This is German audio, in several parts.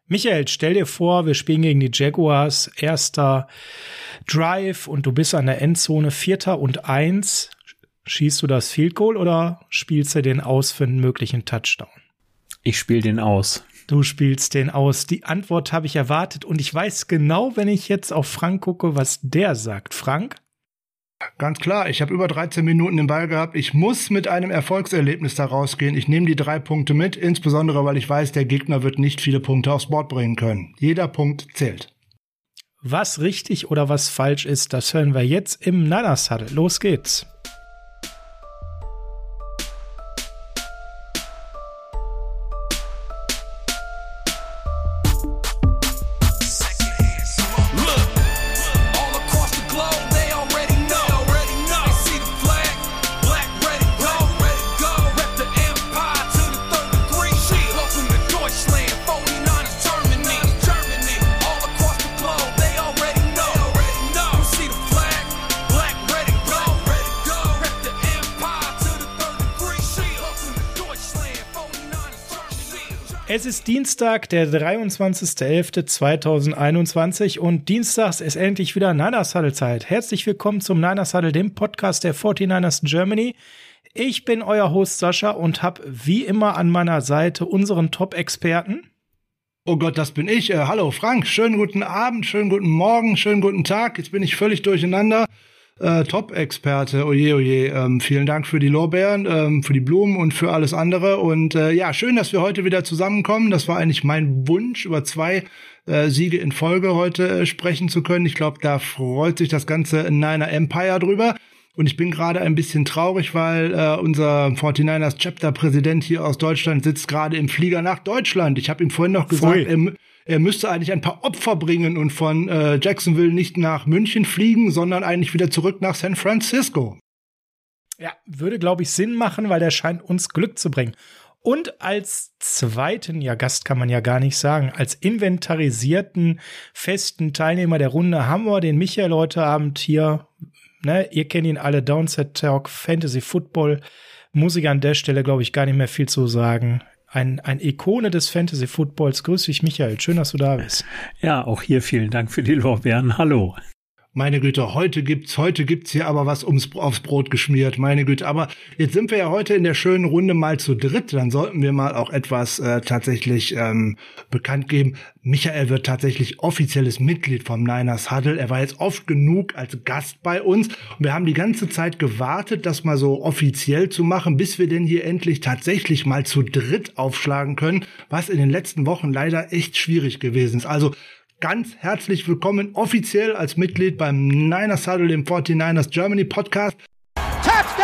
Michael, stell dir vor, wir spielen gegen die Jaguars, erster Drive und du bist an der Endzone, 4. und 1. Schießt du das Field Goal oder spielst du den aus für einen möglichen Touchdown? Ich spiele den aus. Du spielst den aus. Die Antwort habe ich erwartet und ich weiß genau, wenn ich jetzt auf Frank gucke, was der sagt. Frank? Ganz klar, ich habe über 13 Minuten den Ball gehabt. Ich muss mit einem Erfolgserlebnis da rausgehen. Ich nehme die 3 Punkte mit, insbesondere, weil ich weiß, der Gegner wird nicht viele Punkte aufs Board bringen können. Jeder Punkt zählt. Was richtig oder was falsch ist, das hören wir jetzt im Niners Huddle. Los geht's. Es ist Dienstag, der 23.11.2021 und dienstags ist endlich wieder Niners Huddle Zeit. Herzlich willkommen zum Niners Huddle, dem Podcast der 49ers Germany. Ich bin euer Host Sascha und habe wie immer an meiner Seite unseren Top-Experten. Oh Gott, das bin ich. Hallo Frank, schönen guten Abend, schönen guten Morgen, schönen guten Tag. Jetzt bin ich völlig durcheinander. Top-Experte, oje. Vielen Dank für die Lorbeeren, für die Blumen und für alles andere. Und ja, schön, dass wir heute wieder zusammenkommen. Das war eigentlich mein Wunsch, über 2 Siege in Folge heute sprechen zu können. Ich glaube, da freut sich das ganze Niner Empire drüber. Und ich bin gerade ein bisschen traurig, weil unser 49ers Chapter-Präsident hier aus Deutschland sitzt gerade im Flieger nach Deutschland. Ich habe ihm vorhin noch gesagt, er müsste eigentlich ein paar Opfer bringen und von Jacksonville nicht nach München fliegen, sondern eigentlich wieder zurück nach San Francisco. Ja, würde, glaube ich, Sinn machen, weil der scheint uns Glück zu bringen. Und als zweiten, ja Gast kann man ja gar nicht sagen, als inventarisierten, festen Teilnehmer der Runde haben wir den Michael heute Abend hier. Ne, ihr kennt ihn alle, Downset Talk, Fantasy Football. Muss ich an der Stelle, glaube ich, gar nicht mehr viel zu sagen. Ein Ikone des Fantasy Footballs. Grüß dich, Michael. Schön, dass du da bist. Ja, auch hier vielen Dank für die Lorbeeren. Hallo. Meine Güte, heute gibt's hier aber was aufs Brot geschmiert. Meine Güte, aber jetzt sind wir ja heute in der schönen Runde mal zu dritt. Dann sollten wir mal auch etwas tatsächlich bekannt geben. Michael wird tatsächlich offizielles Mitglied vom Niners Huddle. Er war jetzt oft genug als Gast bei uns. Und wir haben die ganze Zeit gewartet, das mal so offiziell zu machen, bis wir denn hier endlich tatsächlich mal zu dritt aufschlagen können, was in den letzten Wochen leider echt schwierig gewesen ist. Also ganz herzlich willkommen offiziell als Mitglied beim Niners Huddle, dem 49ers Germany Podcast. Touchdown!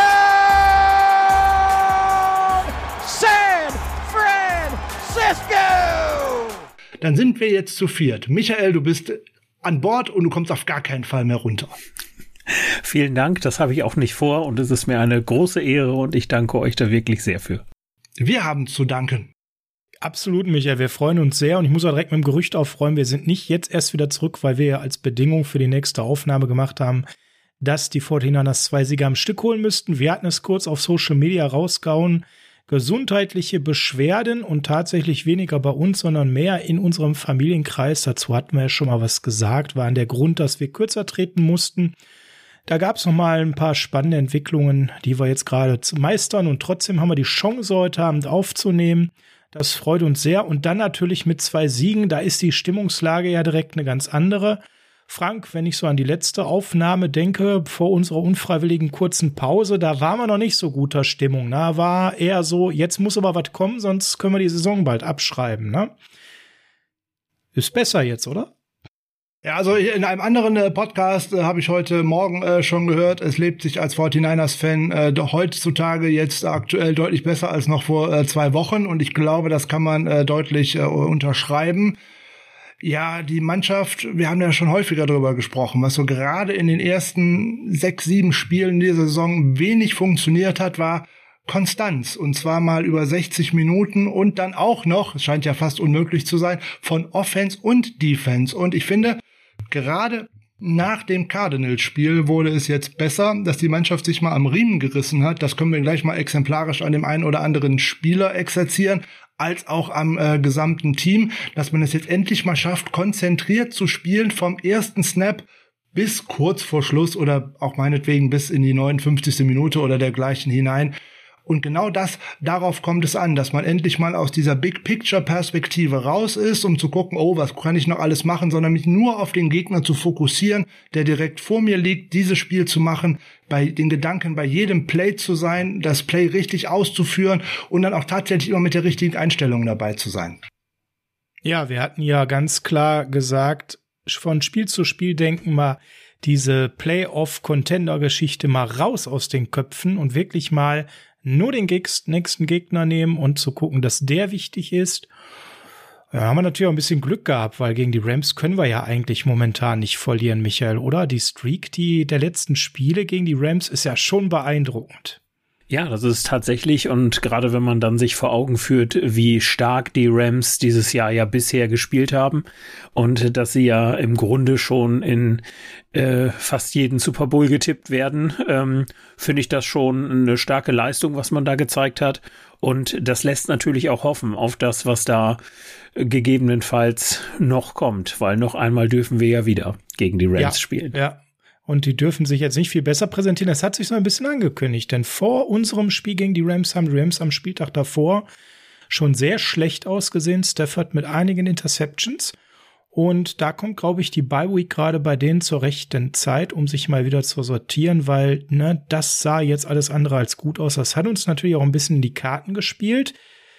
San Francisco! Dann sind wir jetzt zu 4. Michael, du bist an Bord und du kommst auf gar keinen Fall mehr runter. Vielen Dank, das habe ich auch nicht vor und es ist mir eine große Ehre und ich danke euch da wirklich sehr für. Wir haben zu danken. Absolut, Michael. Wir freuen uns sehr und ich muss auch direkt mit dem Gerücht aufräumen, wir sind nicht jetzt erst wieder zurück, weil wir ja als Bedingung für die nächste Aufnahme gemacht haben, dass die 49ers 2 Siege am Stück holen müssten. Wir hatten es kurz auf Social Media rausgehauen. Gesundheitliche Beschwerden und tatsächlich weniger bei uns, sondern mehr in unserem Familienkreis. Dazu hatten wir ja schon mal was gesagt, waren der Grund, dass wir kürzer treten mussten. Da gab es noch mal ein paar spannende Entwicklungen, die wir jetzt gerade meistern und trotzdem haben wir die Chance, heute Abend aufzunehmen. Das freut uns sehr. Und dann natürlich mit 2 Siegen, da ist die Stimmungslage ja direkt eine ganz andere. Frank, wenn ich so an die letzte Aufnahme denke, vor unserer unfreiwilligen kurzen Pause, da waren wir noch nicht so guter Stimmung. Da war eher so, jetzt muss aber was kommen, sonst können wir die Saison bald abschreiben. Ne? Ist besser jetzt, oder? Ja, also in einem anderen Podcast habe ich heute Morgen schon gehört, es lebt sich als 49ers-Fan heutzutage jetzt aktuell deutlich besser als noch vor 2 Wochen und ich glaube, das kann man deutlich unterschreiben. Ja, die Mannschaft, wir haben ja schon häufiger darüber gesprochen, was so gerade in den ersten 6, 7 Spielen dieser Saison wenig funktioniert hat, war Konstanz, und zwar mal über 60 Minuten und dann auch noch, es scheint ja fast unmöglich zu sein, von Offense und Defense. Und ich finde, gerade Nach dem Cardinals-Spiel wurde es jetzt besser, dass die Mannschaft sich mal am Riemen gerissen hat. Das können wir gleich mal exemplarisch an dem einen oder anderen Spieler exerzieren, als auch am gesamten Team, dass man es jetzt endlich mal schafft, konzentriert zu spielen vom ersten Snap bis kurz vor Schluss oder auch meinetwegen bis in die 59. Minute oder dergleichen hinein. Und genau darauf kommt es an, dass man endlich mal aus dieser Big-Picture-Perspektive raus ist, um zu gucken, oh, was kann ich noch alles machen, sondern mich nur auf den Gegner zu fokussieren, der direkt vor mir liegt, dieses Spiel zu machen, bei den Gedanken bei jedem Play zu sein, das Play richtig auszuführen und dann auch tatsächlich immer mit der richtigen Einstellung dabei zu sein. Ja, wir hatten ja ganz klar gesagt, von Spiel zu Spiel denken, mal diese Playoff-Contender-Geschichte mal raus aus den Köpfen und wirklich mal nur den nächsten Gegner nehmen und zu gucken, dass der wichtig ist. Ja, haben wir natürlich auch ein bisschen Glück gehabt, weil gegen die Rams können wir ja eigentlich momentan nicht verlieren, Michael, oder? Die Streak der letzten Spiele gegen die Rams ist ja schon beeindruckend. Ja, das ist tatsächlich, und gerade wenn man dann sich vor Augen führt, wie stark die Rams dieses Jahr ja bisher gespielt haben und dass sie ja im Grunde schon in fast jeden Super Bowl getippt werden, finde ich das schon eine starke Leistung, was man da gezeigt hat. Und das lässt natürlich auch hoffen auf das, was da gegebenenfalls noch kommt, weil noch einmal dürfen wir ja wieder gegen die Rams spielen. Ja. Und die dürfen sich jetzt nicht viel besser präsentieren. Das hat sich so ein bisschen angekündigt. Denn vor unserem Spiel gegen die Rams haben die Rams am Spieltag davor schon sehr schlecht ausgesehen. Stafford mit einigen Interceptions. Und da kommt, glaube ich, die Bye-Week gerade bei denen zur rechten Zeit, um sich mal wieder zu sortieren, weil das sah jetzt alles andere als gut aus. Das hat uns natürlich auch ein bisschen in die Karten gespielt.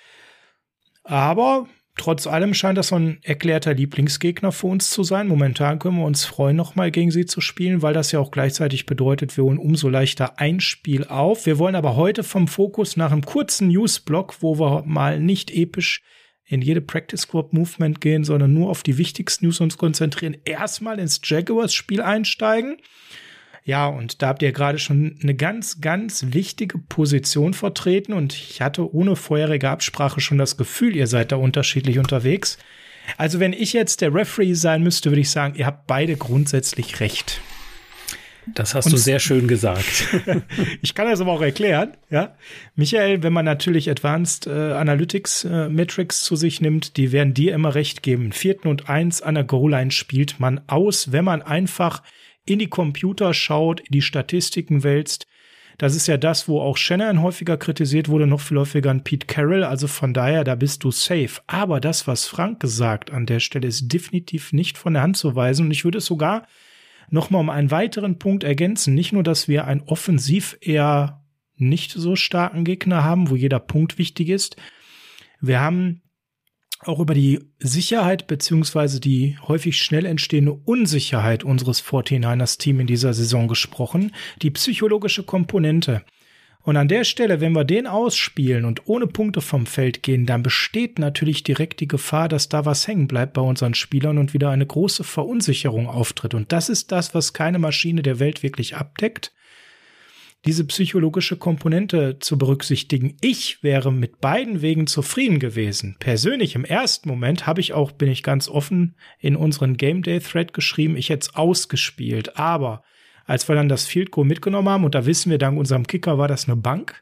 Aber trotz allem scheint das so ein erklärter Lieblingsgegner für uns zu sein. Momentan können wir uns freuen, nochmal gegen sie zu spielen, weil das ja auch gleichzeitig bedeutet, wir holen umso leichter ein Spiel auf. Wir wollen aber heute vom Fokus nach einem kurzen Newsblock, wo wir mal nicht episch in jede Practice Squad Movement gehen, sondern nur auf die wichtigsten News uns konzentrieren, erstmal ins Jaguars-Spiel einsteigen. Ja, und da habt ihr gerade schon eine ganz, ganz wichtige Position vertreten und ich hatte ohne vorherige Absprache schon das Gefühl, ihr seid da unterschiedlich unterwegs. Also wenn ich jetzt der Referee sein müsste, würde ich sagen, ihr habt beide grundsätzlich recht. Das hast du sehr schön gesagt. Ich kann das aber auch erklären, ja. Michael, wenn man natürlich Advanced Analytics Metrics zu sich nimmt, die werden dir immer recht geben. 4. und 1 an der Goal-Line spielt man aus, wenn man einfach in die Computer schaut, in die Statistiken wälzt. Das ist ja das, wo auch Shanahan häufiger kritisiert wurde, noch viel häufiger an Pete Carroll. Also von daher, da bist du safe. Aber das, was Frank gesagt an der Stelle, ist definitiv nicht von der Hand zu weisen. Und ich würde es sogar noch mal um einen weiteren Punkt ergänzen. Nicht nur, dass wir einen offensiv eher nicht so starken Gegner haben, wo jeder Punkt wichtig ist. Wir haben auch über die Sicherheit beziehungsweise die häufig schnell entstehende Unsicherheit unseres 49ers-Team in dieser Saison gesprochen. Die psychologische Komponente. Und an der Stelle, wenn wir den ausspielen und ohne Punkte vom Feld gehen, dann besteht natürlich direkt die Gefahr, dass da was hängen bleibt bei unseren Spielern und wieder eine große Verunsicherung auftritt. Und das ist das, was keine Maschine der Welt wirklich abdeckt, diese psychologische Komponente zu berücksichtigen. Ich wäre mit beiden Wegen zufrieden gewesen. Persönlich im ersten Moment bin ich ganz offen in unseren Game Day Thread geschrieben, ich hätte es ausgespielt, aber als wir dann das Field Goal mitgenommen haben, und da wissen wir, dank unserem Kicker war das eine Bank,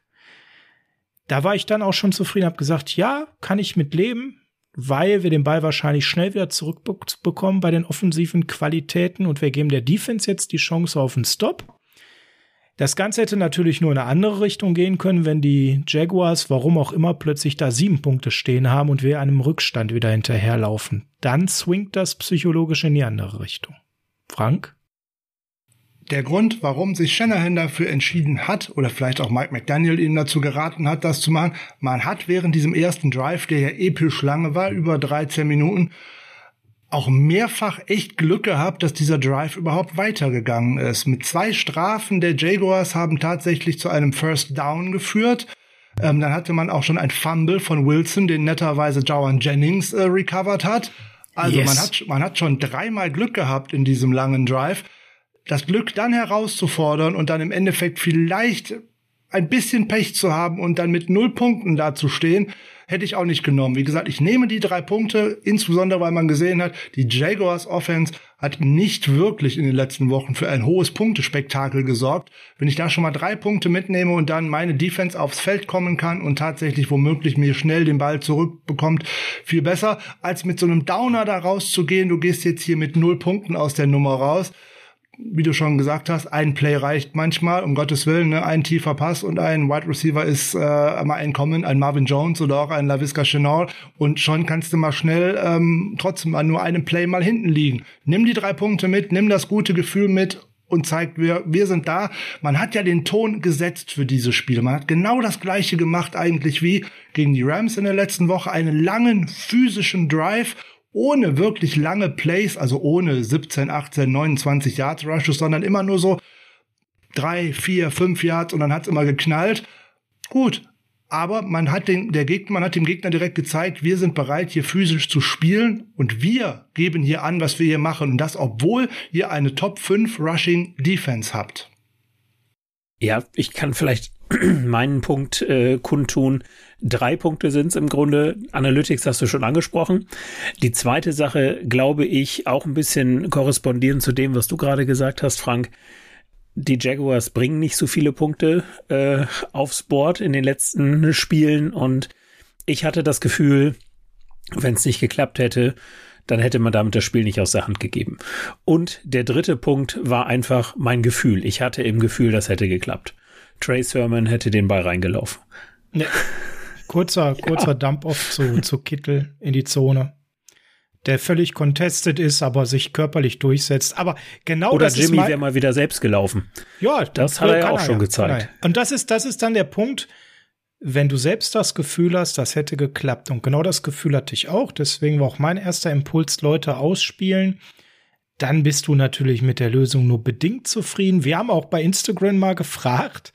da war ich dann auch schon zufrieden, habe gesagt, ja, kann ich mit leben, weil wir den Ball wahrscheinlich schnell wieder zurückbekommen bei den offensiven Qualitäten und wir geben der Defense jetzt die Chance auf einen Stop. Das Ganze hätte natürlich nur in eine andere Richtung gehen können, wenn die Jaguars, warum auch immer, plötzlich da 7 Punkte stehen haben und wir einem Rückstand wieder hinterherlaufen. Dann swingt das psychologisch in die andere Richtung. Frank? Der Grund, warum sich Shanahan dafür entschieden hat, oder vielleicht auch Mike McDaniel ihm dazu geraten hat, das zu machen, man hat während diesem ersten Drive, der ja episch lange war, über 13 Minuten, auch mehrfach echt Glück gehabt, dass dieser Drive überhaupt weitergegangen ist. Mit 2 Strafen der Jaguars haben tatsächlich zu einem First Down geführt. Dann hatte man auch schon ein Fumble von Wilson, den netterweise Jawan Jennings recovered hat. Also yes. man hat schon 3-mal Glück gehabt in diesem langen Drive. Das Glück dann herauszufordern und dann im Endeffekt vielleicht ein bisschen Pech zu haben und dann mit 0 Punkten dazustehen, hätte ich auch nicht genommen. Wie gesagt, ich nehme die 3 Punkte, insbesondere weil man gesehen hat, die Jaguars Offense hat nicht wirklich in den letzten Wochen für ein hohes Punktespektakel gesorgt. Wenn ich da schon mal 3 Punkte mitnehme und dann meine Defense aufs Feld kommen kann und tatsächlich womöglich mir schnell den Ball zurückbekommt, viel besser, als mit so einem Downer da rauszugehen. Du gehst jetzt hier mit 0 Punkten aus der Nummer raus. Wie du schon gesagt hast, ein Play reicht manchmal, um Gottes Willen, ne? Ein tiefer Pass und ein Wide Receiver ist mal entkommen, ein Marvin Jones oder auch ein Laviska Shenault und schon kannst du mal schnell trotzdem an nur einem Play mal hinten liegen. Nimm die 3 Punkte mit, nimm das gute Gefühl mit und zeigt, wir sind da. Man hat ja den Ton gesetzt für diese Spiele. Man hat genau das Gleiche gemacht eigentlich wie gegen die Rams in der letzten Woche, einen langen physischen Drive, ohne wirklich lange Plays, also ohne 17, 18, 29 Yards Rushes, sondern immer nur so 3, 4, 5 Yards und dann hat's immer geknallt. Gut, aber man hat dem Gegner direkt gezeigt, wir sind bereit, hier physisch zu spielen und wir geben hier an, was wir hier machen. Und das, obwohl ihr eine Top 5 Rushing Defense habt. Ja, ich kann vielleicht meinen Punkt kundtun. 3 Punkte sind es im Grunde. Analytics hast du schon angesprochen. Die zweite Sache, glaube ich, auch ein bisschen korrespondierend zu dem, was du gerade gesagt hast, Frank. Die Jaguars bringen nicht so viele Punkte aufs Board in den letzten Spielen und ich hatte das Gefühl, wenn es nicht geklappt hätte, dann hätte man damit das Spiel nicht aus der Hand gegeben. Und der dritte Punkt war einfach mein Gefühl. Ich hatte im Gefühl, das hätte geklappt. Trey Sermon hätte den Ball reingelaufen. Nee. Kurzer Dump-Off zu Kittel in die Zone, der völlig contested ist, aber sich körperlich durchsetzt. Aber genau oder das Jimmy wäre mal wieder selbst gelaufen. Ja, das hat er ja auch schon gezeigt. Und das ist dann der Punkt, wenn du selbst das Gefühl hast, das hätte geklappt. Und genau das Gefühl hatte ich auch. Deswegen war auch mein erster Impuls, Leute ausspielen. Dann bist du natürlich mit der Lösung nur bedingt zufrieden. Wir haben auch bei Instagram mal gefragt,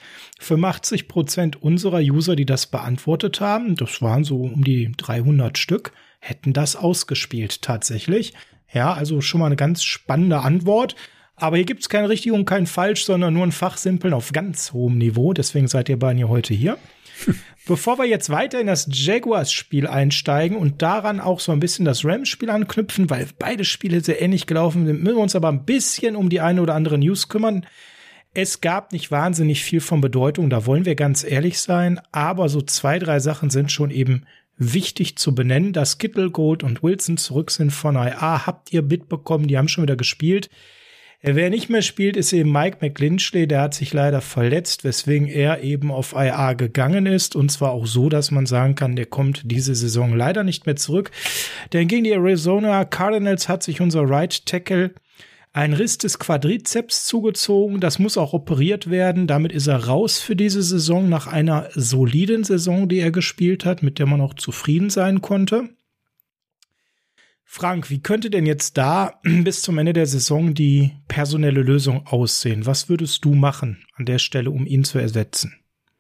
85% unserer User, die das beantwortet haben, das waren so um die 300 Stück, hätten das ausgespielt tatsächlich. Ja, also schon mal eine ganz spannende Antwort. Aber hier gibt's kein richtig und kein falsch, sondern nur ein Fachsimpeln auf ganz hohem Niveau. Deswegen seid ihr beiden hier heute hier. Bevor wir jetzt weiter in das Jaguars-Spiel einsteigen und daran auch so ein bisschen das Rams-Spiel anknüpfen, weil beide Spiele sehr ähnlich gelaufen sind, müssen wir uns aber ein bisschen um die eine oder andere News kümmern. Es gab nicht wahnsinnig viel von Bedeutung, da wollen wir ganz ehrlich sein, aber so 2, 3 Sachen sind schon eben wichtig zu benennen. Dass Kittle, Gold und Wilson zurück sind von IA, habt ihr mitbekommen, die haben schon wieder gespielt. Wer nicht mehr spielt, ist eben Mike McGlinchey, der hat sich leider verletzt, weswegen er eben auf IA gegangen ist. Und zwar auch so, dass man sagen kann, der kommt diese Saison leider nicht mehr zurück. Denn gegen die Arizona Cardinals hat sich unser Right Tackle ein Riss des Quadrizeps zugezogen. Das muss auch operiert werden. Damit ist er raus für diese Saison nach einer soliden Saison, die er gespielt hat, mit der man auch zufrieden sein konnte. Frank, wie könnte denn jetzt da bis zum Ende der Saison die personelle Lösung aussehen? Was würdest du machen an der Stelle, um ihn zu ersetzen?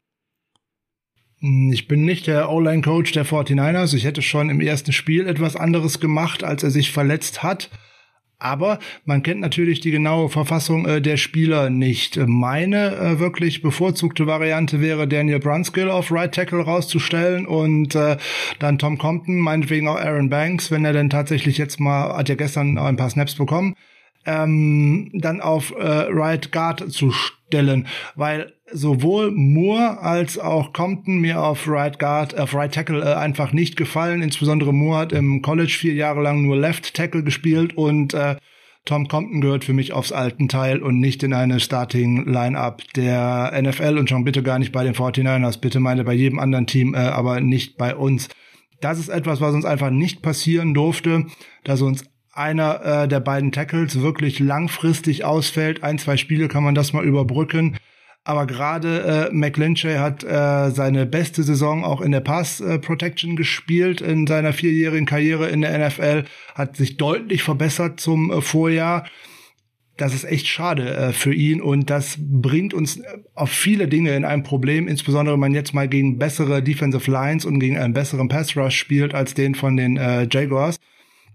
Ich bin nicht der O-Line-Coach der 49ers. Ich hätte schon im ersten Spiel etwas anderes gemacht, als er sich verletzt hat. Aber man kennt natürlich die genaue Verfassung der Spieler nicht. Meine wirklich bevorzugte Variante wäre, Daniel Brunskill auf Right Tackle rauszustellen und dann Tom Compton, meinetwegen auch Aaron Banks, wenn er denn tatsächlich jetzt mal, hat ja gestern ein paar Snaps bekommen, dann auf Right Guard zu stellen, weil sowohl Moore als auch Compton mir auf Right Tackle einfach nicht gefallen. Insbesondere Moore hat im College 4 Jahre lang nur Left Tackle gespielt und Tom Compton gehört für mich aufs alten Teil und nicht in eine Starting Lineup der NFL und schon bitte gar nicht bei den 49ers, bitte meine bei jedem anderen Team, aber nicht bei uns. Das ist etwas, was uns einfach nicht passieren durfte, dass uns einer der beiden Tackles wirklich langfristig ausfällt. 1, 2 Spiele kann man das mal überbrücken. Aber gerade McGlinchey hat seine beste Saison auch in der Pass-Protection gespielt in seiner 4-jährigen Karriere in der NFL, hat sich deutlich verbessert zum Vorjahr. Das ist echt schade für ihn und das bringt uns auf viele Dinge in ein Problem, insbesondere wenn man jetzt mal gegen bessere Defensive Lines und gegen einen besseren Pass-Rush spielt als den von den Jaguars.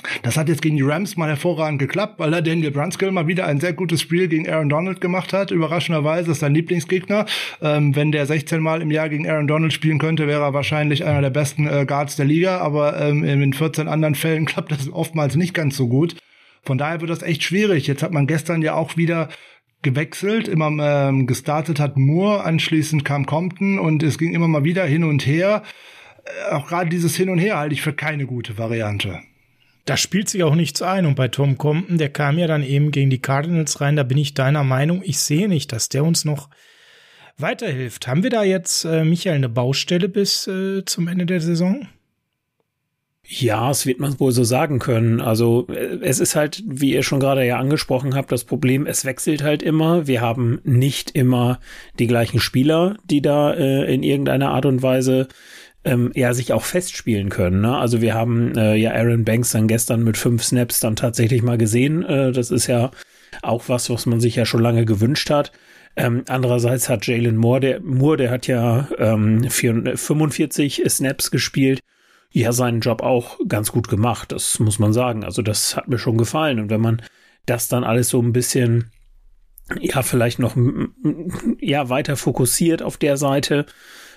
Das hat jetzt gegen die Rams mal hervorragend geklappt, weil Daniel Brunskill mal wieder ein sehr gutes Spiel gegen Aaron Donald gemacht hat. Überraschenderweise ist sein Lieblingsgegner. Wenn der 16 Mal im Jahr gegen Aaron Donald spielen könnte, wäre er wahrscheinlich einer der besten Guards der Liga. Aber in 14 anderen Fällen klappt das oftmals nicht ganz so gut. Von daher wird das echt schwierig. Jetzt hat man gestern ja auch wieder gewechselt. Immer gestartet hat Moore, anschließend kam Compton und es ging immer mal wieder hin und her. Auch gerade dieses Hin und Her halte ich für keine gute Variante. Da spielt sich auch nichts ein. Und bei Tom Compton, der kam ja dann eben gegen die Cardinals rein, da bin ich deiner Meinung. Ich sehe nicht, dass der uns noch weiterhilft. Haben wir da jetzt, Michael, eine Baustelle bis zum Ende der Saison? Ja, es wird man wohl so sagen können. Also es ist halt, wie ihr schon gerade ja angesprochen habt, das Problem, es wechselt halt immer. Wir haben nicht immer die gleichen Spieler, die da in irgendeiner Art und Weise sich auch festspielen können. Ne? Also wir haben Aaron Banks dann gestern mit 5 Snaps dann tatsächlich mal gesehen. Das ist ja auch was man sich ja schon lange gewünscht hat. Andererseits hat Jalen Moore, der hat ja 45 Snaps gespielt, ja seinen Job auch ganz gut gemacht, das muss man sagen. Also das hat mir schon gefallen. Und wenn man das dann alles so ein bisschen vielleicht noch weiter fokussiert auf der Seite,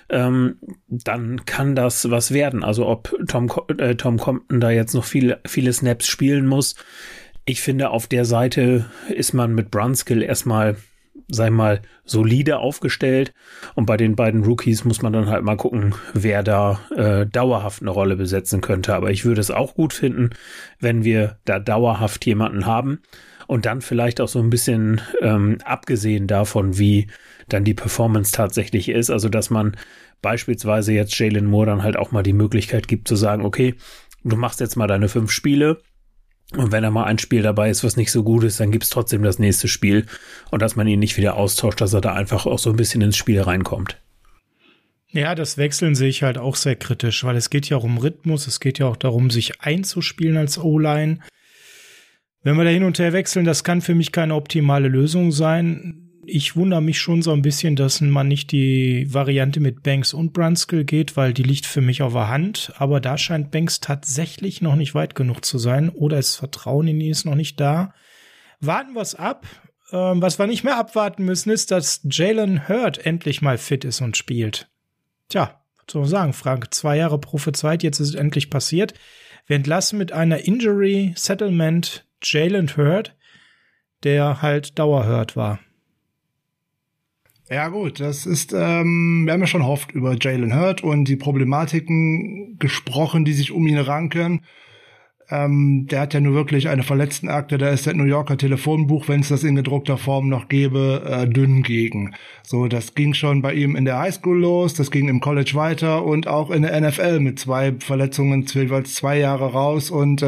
dann kann das was werden. Also ob Tom Compton da jetzt noch viele Snaps spielen muss. Ich finde, auf der Seite ist man mit Brunskill erstmal, sag mal, solide aufgestellt. Und bei den beiden Rookies muss man dann halt mal gucken, wer da dauerhaft eine Rolle besetzen könnte. Aber ich würde es auch gut finden, wenn wir da dauerhaft jemanden haben. Und dann vielleicht auch so ein bisschen abgesehen davon, wie dann die Performance tatsächlich ist. Also, dass man beispielsweise jetzt Jalen Moore dann halt auch mal die Möglichkeit gibt zu sagen, okay, du machst jetzt mal deine 5 Spiele und wenn da mal ein Spiel dabei ist, was nicht so gut ist, dann gibt's trotzdem das nächste Spiel und dass man ihn nicht wieder austauscht, dass er da einfach auch so ein bisschen ins Spiel reinkommt. Ja, das Wechseln sehe ich halt auch sehr kritisch, weil es geht ja auch um Rhythmus, es geht ja auch darum, sich einzuspielen als O-Line. Wenn wir da hin und her wechseln, das kann für mich keine optimale Lösung sein. Ich wundere mich schon so ein bisschen, dass man nicht die Variante mit Banks und Brunskill geht, weil die liegt für mich auf der Hand. Aber da scheint Banks tatsächlich noch nicht weit genug zu sein oder das Vertrauen in ihn ist noch nicht da. Warten wir es ab. Was wir nicht mehr abwarten müssen, ist, dass Jalen Hurd endlich mal fit ist und spielt. Tja, was soll man sagen, Frank? 2 Jahre prophezeit, jetzt ist es endlich passiert. Wir entlassen mit einer Injury Settlement Jalen Hurd, der halt Dauerhurt war. Ja gut, das ist, wir haben ja schon oft über Jalen Hurd und die Problematiken gesprochen, die sich um ihn ranken. Der hat ja nur wirklich eine Verletztenakte, da ist das New Yorker Telefonbuch, wenn es das in gedruckter Form noch gäbe, dünn gegen. So, das ging schon bei ihm in der Highschool los, das ging im College weiter und auch in der NFL mit 2 Verletzungen, jeweils 2 Jahre raus und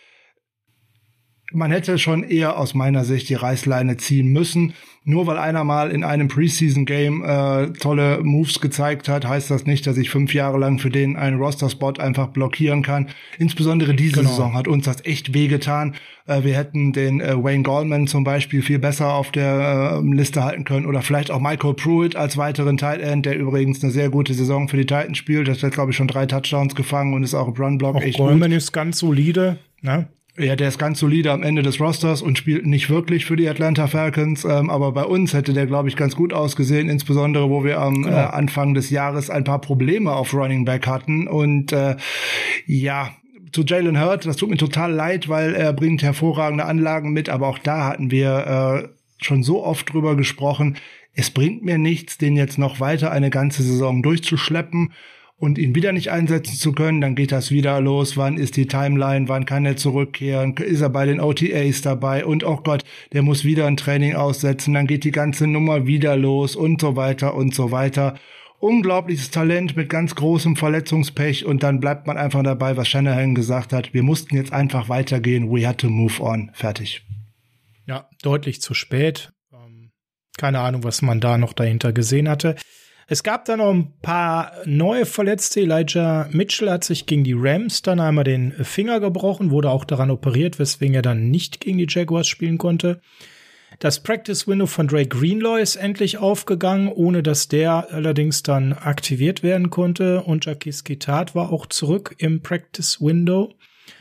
man hätte schon eher aus meiner Sicht die Reißleine ziehen müssen. Nur weil einer mal in einem Preseason-Game tolle Moves gezeigt hat, heißt das nicht, dass ich 5 Jahre lang für den einen Roster-Spot einfach blockieren kann. Insbesondere diese Saison hat uns das echt wehgetan. Wir hätten den Wayne Gallman zum Beispiel viel besser auf der Liste halten können oder vielleicht auch Michael Pruitt als weiteren Tight End, der übrigens eine sehr gute Saison für die Titans spielt. Das hat, glaube ich, schon 3 Touchdowns gefangen und ist auch im Run-Block echt gut. Gallman ist ganz solide, ne? Ja, der ist ganz solide am Ende des Rosters und spielt nicht wirklich für die Atlanta Falcons, aber bei uns hätte der, glaube ich, ganz gut ausgesehen, insbesondere wo wir am Anfang des Jahres ein paar Probleme auf Running Back hatten und zu Jalen Hurd, das tut mir total leid, weil er bringt hervorragende Anlagen mit, aber auch da hatten wir schon so oft drüber gesprochen, es bringt mir nichts, den jetzt noch weiter eine ganze Saison durchzuschleppen und ihn wieder nicht einsetzen zu können, dann geht das wieder los. Wann ist die Timeline? Wann kann er zurückkehren? Ist er bei den OTAs dabei? Und oh Gott, der muss wieder ein Training aussetzen. Dann geht die ganze Nummer wieder los und so weiter und so weiter. Unglaubliches Talent mit ganz großem Verletzungspech und dann bleibt man einfach dabei, was Shanahan gesagt hat. Wir mussten jetzt einfach weitergehen. We had to move on. Fertig. Ja, deutlich zu spät. Keine Ahnung, was man da noch dahinter gesehen hatte. Es gab dann noch ein paar neue Verletzte. Elijah Mitchell hat sich gegen die Rams dann einmal den Finger gebrochen, wurde auch daran operiert, weswegen er dann nicht gegen die Jaguars spielen konnte. Das Practice-Window von Dre Greenlaw ist endlich aufgegangen, ohne dass der allerdings dann aktiviert werden konnte. Und Jaquiski Tartt war auch zurück im Practice-Window.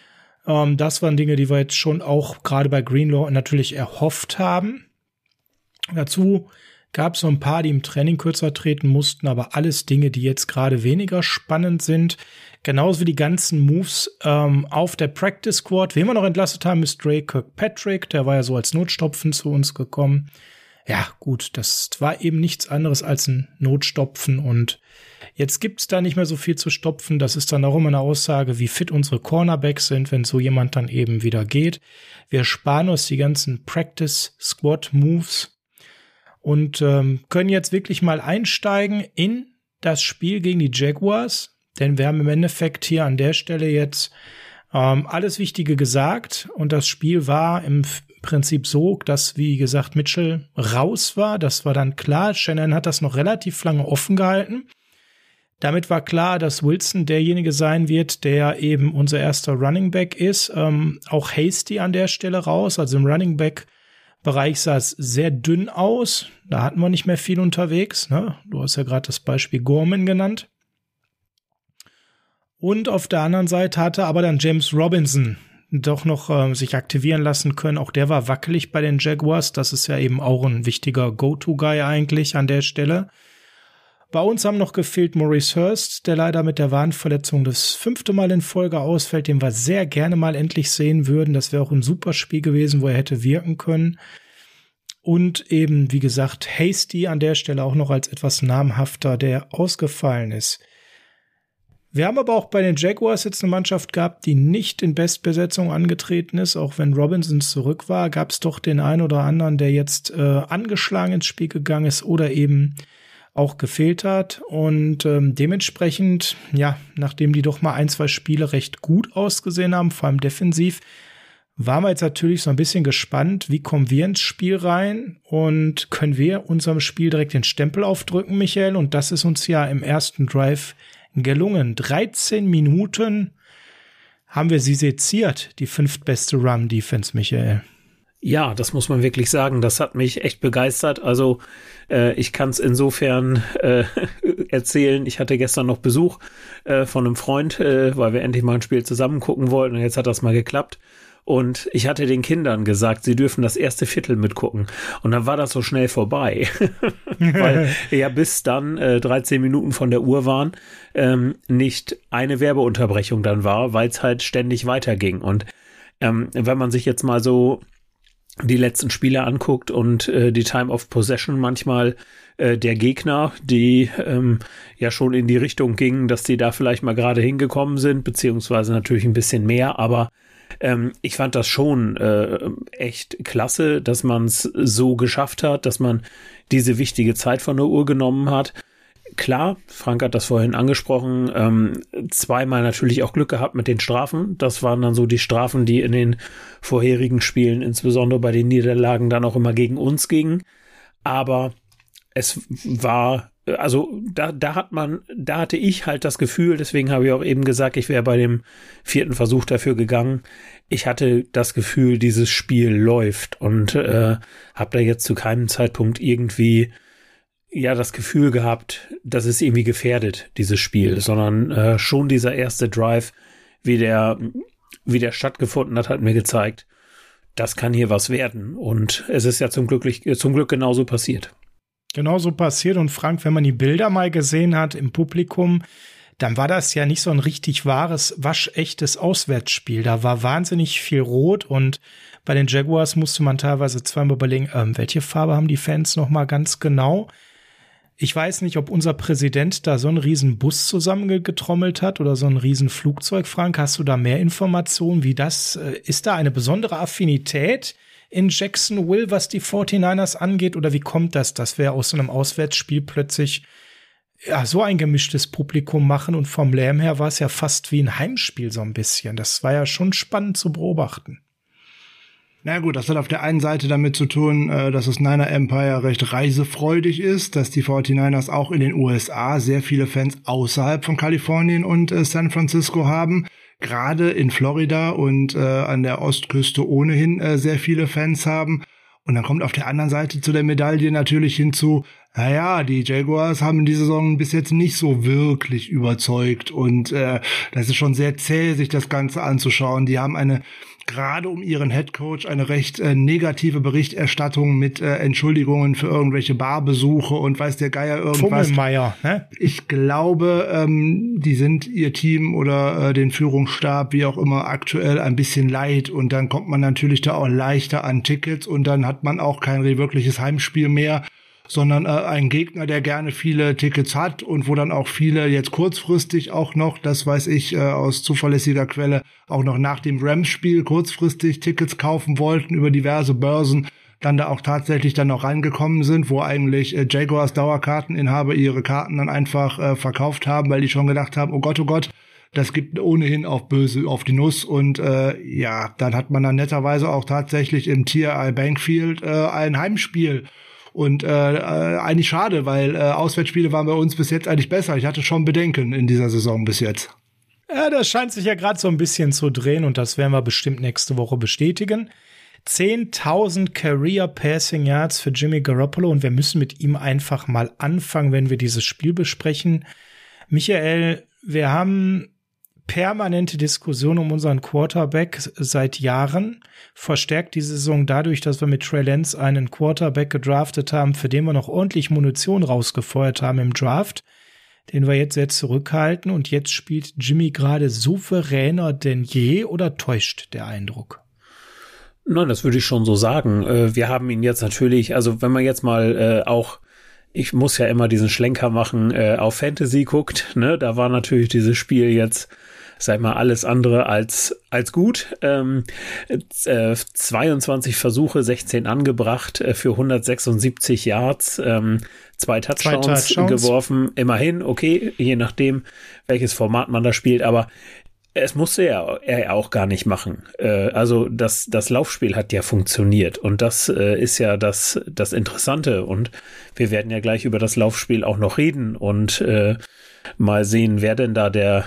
Das waren Dinge, die wir jetzt schon auch gerade bei Greenlaw natürlich erhofft haben. Dazu gab es so ein paar, die im Training kürzer treten mussten, aber alles Dinge, die jetzt gerade weniger spannend sind. Genauso wie die ganzen Moves auf der Practice Squad. Wen wir noch entlastet haben, ist Drake Kirkpatrick. Der war ja so als Notstopfen zu uns gekommen. Ja, gut, das war eben nichts anderes als ein Notstopfen. Und jetzt gibt's da nicht mehr so viel zu stopfen. Das ist dann auch immer eine Aussage, wie fit unsere Cornerbacks sind, wenn so jemand dann eben wieder geht. Wir sparen uns die ganzen Practice Squad Moves und können jetzt wirklich mal einsteigen in das Spiel gegen die Jaguars. Denn wir haben im Endeffekt hier an der Stelle jetzt alles Wichtige gesagt. Und das Spiel war im Prinzip so, dass, wie gesagt, Mitchell raus war. Das war dann klar. Shannon hat das noch relativ lange offen gehalten. Damit war klar, dass Wilson derjenige sein wird, der eben unser erster Running Back ist. Auch Hasty an der Stelle raus. Also im Running Back Bereich sah es sehr dünn aus. Da hatten wir nicht mehr viel unterwegs. Ne? Du hast ja gerade das Beispiel Gorman genannt. Und auf der anderen Seite hatte aber dann James Robinson doch noch sich aktivieren lassen können. Auch der war wackelig bei den Jaguars. Das ist ja eben auch ein wichtiger Go-To-Guy eigentlich an der Stelle. Bei uns haben noch gefehlt Maurice Hurst, der leider mit der Wadenverletzung das 5. Mal in Folge ausfällt, den wir sehr gerne mal endlich sehen würden. Das wäre auch ein super Spiel gewesen, wo er hätte wirken können. Und eben, wie gesagt, Hasty an der Stelle auch noch als etwas namhafter, der ausgefallen ist. Wir haben aber auch bei den Jaguars jetzt eine Mannschaft gehabt, die nicht in Bestbesetzung angetreten ist. Auch wenn Robinson zurück war, gab es doch den einen oder anderen, der jetzt angeschlagen ins Spiel gegangen ist oder eben auch gefehlt hat. Und dementsprechend, ja, nachdem die doch mal 1-2 Spiele recht gut ausgesehen haben, vor allem defensiv, waren wir jetzt natürlich so ein bisschen gespannt, wie kommen wir ins Spiel rein und können wir unserem Spiel direkt den Stempel aufdrücken, Michael? Und das ist uns ja im ersten Drive gelungen. 13 Minuten haben wir sie seziert, die 5. beste Run-Defense, Michael. Ja, das muss man wirklich sagen. Das hat mich echt begeistert. Also ich kann es insofern erzählen. Ich hatte gestern noch Besuch von einem Freund, weil wir endlich mal ein Spiel zusammen gucken wollten. Und jetzt hat das mal geklappt. Und ich hatte den Kindern gesagt, sie dürfen das erste Viertel mitgucken. Und dann war das so schnell vorbei. Weil ja bis dann 13 Minuten von der Uhr waren, nicht eine Werbeunterbrechung dann war, weil es halt ständig weiterging. Und wenn man sich jetzt mal so die letzten Spiele anguckt und die Time of Possession manchmal der Gegner, die ja schon in die Richtung gingen, dass die da vielleicht mal gerade hingekommen sind, beziehungsweise natürlich ein bisschen mehr, aber ich fand das schon echt klasse, dass man es so geschafft hat, dass man diese wichtige Zeit von der Uhr genommen hat. Klar, Frank hat das vorhin angesprochen, zweimal natürlich auch Glück gehabt mit den Strafen. Das waren dann so die Strafen, die in den vorherigen Spielen, insbesondere bei den Niederlagen, dann auch immer gegen uns gingen. Aber es war, also da hatte ich halt das Gefühl, deswegen habe ich auch eben gesagt, ich wäre bei dem 4. Versuch dafür gegangen. Ich hatte das Gefühl, dieses Spiel läuft und habe da jetzt zu keinem Zeitpunkt irgendwie ja das Gefühl gehabt, dass es irgendwie gefährdet, dieses Spiel, sondern schon dieser erste Drive, wie der stattgefunden hat mir gezeigt, das kann hier was werden. Und es ist ja zum Glück genauso passiert. Genauso passiert. Und Frank, wenn man die Bilder mal gesehen hat im Publikum, dann war das ja nicht so ein richtig wahres, waschechtes Auswärtsspiel. Da war wahnsinnig viel Rot und bei den Jaguars musste man teilweise zweimal überlegen, welche Farbe haben die Fans noch mal ganz genau. Ich weiß nicht, ob unser Präsident da so einen riesen Bus zusammengetrommelt hat oder so ein riesen Flugzeug. Frank, hast du da mehr Informationen, wie das, ist da eine besondere Affinität in Jacksonville, was die 49ers angeht, oder wie kommt das, dass wir aus so einem Auswärtsspiel plötzlich ja so ein gemischtes Publikum machen und vom Lärm her war es ja fast wie ein Heimspiel so ein bisschen. Das war ja schon spannend zu beobachten. Na gut, das hat auf der einen Seite damit zu tun, dass das Niner Empire recht reisefreudig ist, dass die 49ers auch in den USA sehr viele Fans außerhalb von Kalifornien und San Francisco haben. Gerade in Florida und an der Ostküste ohnehin sehr viele Fans haben. Und dann kommt auf der anderen Seite zu der Medaille natürlich hinzu, Naja, die Jaguars haben die Saison bis jetzt nicht so wirklich überzeugt und das ist schon sehr zäh, sich das Ganze anzuschauen. Die haben gerade um ihren Headcoach eine recht negative Berichterstattung mit Entschuldigungen für irgendwelche Barbesuche und weiß der Geier irgendwas. Fummelmeier, ne? Ich glaube, die sind ihr Team oder den Führungsstab, wie auch immer, aktuell ein bisschen leid und dann kommt man natürlich da auch leichter an Tickets und dann hat man auch kein wirkliches Heimspiel mehr, sondern ein Gegner, der gerne viele Tickets hat und wo dann auch viele jetzt kurzfristig auch noch, das weiß ich aus zuverlässiger Quelle, auch noch nach dem Rams-Spiel kurzfristig Tickets kaufen wollten über diverse Börsen, dann da auch tatsächlich dann noch reingekommen sind, wo eigentlich Jaguars Dauerkarteninhaber ihre Karten dann einfach verkauft haben, weil die schon gedacht haben, oh Gott, das gibt ohnehin auch böse auf die Nuss und dann hat man dann netterweise auch tatsächlich im TI Bankfield ein Heimspiel. Und eigentlich schade, weil Auswärtsspiele waren bei uns bis jetzt eigentlich besser. Ich hatte schon Bedenken in dieser Saison bis jetzt. Ja, das scheint sich ja gerade so ein bisschen zu drehen und das werden wir bestimmt nächste Woche bestätigen. 10.000 Career Passing Yards für Jimmy Garoppolo und wir müssen mit ihm einfach mal anfangen, wenn wir dieses Spiel besprechen. Michael, wir haben permanente Diskussion um unseren Quarterback seit Jahren, verstärkt die Saison dadurch, dass wir mit Trey Lance einen Quarterback gedraftet haben, für den wir noch ordentlich Munition rausgefeuert haben im Draft, den wir jetzt sehr zurückhalten und jetzt spielt Jimmy gerade souveräner denn je oder täuscht der Eindruck? Nein, das würde ich schon so sagen. Wir haben ihn jetzt natürlich, also wenn man jetzt mal ich muss ja immer diesen Schlenker machen, auf Fantasy guckt, ne, da war natürlich dieses Spiel jetzt, sag mal, alles andere als gut. 22 Versuche, 16 angebracht für 176 Yards, 2 Touchdowns geworfen. Immerhin, okay, je nachdem, welches Format man da spielt, aber es musste er auch gar nicht machen. Also das Laufspiel hat ja funktioniert und das ist ja das Interessante und wir werden ja gleich über das Laufspiel auch noch reden und mal sehen, wer denn da der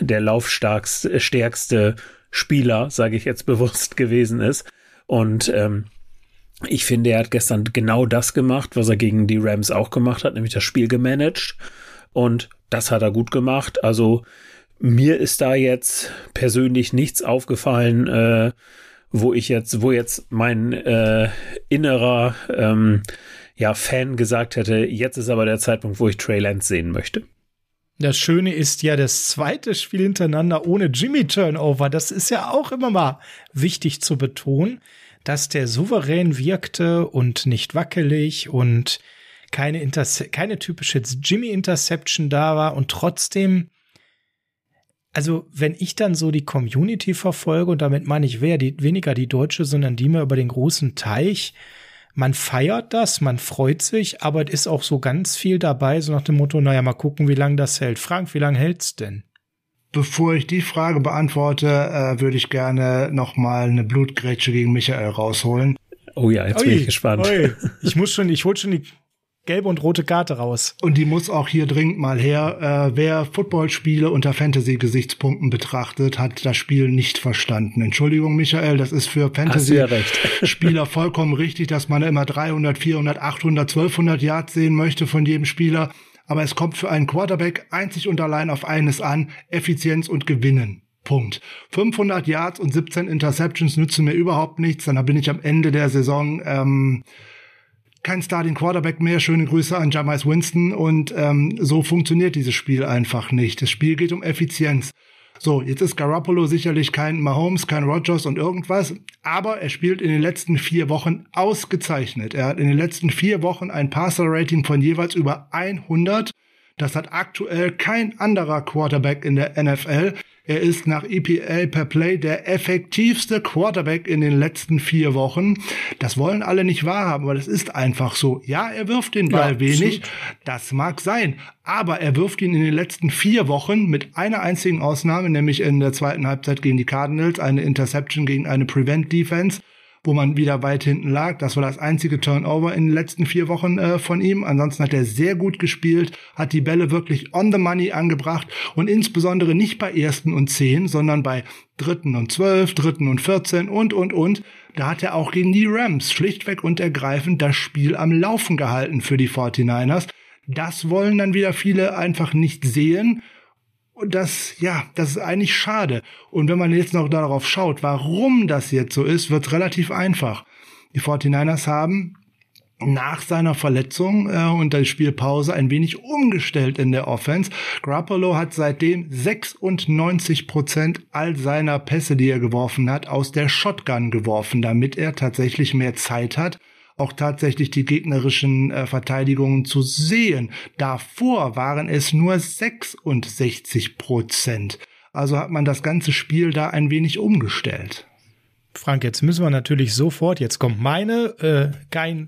laufstärkste Spieler, sage ich jetzt bewusst, gewesen ist. Und ich finde, er hat gestern genau das gemacht, was er gegen die Rams auch gemacht hat, nämlich das Spiel gemanagt. Und das hat er gut gemacht. Also mir ist da jetzt persönlich nichts aufgefallen, wo jetzt mein innerer Fan gesagt hätte, jetzt ist aber der Zeitpunkt, wo ich Trey Lance sehen möchte. Das Schöne ist ja das zweite Spiel hintereinander ohne Jimmy-Turnover. Das ist ja auch immer mal wichtig zu betonen, dass der souverän wirkte und nicht wackelig und keine typische Jimmy-Interception da war und trotzdem, also wenn ich dann so die Community verfolge, und damit meine ich weniger die Deutsche, sondern die mehr über den großen Teich, man feiert das, man freut sich, aber es ist auch so ganz viel dabei, so nach dem Motto, naja, mal gucken, wie lange das hält. Frank, wie lange hält's denn? Bevor ich die Frage beantworte, würde ich gerne noch mal eine Blutgrätsche gegen Michael rausholen. Oh ja, jetzt bin ich gespannt. Ich hol schon die gelbe und rote Karte raus. Und die muss auch hier dringend mal her. Wer Footballspiele unter Fantasy-Gesichtspunkten betrachtet, hat das Spiel nicht verstanden. Entschuldigung, Michael, das ist für Fantasy-Spieler vollkommen richtig, dass man immer 300, 400, 800, 1200 Yards sehen möchte von jedem Spieler. Aber es kommt für einen Quarterback einzig und allein auf eines an: Effizienz und Gewinnen. Punkt. 500 Yards und 17 Interceptions nützen mir überhaupt nichts. Dann bin ich am Ende der Saison kein Starting Quarterback mehr. Schöne Grüße an Jameis Winston. Und so funktioniert dieses Spiel einfach nicht. Das Spiel geht um Effizienz. So, jetzt ist Garoppolo sicherlich kein Mahomes, kein Rodgers und irgendwas, aber er spielt in den letzten 4 Wochen ausgezeichnet. Er hat in den letzten 4 Wochen ein Passer-Rating von jeweils über 100. Das hat aktuell kein anderer Quarterback in der NFL. Er ist nach EPA per Play der effektivste Quarterback in den letzten 4 Wochen. Das wollen alle nicht wahrhaben, aber das ist einfach so. Ja, er wirft den Ball wenig, das mag sein, aber er wirft ihn in den letzten 4 Wochen mit einer einzigen Ausnahme, nämlich in der zweiten Halbzeit gegen die Cardinals, eine Interception gegen eine Prevent Defense, wo man wieder weit hinten lag. Das war das einzige Turnover in den letzten 4 Wochen von ihm. Ansonsten hat er sehr gut gespielt, hat die Bälle wirklich on the money angebracht und insbesondere nicht bei 1. und 10, sondern bei 3. und 12, 3. und 14 und. Da hat er auch gegen die Rams schlichtweg und ergreifend das Spiel am Laufen gehalten für die 49ers. Das wollen dann wieder viele einfach nicht sehen. Und das ist eigentlich schade. Und wenn man jetzt noch darauf schaut, warum das jetzt so ist, wird es relativ einfach. Die 49ers haben nach seiner Verletzung und der Spielpause ein wenig umgestellt in der Offense. Garoppolo hat seitdem 96% all seiner Pässe, die er geworfen hat, aus der Shotgun geworfen, damit er tatsächlich mehr Zeit hat, auch tatsächlich die gegnerischen Verteidigungen zu sehen. Davor waren es nur 66%. Also hat man das ganze Spiel da ein wenig umgestellt. Frank, jetzt müssen wir natürlich sofort, jetzt kommt meine, kein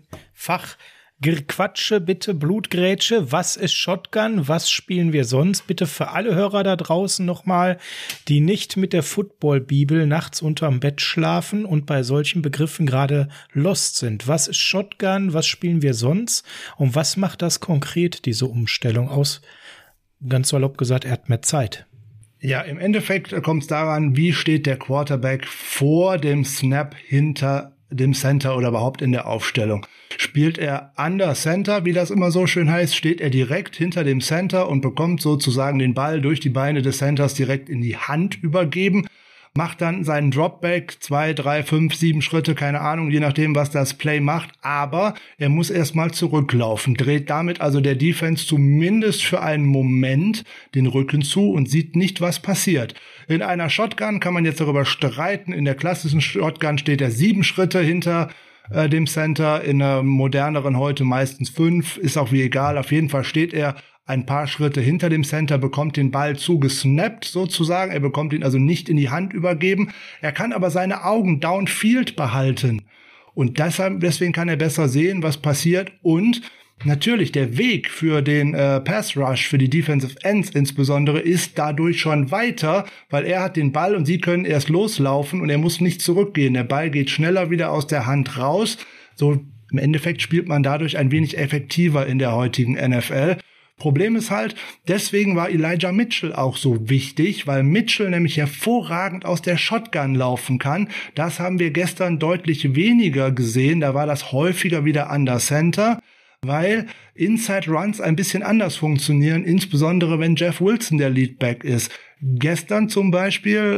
Fachgequatsche, bitte Blutgrätsche. Was ist Shotgun? Was spielen wir sonst? Bitte für alle Hörer da draußen nochmal, die nicht mit der Football-Bibel nachts unterm Bett schlafen und bei solchen Begriffen gerade lost sind. Was ist Shotgun? Was spielen wir sonst? Und was macht das konkret, diese Umstellung aus? Ganz salopp gesagt, er hat mehr Zeit. Ja, im Endeffekt kommt es daran, wie steht der Quarterback vor dem Snap hinter dem Center oder überhaupt in der Aufstellung. Spielt er under Center, wie das immer so schön heißt, steht er direkt hinter dem Center und bekommt sozusagen den Ball durch die Beine des Centers direkt in die Hand übergeben, macht dann seinen Dropback 2, 3, 5, 7 Schritte, keine Ahnung, je nachdem, was das Play macht, aber er muss erstmal zurücklaufen, dreht damit also der Defense zumindest für einen Moment den Rücken zu und sieht nicht, was passiert. In einer Shotgun kann man jetzt darüber streiten, in der klassischen Shotgun steht er 7 Schritte hinter dem Center, in einer moderneren heute meistens 5, ist auch wie egal, auf jeden Fall steht er ein paar Schritte hinter dem Center, bekommt den Ball zugesnappt sozusagen. Er bekommt ihn also nicht in die Hand übergeben. Er kann aber seine Augen downfield behalten. Und deswegen kann er besser sehen, was passiert. Und natürlich der Weg für den Pass Rush, für die Defensive Ends insbesondere, ist dadurch schon weiter, weil er hat den Ball und sie können erst loslaufen und er muss nicht zurückgehen. Der Ball geht schneller wieder aus der Hand raus. So im Endeffekt spielt man dadurch ein wenig effektiver in der heutigen NFL. Problem ist halt, deswegen war Elijah Mitchell auch so wichtig, weil Mitchell nämlich hervorragend aus der Shotgun laufen kann. Das haben wir gestern deutlich weniger gesehen. Da war das häufiger wieder under Center, weil Inside Runs ein bisschen anders funktionieren, insbesondere wenn Jeff Wilson der Leadback ist. Gestern zum Beispiel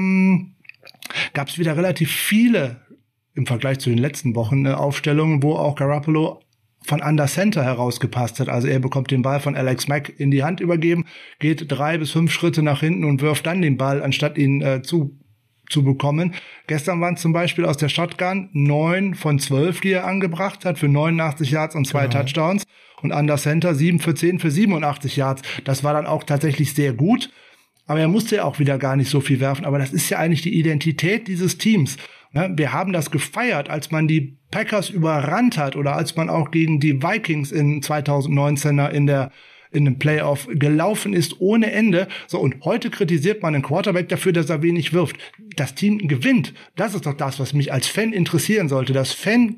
gab es wieder relativ viele, im Vergleich zu den letzten Wochen, Aufstellungen, wo auch Garoppolo von under Center herausgepasst hat. Also er bekommt den Ball von Alex Mack in die Hand übergeben, geht 3 bis 5 Schritte nach hinten und wirft dann den Ball, anstatt ihn zu bekommen. Gestern waren zum Beispiel aus der Shotgun 9 von 12, die er angebracht hat, für 89 Yards und 2 Touchdowns. Und under Center 7 für 10 für 87 Yards. Das war dann auch tatsächlich sehr gut. Aber er musste ja auch wieder gar nicht so viel werfen. Aber das ist ja eigentlich die Identität dieses Teams. Wir haben das gefeiert, als man die Packers überrannt hat oder als man auch gegen die Vikings in 2019er in den Playoff gelaufen ist ohne Ende. So, und heute kritisiert man den Quarterback dafür, dass er wenig wirft. Das Team gewinnt. Das ist doch das, was mich als Fan interessieren sollte. Die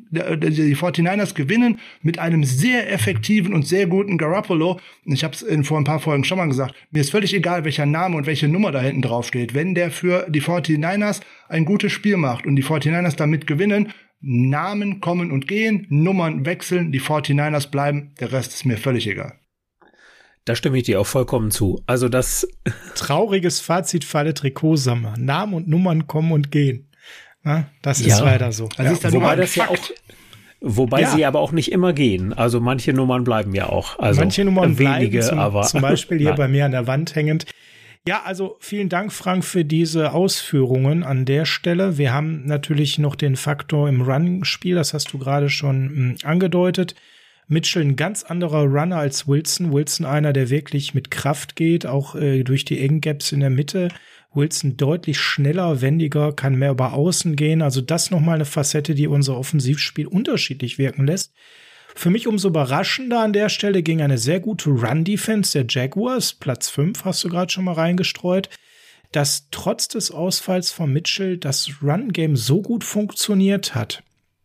49ers gewinnen mit einem sehr effektiven und sehr guten Garoppolo. Ich habe es vor ein paar Folgen schon mal gesagt. Mir ist völlig egal, welcher Name und welche Nummer da hinten drauf steht. Wenn der für die 49ers ein gutes Spiel macht und die 49ers damit gewinnen, Namen kommen und gehen, Nummern wechseln, die 49ers bleiben, der Rest ist mir völlig egal. Da stimme ich dir auch vollkommen zu. Also das trauriges Fazit für alle Trikotsammler. Namen und Nummern kommen und gehen. Na, das ist leider so. Also ist wobei das ja auch, sie aber auch nicht immer gehen. Also manche Nummern bleiben ja auch. Also manche Nummern wenige, bleiben, aber zum Beispiel hier bei mir an der Wand hängend. Ja, also vielen Dank, Frank, für diese Ausführungen an der Stelle. Wir haben natürlich noch den Faktor im Run-Spiel, das hast du gerade schon angedeutet. Mitchell ein ganz anderer Runner als Wilson. Wilson einer, der wirklich mit Kraft geht, auch durch die engen Gaps in der Mitte. Wilson deutlich schneller, wendiger, kann mehr über Außen gehen. Also das nochmal eine Facette, die unser Offensivspiel unterschiedlich wirken lässt. Für mich umso überraschender an der Stelle ging eine sehr gute Run-Defense der Jaguars. Platz 5 hast du gerade schon mal reingestreut. dass trotz des Ausfalls von Mitchell das Run-Game so gut funktioniert hat.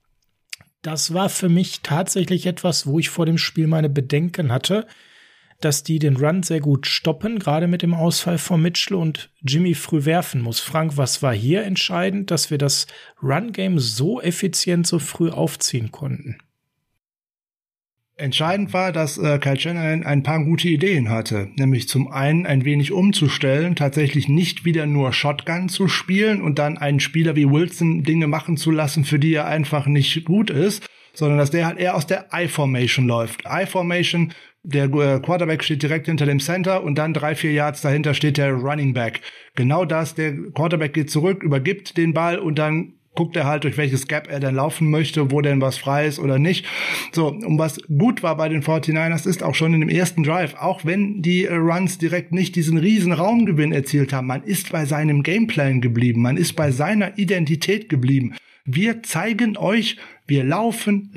Das war für mich tatsächlich etwas, wo ich vor dem Spiel meine Bedenken hatte, dass die den Run sehr gut stoppen, gerade mit dem Ausfall von Mitchell und Jimmy früh werfen muss. Frank, was war hier entscheidend, dass wir das Run-Game so effizient so früh aufziehen konnten? Entscheidend war, dass Kyle Shanahan ein paar gute Ideen hatte. Nämlich zum einen ein wenig umzustellen, tatsächlich nicht wieder nur Shotgun zu spielen und dann einen Spieler wie Wilson Dinge machen zu lassen, für die er einfach nicht gut ist, sondern dass der halt eher aus der I-Formation läuft. I-Formation, der Quarterback steht direkt hinter dem Center und dann 3-4 Yards dahinter steht der Running Back. Genau das, der Quarterback geht zurück, übergibt den Ball und dann guckt er halt, durch welches Gap er denn laufen möchte, wo denn was frei ist oder nicht. So, und was gut war bei den 49ers ist auch schon in dem ersten Drive, auch wenn die Runs direkt nicht diesen riesen Raumgewinn erzielt haben, man ist bei seinem Gameplan geblieben, man ist bei seiner Identität geblieben. Wir zeigen euch, wir laufen.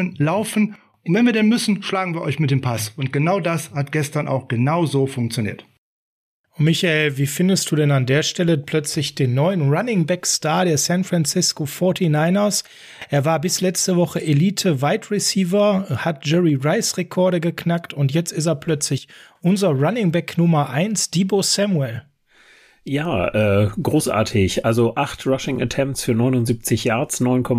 Und wenn wir denn müssen, schlagen wir euch mit dem Pass. Und genau das hat gestern auch genau so funktioniert. Und Michael, wie findest du denn an der Stelle plötzlich den neuen Running Back Star der San Francisco 49ers? Er war bis letzte Woche Elite Wide Receiver, hat Jerry Rice Rekorde geknackt und jetzt ist er plötzlich unser Running Back Nummer 1, Deebo Samuel. Ja, großartig. Also 8 Rushing Attempts für 79 Yards,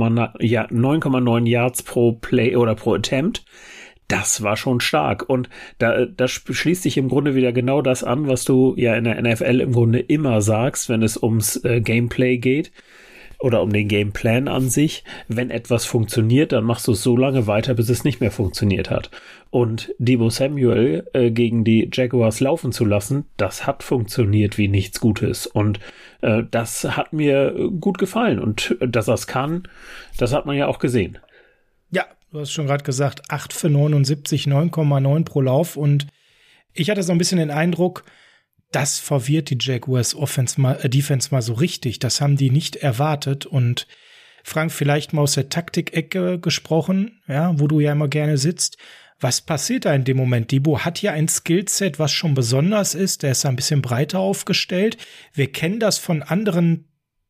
9,9 Yards pro Play oder pro Attempt. Das war schon stark. Und da schließt sich im Grunde wieder genau das an, was du ja in der NFL im Grunde immer sagst, wenn es ums Gameplay geht oder um den Gameplan an sich. Wenn etwas funktioniert, dann machst du es so lange weiter, bis es nicht mehr funktioniert hat. Und Deebo Samuel gegen die Jaguars laufen zu lassen, das hat funktioniert wie nichts Gutes. Und das hat mir gut gefallen. Und dass er es kann, das hat man ja auch gesehen. Ja, du hast schon gerade gesagt, 8 für 79, 9,9 pro Lauf. Und ich hatte so ein bisschen den Eindruck, das verwirrt die Jaguars Defense mal so richtig. Das haben die nicht erwartet. Und Frank, vielleicht mal aus der Taktikecke gesprochen, ja, wo du ja immer gerne sitzt. Was passiert da in dem Moment? Deebo hat ja ein Skillset, was schon besonders ist. Der ist ein bisschen breiter aufgestellt. Wir kennen das von anderen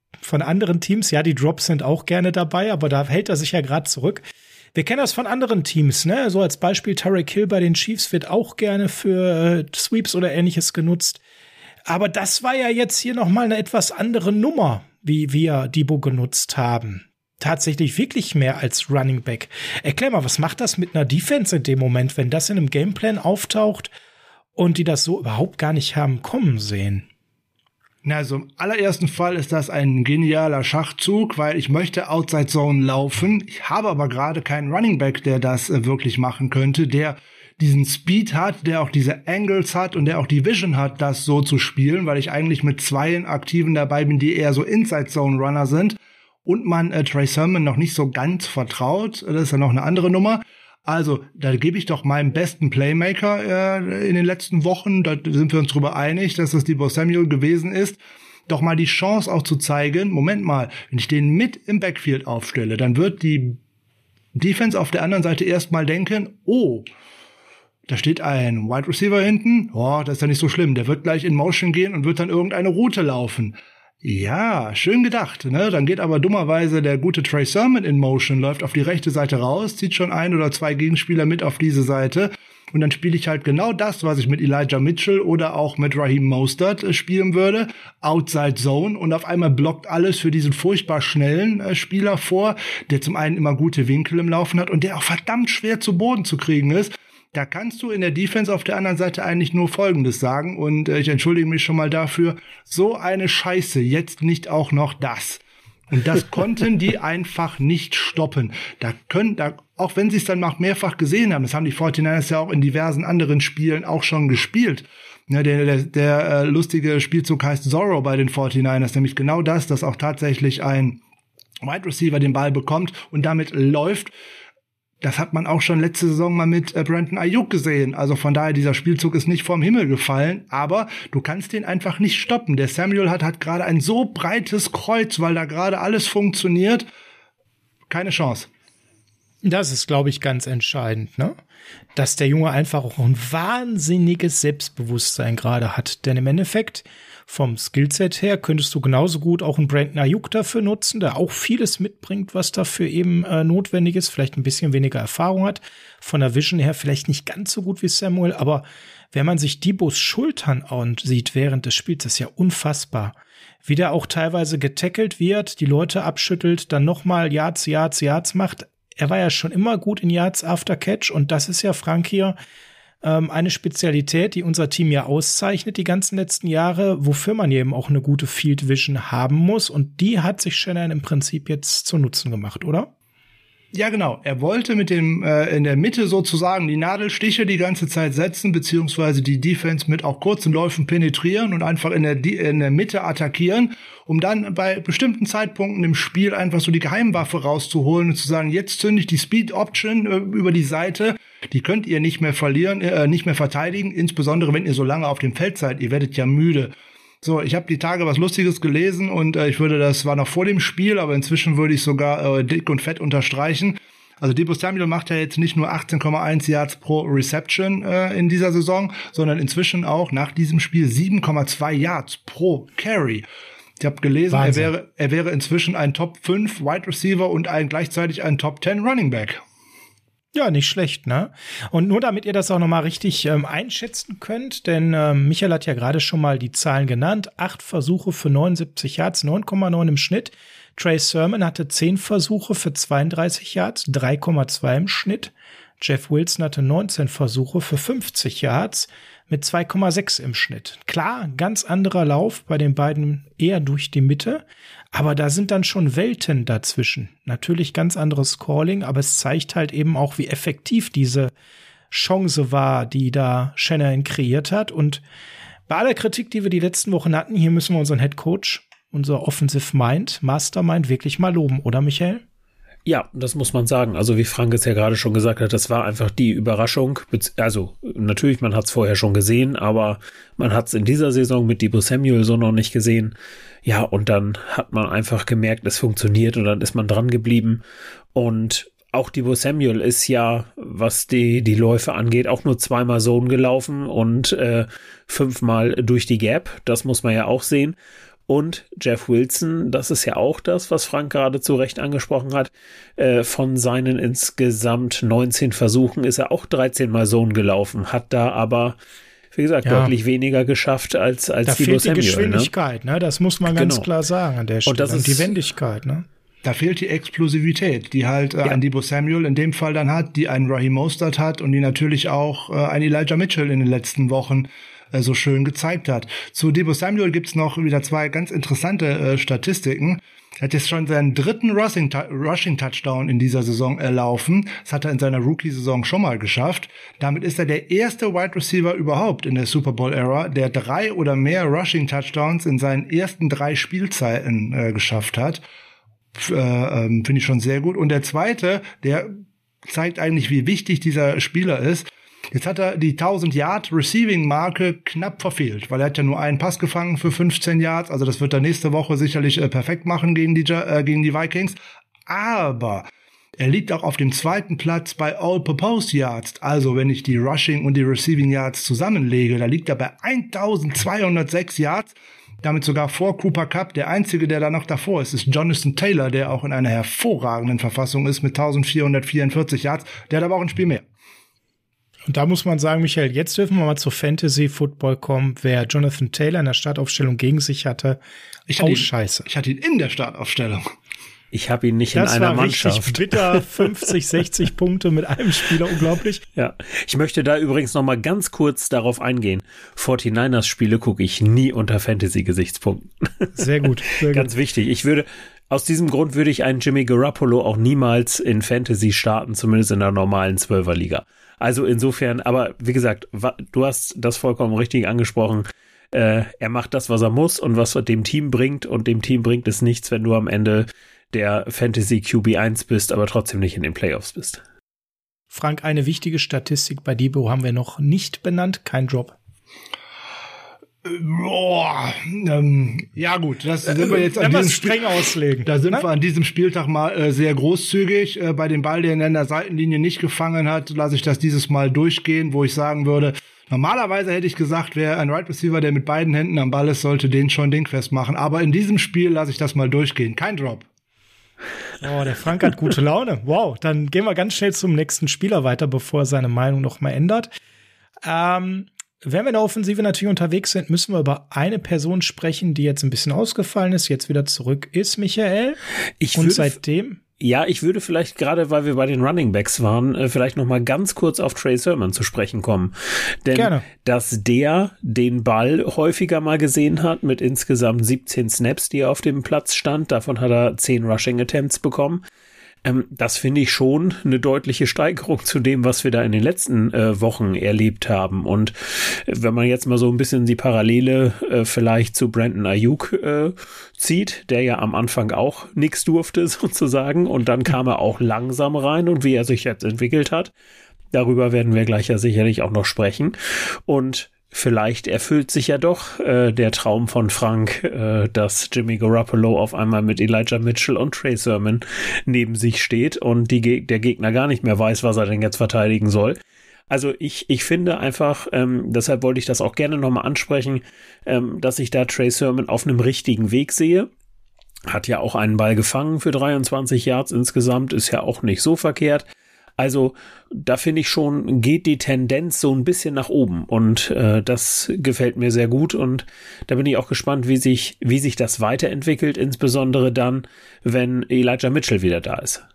Teams. Ja, die Drops sind auch gerne dabei, aber da hält er sich ja gerade zurück. Wir kennen das von anderen Teams, ne? So als Beispiel Tyreek Hill bei den Chiefs wird auch gerne für Sweeps oder Ähnliches genutzt. Aber das war ja jetzt hier noch mal eine etwas andere Nummer, wie wir Deebo genutzt haben. Tatsächlich wirklich mehr als Running Back. Erklär mal, was macht das mit einer Defense in dem Moment, wenn das in einem Gameplan auftaucht und die das so überhaupt gar nicht haben kommen sehen? Na, also im allerersten Fall ist das ein genialer Schachzug, weil ich möchte Outside Zone laufen. Ich habe aber gerade keinen Running Back, der das wirklich machen könnte, der diesen Speed hat, der auch diese Angles hat und der auch die Vision hat, das so zu spielen, weil ich eigentlich mit 2 Aktiven dabei bin, die eher so Inside Zone Runner sind und man Trey Sermon noch nicht so ganz vertraut. Das ist ja noch eine andere Nummer. Also, da gebe ich doch meinem besten Playmaker in den letzten Wochen, da sind wir uns drüber einig, dass das Deebo Samuel gewesen ist, doch mal die Chance auch zu zeigen, Moment mal, wenn ich den mit im Backfield aufstelle, dann wird die Defense auf der anderen Seite erstmal denken, oh, da steht ein Wide Receiver hinten, oh, das ist ja nicht so schlimm, der wird gleich in Motion gehen und wird dann irgendeine Route laufen. Ja, schön gedacht, ne? Dann geht aber dummerweise der gute Trey Sermon in Motion, läuft auf die rechte Seite raus, zieht schon 1 oder 2 Gegenspieler mit auf diese Seite und dann spiele ich halt genau das, was ich mit Elijah Mitchell oder auch mit Raheem Mostert spielen würde, Outside Zone, und auf einmal blockt alles für diesen furchtbar schnellen Spieler vor, der zum einen immer gute Winkel im Laufen hat und der auch verdammt schwer zu Boden zu kriegen ist. Da kannst du in der Defense auf der anderen Seite eigentlich nur Folgendes sagen, und ich entschuldige mich schon mal dafür, so eine Scheiße, jetzt nicht auch noch das. Und das konnten die einfach nicht stoppen. Auch wenn sie es dann noch mehrfach gesehen haben, das haben die 49ers ja auch in diversen anderen Spielen auch schon gespielt. Ja, der lustige Spielzug heißt Zorro bei den 49ers, nämlich genau das, dass auch tatsächlich ein Wide Receiver den Ball bekommt und damit läuft. Das hat man auch schon letzte Saison mal mit Brandon Ayuk gesehen. Also von daher, dieser Spielzug ist nicht vom Himmel gefallen, aber du kannst den einfach nicht stoppen. Der Samuel hat gerade ein so breites Kreuz, weil da gerade alles funktioniert. Keine Chance. Das ist, glaube ich, ganz entscheidend, ne? Dass der Junge einfach auch ein wahnsinniges Selbstbewusstsein gerade hat. Denn im Endeffekt, vom Skillset her, könntest du genauso gut auch einen Brandon Ayuk dafür nutzen, der auch vieles mitbringt, was dafür eben notwendig ist, vielleicht ein bisschen weniger Erfahrung hat. Von der Vision her vielleicht nicht ganz so gut wie Samuel, aber wenn man sich Deebos Schultern ansieht während des Spiels, ist ja unfassbar. Wie der auch teilweise getackelt wird, die Leute abschüttelt, dann nochmal Yards macht. Er war ja schon immer gut in Yards after Catch und das ist ja, Frank, hier eine Spezialität, die unser Team ja auszeichnet die ganzen letzten Jahre, wofür man eben auch eine gute Field Vision haben muss und die hat sich Shanahan im Prinzip jetzt zu Nutzen gemacht, oder? Ja, genau. Er wollte mit dem in der Mitte sozusagen die Nadelstiche die ganze Zeit setzen, beziehungsweise die Defense mit auch kurzen Läufen penetrieren und einfach in der Mitte attackieren, um dann bei bestimmten Zeitpunkten im Spiel einfach so die Geheimwaffe rauszuholen und zu sagen, jetzt zünde ich die Speed Option über die Seite, die könnt ihr nicht mehr nicht mehr verteidigen, insbesondere wenn ihr so lange auf dem Feld seid, ihr werdet ja müde. So, ich habe die Tage was Lustiges gelesen und das war noch vor dem Spiel, aber inzwischen würde ich sogar dick und fett unterstreichen. Also Deebo Samuel macht ja jetzt nicht nur 18,1 Yards pro Reception in dieser Saison, sondern inzwischen auch nach diesem Spiel 7,2 Yards pro Carry. Ich habe gelesen, er wäre inzwischen ein Top 5 Wide Receiver und gleichzeitig ein Top 10 Running Back. Ja, nicht schlecht, ne? Und nur damit ihr das auch nochmal richtig einschätzen könnt, denn Michael hat ja gerade schon mal die Zahlen genannt. 8 Versuche für 79 Yards, 9,9 im Schnitt. Trey Sermon hatte 10 Versuche für 32 Yards, 3,2 im Schnitt. Jeff Wilson hatte 19 Versuche für 50 Yards mit 2,6 im Schnitt. Klar, ganz anderer Lauf bei den beiden eher durch die Mitte, aber da sind dann schon Welten dazwischen. Natürlich ganz anderes Calling, aber es zeigt halt eben auch, wie effektiv diese Chance war, die da Shanahan kreiert hat. Und bei aller Kritik, die wir die letzten Wochen hatten, hier müssen wir unseren Headcoach, unser Offensive Mind, Mastermind wirklich mal loben, oder Michael? Ja, das muss man sagen. Also wie Frank es ja gerade schon gesagt hat, das war einfach die Überraschung. Also natürlich, man hat es vorher schon gesehen, aber man hat es in dieser Saison mit Deebo Samuel so noch nicht gesehen. Ja, und dann hat man einfach gemerkt, es funktioniert und dann ist man dran geblieben. Und auch Deebo Samuel ist ja, was die Läufe angeht, auch nur 2-mal Zone gelaufen und 5-mal durch die Gap. Das muss man ja auch sehen. Und Jeff Wilson, das ist ja auch das, was Frank gerade zu Recht angesprochen hat, von seinen insgesamt 19 Versuchen ist er auch 13-mal Zone gelaufen, hat da aber, wie gesagt, deutlich weniger geschafft als Deebo Samuel. Da fehlt die Geschwindigkeit, ne? Das muss man ganz klar sagen an der Stelle. Und das ist die Wendigkeit, ne? Da fehlt die Explosivität, die halt ein Deebo Samuel in dem Fall dann hat, die einen Raheem Mostert hat und die natürlich auch ein Elijah Mitchell in den letzten Wochen so schön gezeigt hat. Zu Deebo Samuel gibt's noch wieder 2 ganz interessante Statistiken. Er hat jetzt schon seinen 3. Rushing-Touchdown in dieser Saison erlaufen. Das hat er in seiner Rookie-Saison schon mal geschafft. Damit ist er der erste Wide Receiver überhaupt in der Super Bowl-Ära, der 3 oder mehr Rushing-Touchdowns in seinen ersten 3 Spielzeiten geschafft hat. Finde ich schon sehr gut. Und der zweite, der zeigt eigentlich, wie wichtig dieser Spieler ist. Jetzt hat er die 1000-Yard-Receiving-Marke knapp verfehlt, weil er hat ja nur einen Pass gefangen für 15 Yards. Also das wird er nächste Woche sicherlich perfekt machen gegen die Vikings. Aber er liegt auch auf dem 2. Platz bei All-Purpose Yards. Also wenn ich die Rushing und die Receiving Yards zusammenlege, da liegt er bei 1206 Yards. Damit sogar vor Cooper Kupp. Der einzige, der da noch davor ist Jonathan Taylor, der auch in einer hervorragenden Verfassung ist mit 1444 Yards. Der hat aber auch ein Spiel mehr. Und da muss man sagen, Michael, jetzt dürfen wir mal zu Fantasy Football kommen. Wer Jonathan Taylor in der Startaufstellung gegen sich hatte, scheiße. Ich hatte ihn in der Startaufstellung. Ich habe ihn nicht in einer Mannschaft. Das war richtig bitter, 50, 60 Punkte mit einem Spieler, unglaublich. Ja, ich möchte da übrigens noch mal ganz kurz darauf eingehen. 49ers-Spiele gucke ich nie unter Fantasy-Gesichtspunkten. Sehr gut. Ganz wichtig. Aus diesem Grund würde ich einen Jimmy Garoppolo auch niemals in Fantasy starten, zumindest in der normalen 12er-Liga. Also insofern, aber wie gesagt, du hast das vollkommen richtig angesprochen. Er macht das, was er muss und was er dem Team bringt. Und dem Team bringt es nichts, wenn du am Ende der Fantasy QB1 bist, aber trotzdem nicht in den Playoffs bist. Frank, eine wichtige Statistik bei Deebo haben wir noch nicht benannt, kein Drop. Ja gut, das sind wir jetzt an diesem streng auslegen. Da sind wir an diesem Spieltag mal sehr großzügig. Bei dem Ball, den er in der Seitenlinie nicht gefangen hat, lasse ich das dieses Mal durchgehen, wo ich sagen würde, normalerweise hätte ich gesagt, wer ein Right Receiver, der mit beiden Händen am Ball ist, sollte den schon dingfest machen. Aber in diesem Spiel lasse ich das mal durchgehen. Kein Drop. Oh, der Frank hat gute Laune. Wow, dann gehen wir ganz schnell zum nächsten Spieler weiter, bevor er seine Meinung noch mal ändert. Wenn wir in der Offensive natürlich unterwegs sind, müssen wir über eine Person sprechen, die jetzt ein bisschen ausgefallen ist, jetzt wieder zurück ist, Michael. Seitdem? Ja, ich würde vielleicht gerade, weil wir bei den Running Backs waren, vielleicht noch mal ganz kurz auf Trey Sermon zu sprechen kommen. Denn Gerne. Dass der den Ball häufiger mal gesehen hat mit insgesamt 17 Snaps, die er auf dem Platz stand, davon hat er 10 Rushing Attempts bekommen. Das finde ich schon eine deutliche Steigerung zu dem, was wir da in den letzten Wochen erlebt haben. Und wenn man jetzt mal so ein bisschen die Parallele vielleicht zu Brandon Ayuk zieht, der ja am Anfang auch nichts durfte sozusagen und dann kam er auch langsam rein und wie er sich jetzt entwickelt hat, darüber werden wir gleich ja sicherlich auch noch sprechen. Und vielleicht erfüllt sich ja doch der Traum von Frank, dass Jimmy Garoppolo auf einmal mit Elijah Mitchell und Trey Sermon neben sich steht und der Gegner gar nicht mehr weiß, was er denn jetzt verteidigen soll. Also ich finde einfach, deshalb wollte ich das auch gerne nochmal ansprechen, dass ich da Trey Sermon auf einem richtigen Weg sehe. Hat ja auch einen Ball gefangen für 23 Yards insgesamt, ist ja auch nicht so verkehrt. Also da finde ich schon, geht die Tendenz so ein bisschen nach oben und das gefällt mir sehr gut und da bin ich auch gespannt, wie sich das weiterentwickelt, insbesondere dann, wenn Elijah Mitchell wieder da ist.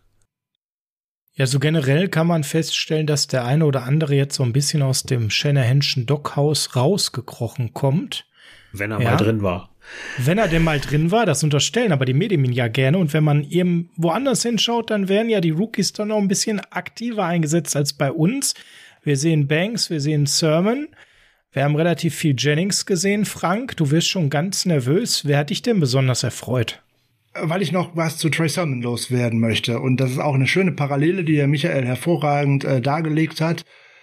Ja, so generell kann man feststellen, dass der eine oder andere jetzt so ein bisschen aus dem Shanahanschen Dockhaus rausgekrochen kommt. Wenn er mal drin war. Wenn er denn mal drin war, das unterstellen aber die Medien ja gerne. Und wenn man eben woanders hinschaut, dann werden ja die Rookies dann noch ein bisschen aktiver eingesetzt als bei uns. Wir sehen Banks, wir sehen Sermon. Wir haben relativ viel Jennings gesehen. Frank, du wirst schon ganz nervös. Wer hat dich denn besonders erfreut? Weil ich noch was zu Trey Sermon loswerden möchte. Und das ist auch eine schöne Parallele, die der Michael hervorragend dargelegt hat.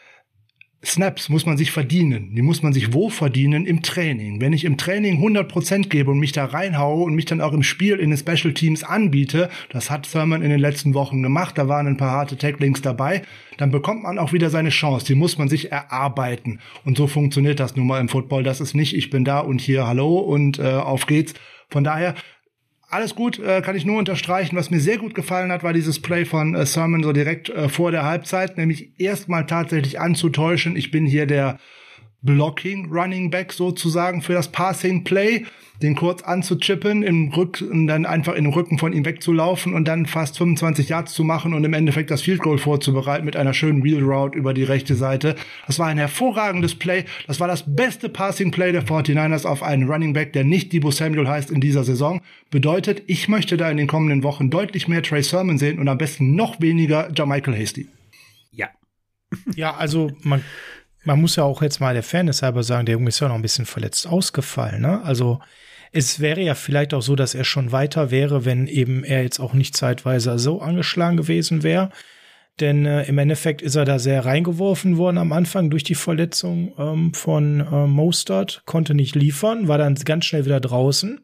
Snaps muss man sich verdienen. Die muss man sich wo verdienen? Im Training. Wenn ich im Training 100% gebe und mich da reinhaue und mich dann auch im Spiel in den Special Teams anbiete, das hat Sermon in den letzten Wochen gemacht, da waren ein paar harte Tacklings dabei, dann bekommt man auch wieder seine Chance. Die muss man sich erarbeiten. Und so funktioniert das nun mal im Football. Das ist nicht, ich bin da und hier, hallo und auf geht's. Von daher, alles gut, kann ich nur unterstreichen. Was mir sehr gut gefallen hat, war dieses Play von Sermon so direkt vor der Halbzeit, nämlich erstmal tatsächlich anzutäuschen. Ich bin hier der Blocking Running Back sozusagen für das Passing Play, den kurz anzuchippen, und dann einfach in den Rücken von ihm wegzulaufen und dann fast 25 Yards zu machen und im Endeffekt das Field Goal vorzubereiten mit einer schönen Wheel Route über die rechte Seite. Das war ein hervorragendes Play. Das war das beste Passing Play der 49ers auf einen Running Back, der nicht Deebo Samuel heißt in dieser Saison. Bedeutet, ich möchte da in den kommenden Wochen deutlich mehr Trey Sermon sehen und am besten noch weniger Jermichael Hasty. Ja. Ja, also man muss ja auch jetzt mal der Fairness halber sagen, der Junge ist ja noch ein bisschen verletzt ausgefallen, ne? Also es wäre ja vielleicht auch so, dass er schon weiter wäre, wenn eben er jetzt auch nicht zeitweise so angeschlagen gewesen wäre. Denn im Endeffekt ist er da sehr reingeworfen worden am Anfang durch die Verletzung von Mostert, konnte nicht liefern, war dann ganz schnell wieder draußen.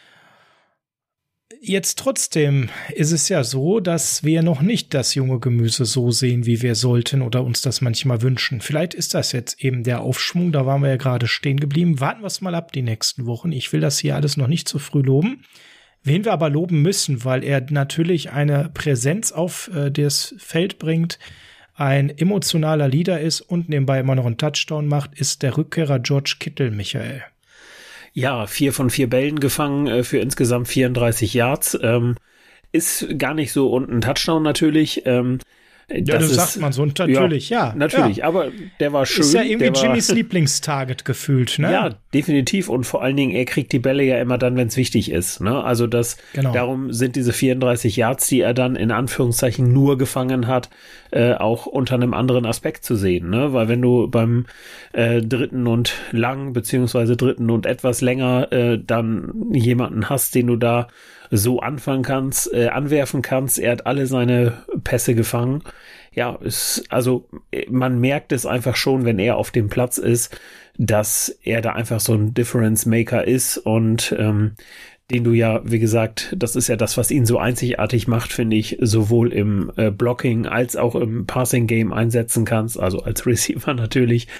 Jetzt trotzdem ist es ja so, dass wir noch nicht das junge Gemüse so sehen, wie wir sollten oder uns das manchmal wünschen. Vielleicht ist das jetzt eben der Aufschwung, da waren wir ja gerade stehen geblieben. Warten wir es mal ab die nächsten Wochen. Ich will das hier alles noch nicht zu früh loben. Wen wir aber loben müssen, weil er natürlich eine Präsenz auf das Feld bringt, ein emotionaler Leader ist und nebenbei immer noch einen Touchdown macht, ist der Rückkehrer George Kittle, Michael. Ja, 4 von 4 Bällen gefangen für insgesamt 34 Yards. Ist gar nicht so und ein Touchdown natürlich. Ja, das sagt man so, natürlich, ja. Natürlich, ja. Aber der war schön. Ist ja irgendwie Jimmys Lieblingstarget gefühlt, ne? Ja, definitiv. Und vor allen Dingen, er kriegt die Bälle ja immer dann, wenn es wichtig ist, ne? Also darum sind diese 34 Yards, die er dann in Anführungszeichen nur gefangen hat, auch unter einem anderen Aspekt zu sehen, ne? Weil wenn du beim dritten und lang, beziehungsweise dritten und etwas länger dann jemanden hast, den du da so anwerfen kannst. Er hat alle seine Pässe gefangen. Ja, man merkt es einfach schon, wenn er auf dem Platz ist, dass er da einfach so ein Difference Maker ist und den du ja, wie gesagt, das ist ja das, was ihn so einzigartig macht, finde ich, sowohl im Blocking als auch im Passing Game einsetzen kannst, also als Receiver natürlich.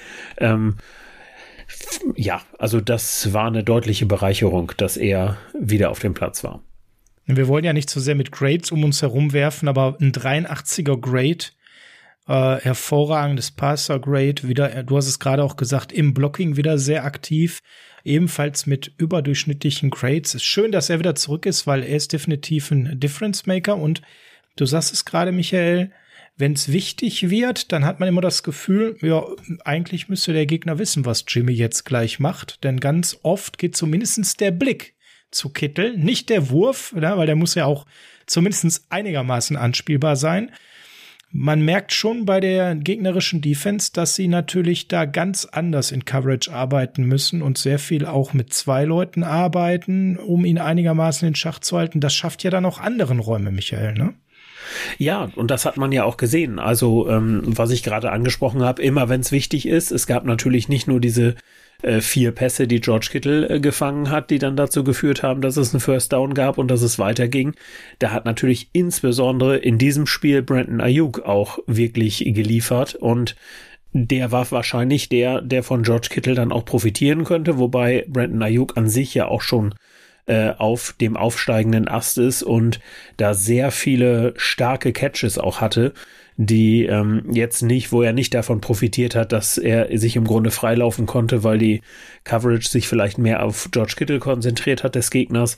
Ja, also das war eine deutliche Bereicherung, dass er wieder auf dem Platz war. Wir wollen ja nicht so sehr mit Grades um uns herum werfen, aber ein 83er Grade, hervorragendes Passer-Grade, wieder, du hast es gerade auch gesagt, im Blocking wieder sehr aktiv, ebenfalls mit überdurchschnittlichen Grades. Ist schön, dass er wieder zurück ist, weil er ist definitiv ein Difference-Maker und du sagst es gerade, Michael, wenn es wichtig wird, dann hat man immer das Gefühl, ja, eigentlich müsste der Gegner wissen, was Jimmy jetzt gleich macht, denn ganz oft geht zumindest der Blick zu Kittel, nicht der Wurf, ja, weil der muss ja auch zumindest einigermaßen anspielbar sein. Man merkt schon bei der gegnerischen Defense, dass sie natürlich da ganz anders in Coverage arbeiten müssen und sehr viel auch mit 2 Leuten arbeiten, um ihn einigermaßen in Schach zu halten. Das schafft ja dann auch anderen Räume, Michael, ne? Ja, und das hat man ja auch gesehen. Also, was ich gerade angesprochen habe, immer wenn es wichtig ist. Es gab natürlich nicht nur diese 4 Pässe, die George Kittle gefangen hat, die dann dazu geführt haben, dass es einen First Down gab und dass es weiterging. Da hat natürlich insbesondere in diesem Spiel Brandon Ayuk auch wirklich geliefert und der war wahrscheinlich der von George Kittle dann auch profitieren könnte, wobei Brandon Ayuk an sich ja auch schon auf dem aufsteigenden Ast ist und da sehr viele starke Catches auch hatte, die jetzt nicht, wo er nicht davon profitiert hat, dass er sich im Grunde freilaufen konnte, weil die Coverage sich vielleicht mehr auf George Kittle konzentriert hat des Gegners.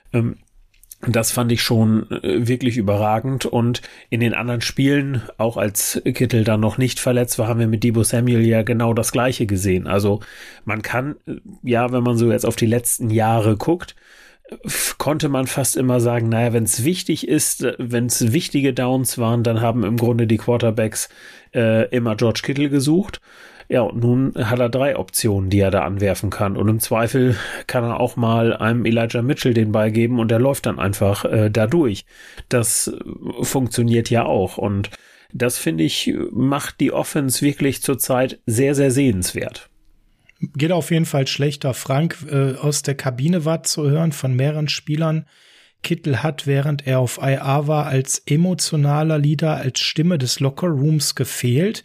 Das fand ich schon wirklich überragend und in den anderen Spielen, auch als Kittle dann noch nicht verletzt war, haben wir mit Deebo Samuel ja genau das Gleiche gesehen. Also man kann, ja, wenn man so jetzt auf die letzten Jahre guckt, konnte man fast immer sagen, naja, wenn es wichtig ist, wenn es wichtige Downs waren, dann haben im Grunde die Quarterbacks immer George Kittle gesucht. Ja, und nun hat er 3 Optionen, die er da anwerfen kann. Und im Zweifel kann er auch mal einem Elijah Mitchell den Ball geben und der läuft dann einfach da durch. Das funktioniert ja auch. Und das, finde ich, macht die Offense wirklich zurzeit sehr, sehr sehenswert. Geht auf jeden Fall schlechter. Frank, aus der Kabine war zu hören von mehreren Spielern. Kittle hat, während er auf IR war, als emotionaler Leader, als Stimme des Lockerrooms gefehlt.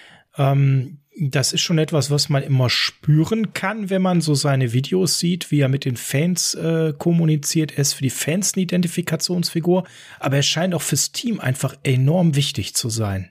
Das ist schon etwas, was man immer spüren kann, wenn man so seine Videos sieht, wie er mit den Fans kommuniziert. Er ist für die Fans eine Identifikationsfigur, aber er scheint auch fürs Team einfach enorm wichtig zu sein.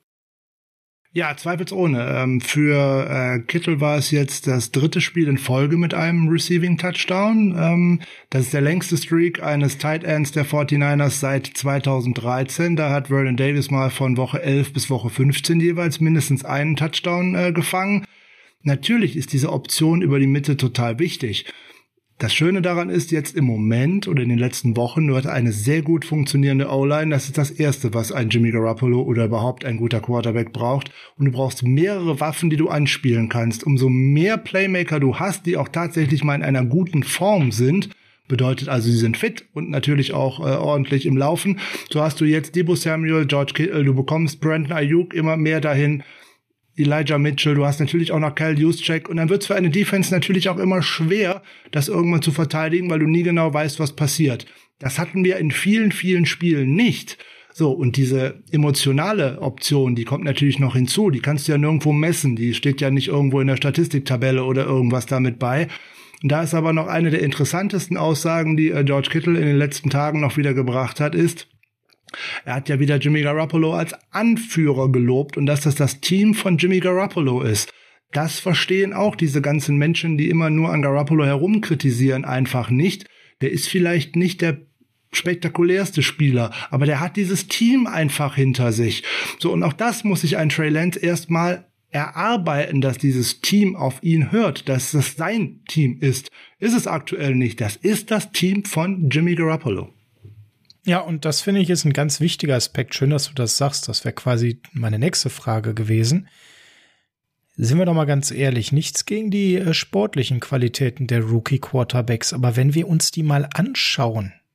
Ja, zweifelsohne. Für Kittle war es jetzt das 3. Spiel in Folge mit einem Receiving Touchdown. Das ist der längste Streak eines Tight Ends der 49ers seit 2013. Da hat Vernon Davis mal von Woche 11 bis Woche 15 jeweils mindestens einen Touchdown gefangen. Natürlich ist diese Option über die Mitte total wichtig. Das Schöne daran ist jetzt im Moment oder in den letzten Wochen, du hast eine sehr gut funktionierende O-Line. Das ist das Erste, was ein Jimmy Garoppolo oder überhaupt ein guter Quarterback braucht. Und du brauchst mehrere Waffen, die du anspielen kannst. Umso mehr Playmaker du hast, die auch tatsächlich mal in einer guten Form sind, bedeutet also, sie sind fit und natürlich auch ordentlich im Laufen. So hast du jetzt Deebo Samuel, George Kittle, du bekommst Brandon Ayuk immer mehr dahin, Elijah Mitchell, du hast natürlich auch noch Kyle Juszczyk und dann wird es für eine Defense natürlich auch immer schwer, das irgendwann zu verteidigen, weil du nie genau weißt, was passiert. Das hatten wir in vielen, vielen Spielen nicht. So, und diese emotionale Option, die kommt natürlich noch hinzu, die kannst du ja nirgendwo messen, die steht ja nicht irgendwo in der Statistiktabelle oder irgendwas damit bei. Und da ist aber noch eine der interessantesten Aussagen, die George Kittle in den letzten Tagen noch wieder gebracht hat, ist, er hat ja wieder Jimmy Garoppolo als Anführer gelobt und dass das Team von Jimmy Garoppolo ist. Das verstehen auch diese ganzen Menschen, die immer nur an Garoppolo herumkritisieren, einfach nicht. Der ist vielleicht nicht der spektakulärste Spieler, aber der hat dieses Team einfach hinter sich. So, und auch das muss sich ein Trey Lance erstmal erarbeiten, dass dieses Team auf ihn hört, dass das sein Team ist. Ist es aktuell nicht. Das ist das Team von Jimmy Garoppolo. Ja, und das finde ich ist ein ganz wichtiger Aspekt. Schön, dass du das sagst. Das wäre quasi meine nächste Frage gewesen. Sind wir doch mal ganz ehrlich, nichts gegen die sportlichen Qualitäten der Rookie-Quarterbacks. Aber wenn wir uns die mal anschauen,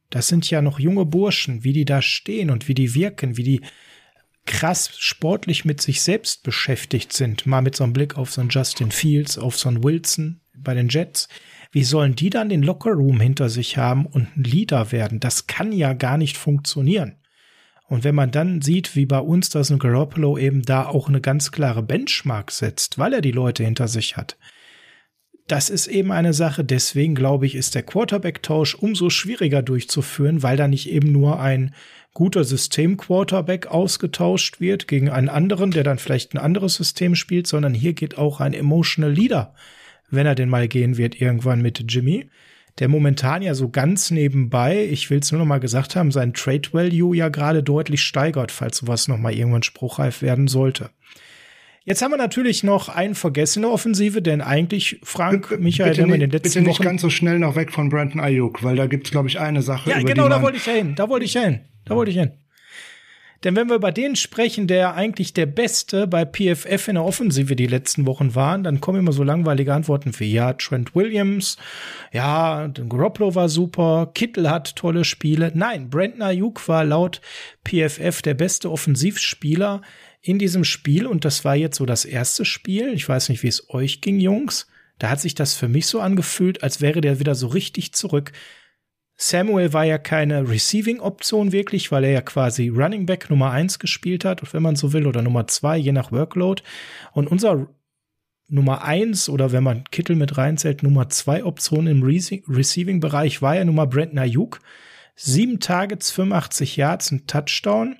Das sind ja noch junge Burschen, wie die da stehen und wie die wirken, wie die krass sportlich mit sich selbst beschäftigt sind. Mal mit so einem Blick auf so einen Justin Fields, auf so einen Wilson bei den Jets. Wie sollen die dann den Lockerroom hinter sich haben und ein Leader werden? Das kann ja gar nicht funktionieren. Und wenn man dann sieht, wie bei uns, dass ein Garoppolo eben da auch eine ganz klare Benchmark setzt, weil er die Leute hinter sich hat, das ist eben eine Sache. Deswegen, glaube ich, ist der Quarterback-Tausch umso schwieriger durchzuführen, weil da nicht eben nur ein guter System-Quarterback ausgetauscht wird gegen einen anderen, der dann vielleicht ein anderes System spielt, sondern hier geht auch ein Emotional Leader, wenn er denn mal gehen wird, irgendwann mit Jimmy, der momentan ja so ganz nebenbei, ich will es nur noch mal gesagt haben, sein Trade-Value ja gerade deutlich steigert, falls sowas noch mal irgendwann spruchreif werden sollte. Jetzt haben wir natürlich noch einen vergessen in der Offensive, denn eigentlich, Frank, Michael, haben wir in den letzten Wochen... Bitte nicht ganz so schnell noch weg von Brandon Ayuk, weil da gibt's, glaube ich, eine Sache, ja, über genau, die da wollte ich ja hin. Denn wenn wir über den sprechen, der eigentlich der Beste bei PFF in der Offensive die letzten Wochen waren, dann kommen immer so langweilige Antworten wie, ja, Trent Williams, ja, Garoppolo war super, Kittle hat tolle Spiele. Nein, Brandon Ayuk war laut PFF der beste Offensivspieler in diesem Spiel und das war jetzt so das erste Spiel. Ich weiß nicht, wie es euch ging, Jungs. Da hat sich das für mich so angefühlt, als wäre der wieder so richtig zurück. Samuel war ja keine Receiving-Option wirklich, weil er ja quasi Running Back Nummer 1 gespielt hat, wenn man so will, oder Nummer 2, je nach Workload. Und unser Nummer 1, oder wenn man Kittle mit reinzählt, Nummer 2 Option im Receiving-Bereich war ja Nummer Brandon Ayuk. 7 Targets, 85 Yards, ein Touchdown.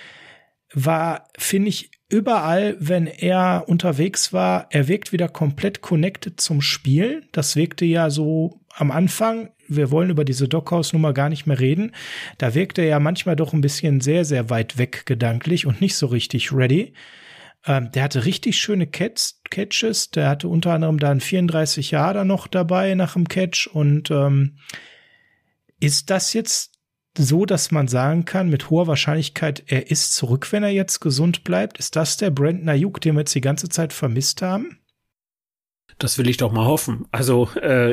War, finde ich, überall, wenn er unterwegs war, er wirkt wieder komplett connected zum Spiel. Das wirkte ja so am Anfang, wir wollen über diese Dockhouse-Nummer gar nicht mehr reden, da wirkte er ja manchmal doch ein bisschen sehr, sehr weit weg gedanklich und nicht so richtig ready. Der hatte richtig schöne Catches, der hatte unter anderem da einen 34 Yarder noch dabei nach dem Catch und ist das jetzt so, dass man sagen kann, mit hoher Wahrscheinlichkeit, er ist zurück, wenn er jetzt gesund bleibt? Ist das der Brandon Ayuk, den wir jetzt die ganze Zeit vermisst haben? Das will ich doch mal hoffen. Also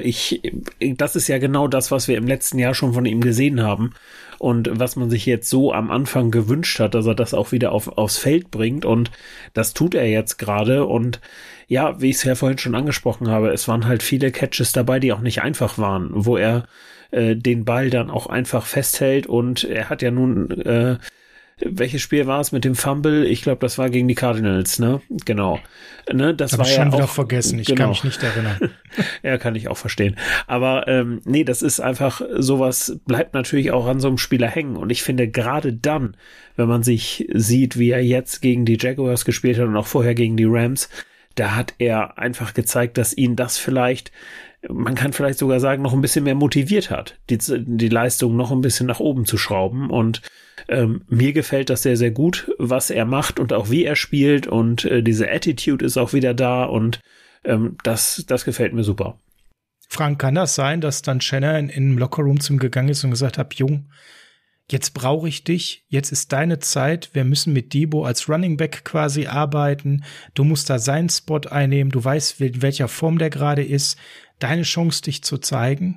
das ist ja genau das, was wir im letzten Jahr schon von ihm gesehen haben und was man sich jetzt so am Anfang gewünscht hat, dass er das auch wieder aufs Feld bringt und das tut er jetzt gerade und ja, wie ich es ja vorhin schon angesprochen habe, es waren halt viele Catches dabei, die auch nicht einfach waren, wo er den Ball dann auch einfach festhält und er hat ja nun welches Spiel war es mit dem Fumble? Ich glaube, das war gegen die Cardinals, ne? Genau. Ne, das war ich ja schon wieder auch vergessen. Ich genau. kann mich nicht erinnern. Ja, kann ich auch verstehen. Aber nee, das ist einfach sowas, bleibt natürlich auch an so einem Spieler hängen. Und ich finde gerade dann, wenn man sich sieht, wie er jetzt gegen die Jaguars gespielt hat und auch vorher gegen die Rams, da hat er einfach gezeigt, dass ihn das vielleicht, man kann vielleicht sogar sagen, noch ein bisschen mehr motiviert hat, die Leistung noch ein bisschen nach oben zu schrauben. Und mir gefällt das sehr, sehr gut, was er macht und auch wie er spielt. Und diese Attitude ist auch wieder da und das gefällt mir super. Frank, kann das sein, dass dann Shanahan in den Lockerroom zu ihm gegangen ist und gesagt hat, Jung, jetzt brauche ich dich, jetzt ist deine Zeit, wir müssen mit Debo als Running Back quasi arbeiten, du musst da seinen Spot einnehmen, du weißt, in welcher Form der gerade ist, deine Chance, dich zu zeigen?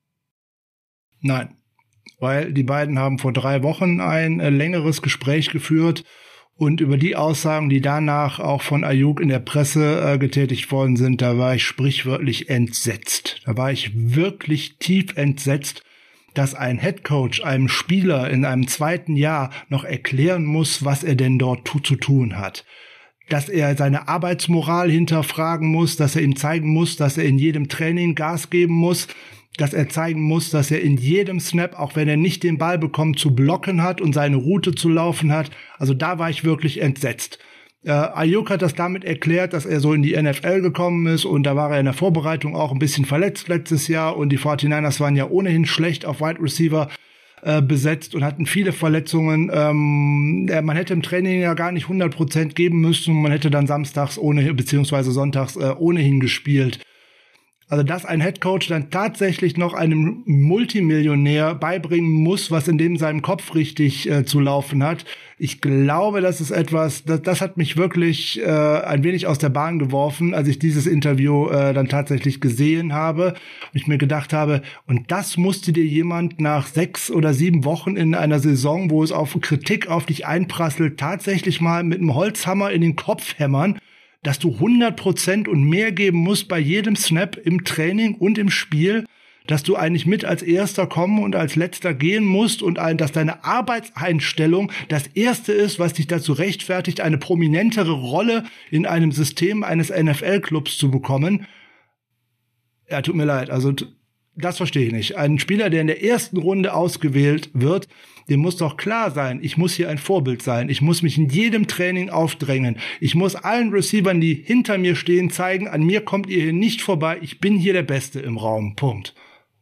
Nein, weil die beiden haben vor 3 Wochen ein längeres Gespräch geführt und über die Aussagen, die danach auch von Ayuk in der Presse getätigt worden sind, da war ich sprichwörtlich entsetzt. Da war ich wirklich tief entsetzt, dass ein Headcoach einem Spieler in einem 2. Jahr noch erklären muss, was er denn dort zu tun hat. Dass er seine Arbeitsmoral hinterfragen muss, dass er ihm zeigen muss, dass er in jedem Training Gas geben muss, dass er zeigen muss, dass er in jedem Snap, auch wenn er nicht den Ball bekommt, zu blocken hat und seine Route zu laufen hat. Also da war ich wirklich entsetzt. Ayuk hat das damit erklärt, dass er so in die NFL gekommen ist und da war er in der Vorbereitung auch ein bisschen verletzt letztes Jahr und die 49ers waren ja ohnehin schlecht auf Wide Receiver besetzt und hatten viele Verletzungen. Man hätte im Training ja gar nicht 100% geben müssen und man hätte dann samstags beziehungsweise sonntags ohnehin gespielt. Also, dass ein Headcoach dann tatsächlich noch einem Multimillionär beibringen muss, was in seinem Kopf richtig zu laufen hat. Ich glaube, das ist etwas, das hat mich wirklich ein wenig aus der Bahn geworfen, als ich dieses Interview dann tatsächlich gesehen habe. Und ich mir gedacht habe, und das musste dir jemand nach 6 oder 7 Wochen in einer Saison, wo es auf Kritik auf dich einprasselt, tatsächlich mal mit einem Holzhammer in den Kopf hämmern, dass du 100% und mehr geben musst bei jedem Snap im Training und im Spiel, dass du eigentlich mit als Erster kommen und als Letzter gehen musst und dass deine Arbeitseinstellung das Erste ist, was dich dazu rechtfertigt, eine prominentere Rolle in einem System eines NFL-Clubs zu bekommen. Ja, tut mir leid, also das verstehe ich nicht. Ein Spieler, der in der ersten Runde ausgewählt wird, dem muss doch klar sein, ich muss hier ein Vorbild sein. Ich muss mich in jedem Training aufdrängen. Ich muss allen Receivern, die hinter mir stehen, zeigen, an mir kommt ihr hier nicht vorbei. Ich bin hier der Beste im Raum. Punkt.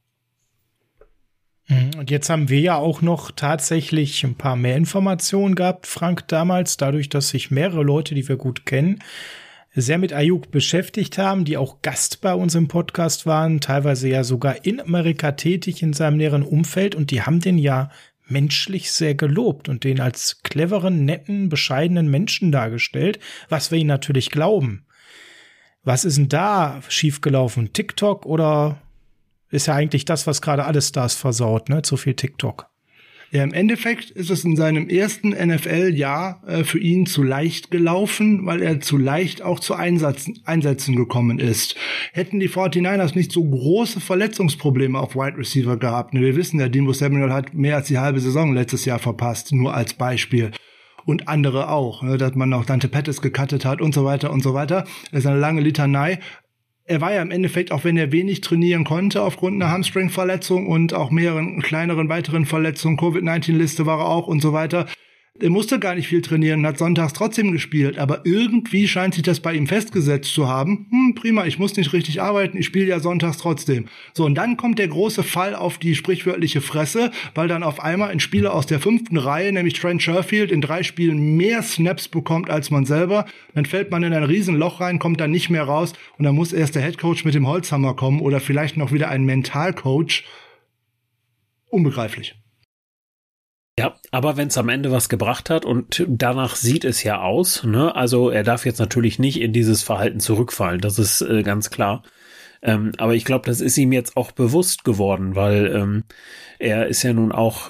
Und jetzt haben wir ja auch noch tatsächlich ein paar mehr Informationen gehabt, Frank, damals, dadurch, dass sich mehrere Leute, die wir gut kennen, sehr mit Aiyuk beschäftigt haben, die auch Gast bei uns im Podcast waren, teilweise ja sogar in Amerika tätig in seinem näheren Umfeld, und die haben den ja menschlich sehr gelobt und den als cleveren, netten, bescheidenen Menschen dargestellt, was wir ihnen natürlich glauben. Was ist denn da schiefgelaufen? TikTok oder ist ja eigentlich das, was gerade alle Stars versaut, ne? Zu viel TikTok. Ja, im Endeffekt ist es in seinem ersten NFL-Jahr für ihn zu leicht gelaufen, weil er zu leicht auch zu Einsätzen gekommen ist. Hätten die 49ers nicht so große Verletzungsprobleme auf Wide Receiver gehabt, wir wissen ja, Deebo Samuel hat mehr als die halbe Saison letztes Jahr verpasst, nur als Beispiel. Und andere auch, dass man noch Dante Pettis gecuttet hat und so weiter und so weiter. Das ist eine lange Litanei. Er war ja im Endeffekt, auch wenn er wenig trainieren konnte aufgrund einer Hamstring-Verletzung und auch mehreren kleineren weiteren Verletzungen, Covid-19-Liste war er auch und so weiter. Er musste gar nicht viel trainieren, hat sonntags trotzdem gespielt, aber irgendwie scheint sich das bei ihm festgesetzt zu haben. Prima, ich muss nicht richtig arbeiten, ich spiele ja sonntags trotzdem. So, und dann kommt der große Fall auf die sprichwörtliche Fresse, weil dann auf einmal ein Spieler aus der 5. Reihe, nämlich Trent Sherfield, in 3 Spielen mehr Snaps bekommt als man selber. Dann fällt man in ein Riesenloch rein, kommt dann nicht mehr raus und dann muss erst der Headcoach mit dem Holzhammer kommen oder vielleicht noch wieder ein Mentalcoach. Unbegreiflich. Ja, aber wenn es am Ende was gebracht hat, und danach sieht es ja aus, ne? Also er darf jetzt natürlich nicht in dieses Verhalten zurückfallen, das ist ganz klar. Aber ich glaube, das ist ihm jetzt auch bewusst geworden, weil er ist ja nun auch,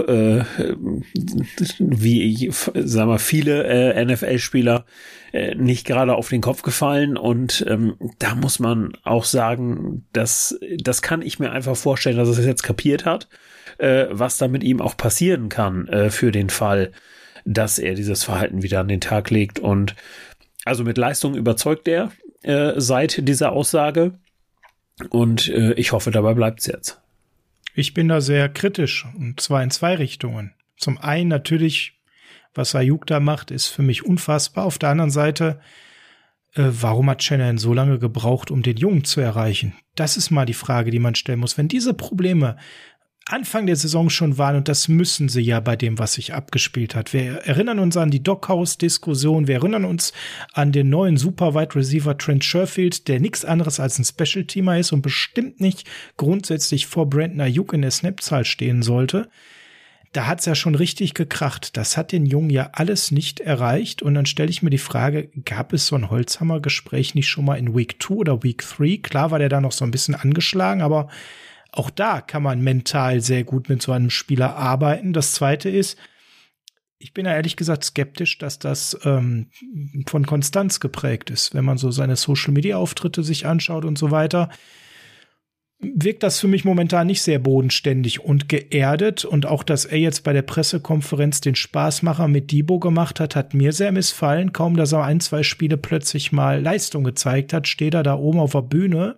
viele NFL-Spieler nicht gerade auf den Kopf gefallen, und da muss man auch sagen, das kann ich mir einfach vorstellen, dass er es jetzt kapiert hat, was da mit ihm auch passieren kann für den Fall, dass er dieses Verhalten wieder an den Tag legt. Und also mit Leistung überzeugt er seit dieser Aussage, und ich hoffe, dabei bleibt's jetzt. Ich bin da sehr kritisch, und zwar in 2 Richtungen. Zum einen natürlich, was Aiyuk da macht, ist für mich unfassbar. Auf der anderen Seite, warum hat Shanahan so lange gebraucht, um den Jungen zu erreichen? Das ist mal die Frage, die man stellen muss. Wenn diese Probleme Anfang der Saison schon waren, und das müssen sie ja bei dem, was sich abgespielt hat. Wir erinnern uns an die Dockhouse-Diskussion, wir erinnern uns an den neuen Super-Wide-Receiver Trent Sherfield, der nichts anderes als ein Special-Teamer ist und bestimmt nicht grundsätzlich vor Brandon Aiyuk in der Snap-Zahl stehen sollte. Da hat's ja schon richtig gekracht. Das hat den Jungen ja alles nicht erreicht. Und dann stelle ich mir die Frage, gab es so ein Holzhammer-Gespräch nicht schon mal in Week 2 oder Week 3? Klar war der da noch so ein bisschen angeschlagen, aber auch da kann man mental sehr gut mit so einem Spieler arbeiten. Das Zweite ist, ich bin ja ehrlich gesagt skeptisch, dass das von Konstanz geprägt ist. Wenn man so seine Social-Media-Auftritte sich anschaut und so weiter, wirkt das für mich momentan nicht sehr bodenständig und geerdet. Und auch, dass er jetzt bei der Pressekonferenz den Spaßmacher mit Deebo gemacht hat mir sehr missfallen. Kaum, dass er 1-2 Spiele plötzlich mal Leistung gezeigt hat, steht er da oben auf der Bühne.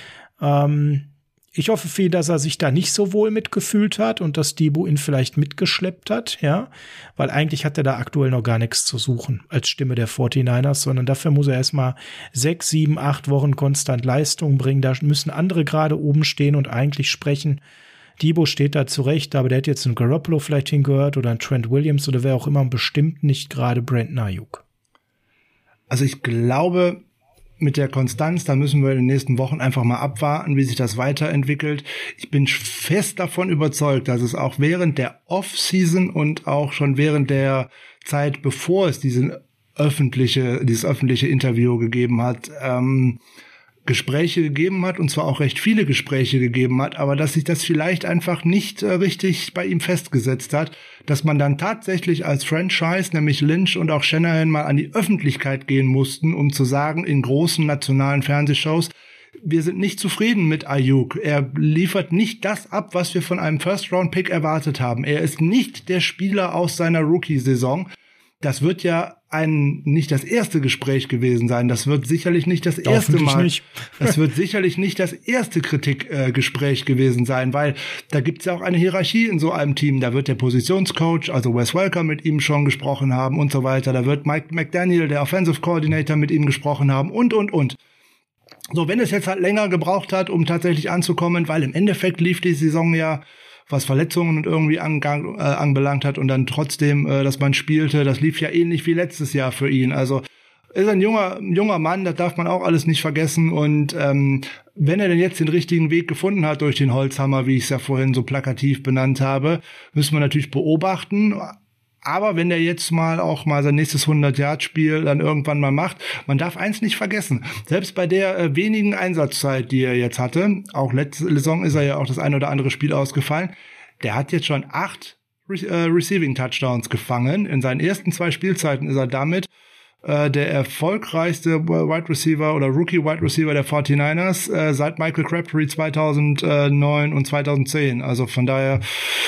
Ich hoffe viel, dass er sich da nicht so wohl mitgefühlt hat und dass Deebo ihn vielleicht mitgeschleppt hat, ja, weil eigentlich hat er da aktuell noch gar nichts zu suchen als Stimme der 49ers, sondern dafür muss er erstmal 6, 7, 8 Wochen konstant Leistung bringen. Da müssen andere gerade oben stehen und eigentlich sprechen. Deebo steht da zurecht, aber der hätte jetzt einen Garoppolo vielleicht hingehört oder einen Trent Williams oder wer auch immer, bestimmt nicht gerade Brandon Aiyuk. Also ich glaube, mit der Konstanz, da müssen wir in den nächsten Wochen einfach mal abwarten, wie sich das weiterentwickelt. Ich bin fest davon überzeugt, dass es auch während der Off-Season und auch schon während der Zeit, bevor es dieses öffentliche Interview gegeben hat, Gespräche gegeben hat, und zwar auch recht viele Gespräche gegeben hat, aber dass sich das vielleicht einfach nicht richtig bei ihm festgesetzt hat, dass man dann tatsächlich als Franchise, nämlich Lynch und auch Shanahan, mal an die Öffentlichkeit gehen mussten, um zu sagen, in großen nationalen Fernsehshows, wir sind nicht zufrieden mit Ayuk. Er liefert nicht das ab, was wir von einem First-Round-Pick erwartet haben. Er ist nicht der Spieler aus seiner Rookie-Saison. Das wird ja nicht das erste Gespräch gewesen sein. Das wird sicherlich nicht das erste Mal. Nicht. Das wird sicherlich nicht das erste Kritikgespräch gewesen sein, weil da gibt's ja auch eine Hierarchie in so einem Team. Da wird der Positionscoach, also Wes Welker, mit ihm schon gesprochen haben und so weiter. Da wird Mike McDaniel, der Offensive Coordinator, mit ihm gesprochen haben und. So, wenn es jetzt halt länger gebraucht hat, um tatsächlich anzukommen, weil im Endeffekt lief die Saison ja, was Verletzungen und irgendwie anbelangt hat, und dann trotzdem, dass man spielte, das lief ja ähnlich wie letztes Jahr für ihn. Also ist ein junger Mann, das darf man auch alles nicht vergessen, und wenn er denn jetzt den richtigen Weg gefunden hat durch den Holzhammer, wie ich es ja vorhin so plakativ benannt habe, müssen wir natürlich beobachten. Aber wenn der jetzt auch mal sein nächstes 100-Yard-Spiel dann irgendwann mal macht, man darf eins nicht vergessen. Selbst bei der wenigen Einsatzzeit, die er jetzt hatte, auch letzte Saison ist er ja auch das ein oder andere Spiel ausgefallen, der hat jetzt schon 8 Receiving-Touchdowns gefangen. In seinen ersten 2 Spielzeiten ist er damit der erfolgreichste Wide Receiver oder Rookie-Wide Receiver der 49ers seit Michael Crabtree 2009 und 2010. Also von daher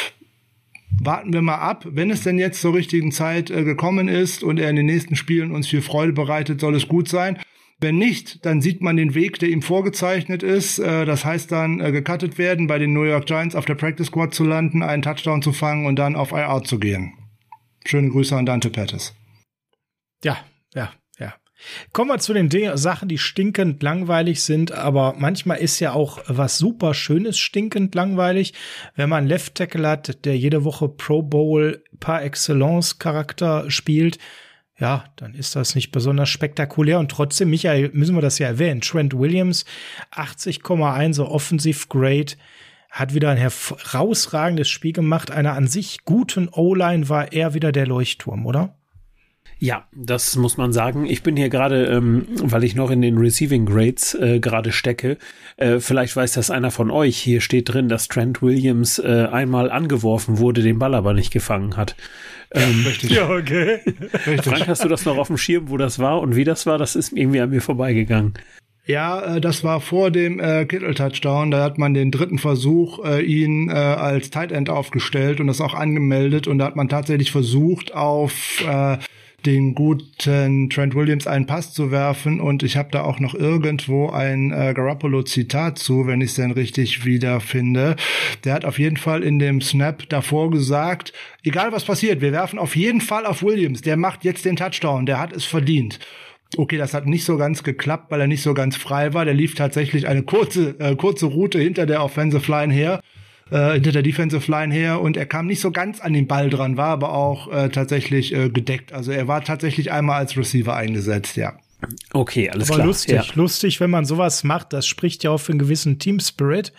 warten wir mal ab. Wenn es denn jetzt zur richtigen Zeit gekommen ist und er in den nächsten Spielen uns viel Freude bereitet, soll es gut sein. Wenn nicht, dann sieht man den Weg, der ihm vorgezeichnet ist. Das heißt dann, gecuttet werden, bei den New York Giants auf der Practice Squad zu landen, einen Touchdown zu fangen und dann auf IR zu gehen. Schöne Grüße an Dante Pettis. Ja. Kommen wir zu den Sachen, die stinkend langweilig sind, aber manchmal ist ja auch was super Schönes stinkend langweilig. Wenn man einen Left Tackle hat, der jede Woche Pro Bowl par excellence Charakter spielt, ja, dann ist das nicht besonders spektakulär, und trotzdem, Michael, müssen wir das ja erwähnen, Trent Williams, 80,1, so Offensive Grade, hat wieder ein herausragendes Spiel gemacht. Einer an sich guten O-Line war er wieder der Leuchtturm, oder? Ja, das muss man sagen. Ich bin hier gerade, weil ich noch in den Receiving Grades gerade stecke, vielleicht weiß das einer von euch, hier steht drin, dass Trent Williams einmal angeworfen wurde, den Ball aber nicht gefangen hat. Richtig. Ja, okay. Richtig. Frank, hast du das noch auf dem Schirm, wo das war und wie das war? Das ist irgendwie an mir vorbeigegangen. Ja, das war vor dem Kittle-Touchdown. Da hat man den dritten Versuch ihn als Tight End aufgestellt und das auch angemeldet. Und da hat man tatsächlich versucht, auf den guten Trent Williams einen Pass zu werfen, und ich habe da auch noch irgendwo ein Garoppolo-Zitat zu, wenn ich es denn richtig wiederfinde. Der hat auf jeden Fall in dem Snap davor gesagt, egal was passiert, wir werfen auf jeden Fall auf Williams, der macht jetzt den Touchdown, der hat es verdient. Okay, das hat nicht so ganz geklappt, weil er nicht so ganz frei war. Der lief tatsächlich eine kurze Route hinter der Offensive Line her, hinter der Defensive Line her, und er kam nicht so ganz an den Ball dran, war aber auch tatsächlich gedeckt. Also er war tatsächlich einmal als Receiver eingesetzt, ja. Okay, alles aber klar. Lustig, wenn man sowas macht, das spricht ja auch für einen gewissen Team-Spirit.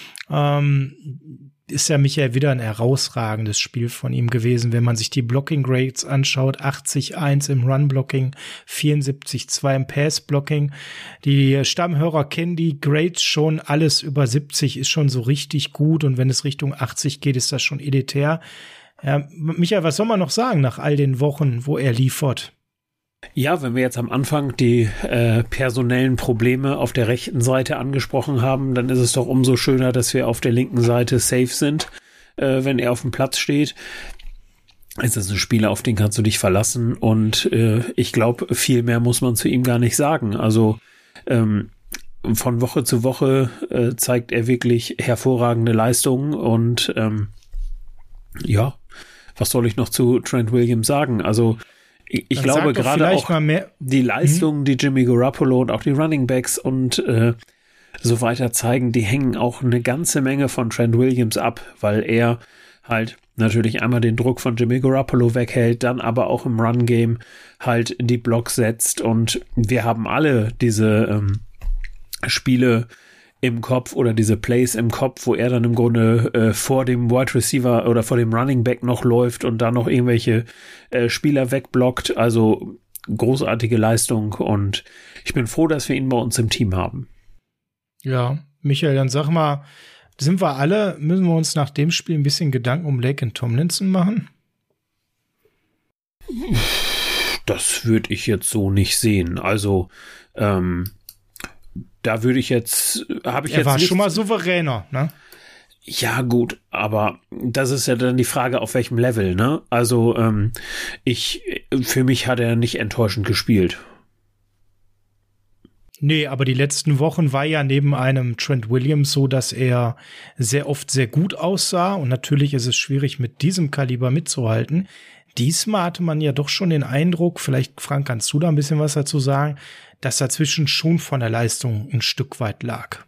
Ist ja Michael wieder ein herausragendes Spiel von ihm gewesen, wenn man sich die Blocking-Grades anschaut. 80,1 im Run-Blocking, 74,2 im Pass-Blocking. Die Stammhörer kennen die Grades schon, alles über 70 ist schon so richtig gut, und wenn es Richtung 80 geht, ist das schon elitär. Michael, was soll man noch sagen nach all den Wochen, wo er liefert? Ja, wenn wir jetzt am Anfang die personellen Probleme auf der rechten Seite angesprochen haben, dann ist es doch umso schöner, dass wir auf der linken Seite safe sind, wenn er auf dem Platz steht. Es ist ein Spieler, auf den kannst du dich verlassen, und ich glaube, viel mehr muss man zu ihm gar nicht sagen. Also von Woche zu Woche zeigt er wirklich hervorragende Leistungen, und ja, was soll ich noch zu Trent Williams sagen? Also ich glaube gerade auch die Leistungen, die Jimmy Garoppolo und auch die Running Backs und so weiter zeigen, die hängen auch eine ganze Menge von Trent Williams ab, weil er halt natürlich einmal den Druck von Jimmy Garoppolo weghält, dann aber auch im Run-Game halt die Blocks setzt. Und wir haben alle diese Spiele im Kopf oder diese Plays im Kopf, wo er dann im Grunde vor dem Wide Receiver oder vor dem Running Back noch läuft und da noch irgendwelche Spieler wegblockt. Also großartige Leistung und ich bin froh, dass wir ihn bei uns im Team haben. Ja, Michael, dann sag mal, müssen wir uns nach dem Spiel ein bisschen Gedanken um Laken Tomlinson machen? Das würde ich jetzt so nicht sehen. Also, da würde ich jetzt, Er war schon mal souveräner, ne? Ja, gut, aber das ist ja dann die Frage, auf welchem Level, ne? Also, für mich hat er nicht enttäuschend gespielt. Nee, aber die letzten Wochen war ja neben einem Trent Williams so, dass er sehr oft sehr gut aussah. Und natürlich ist es schwierig, mit diesem Kaliber mitzuhalten. Diesmal hatte man ja doch schon den Eindruck, vielleicht, Frank, kannst du da ein bisschen was dazu sagen, dass dazwischen schon von der Leistung ein Stück weit lag.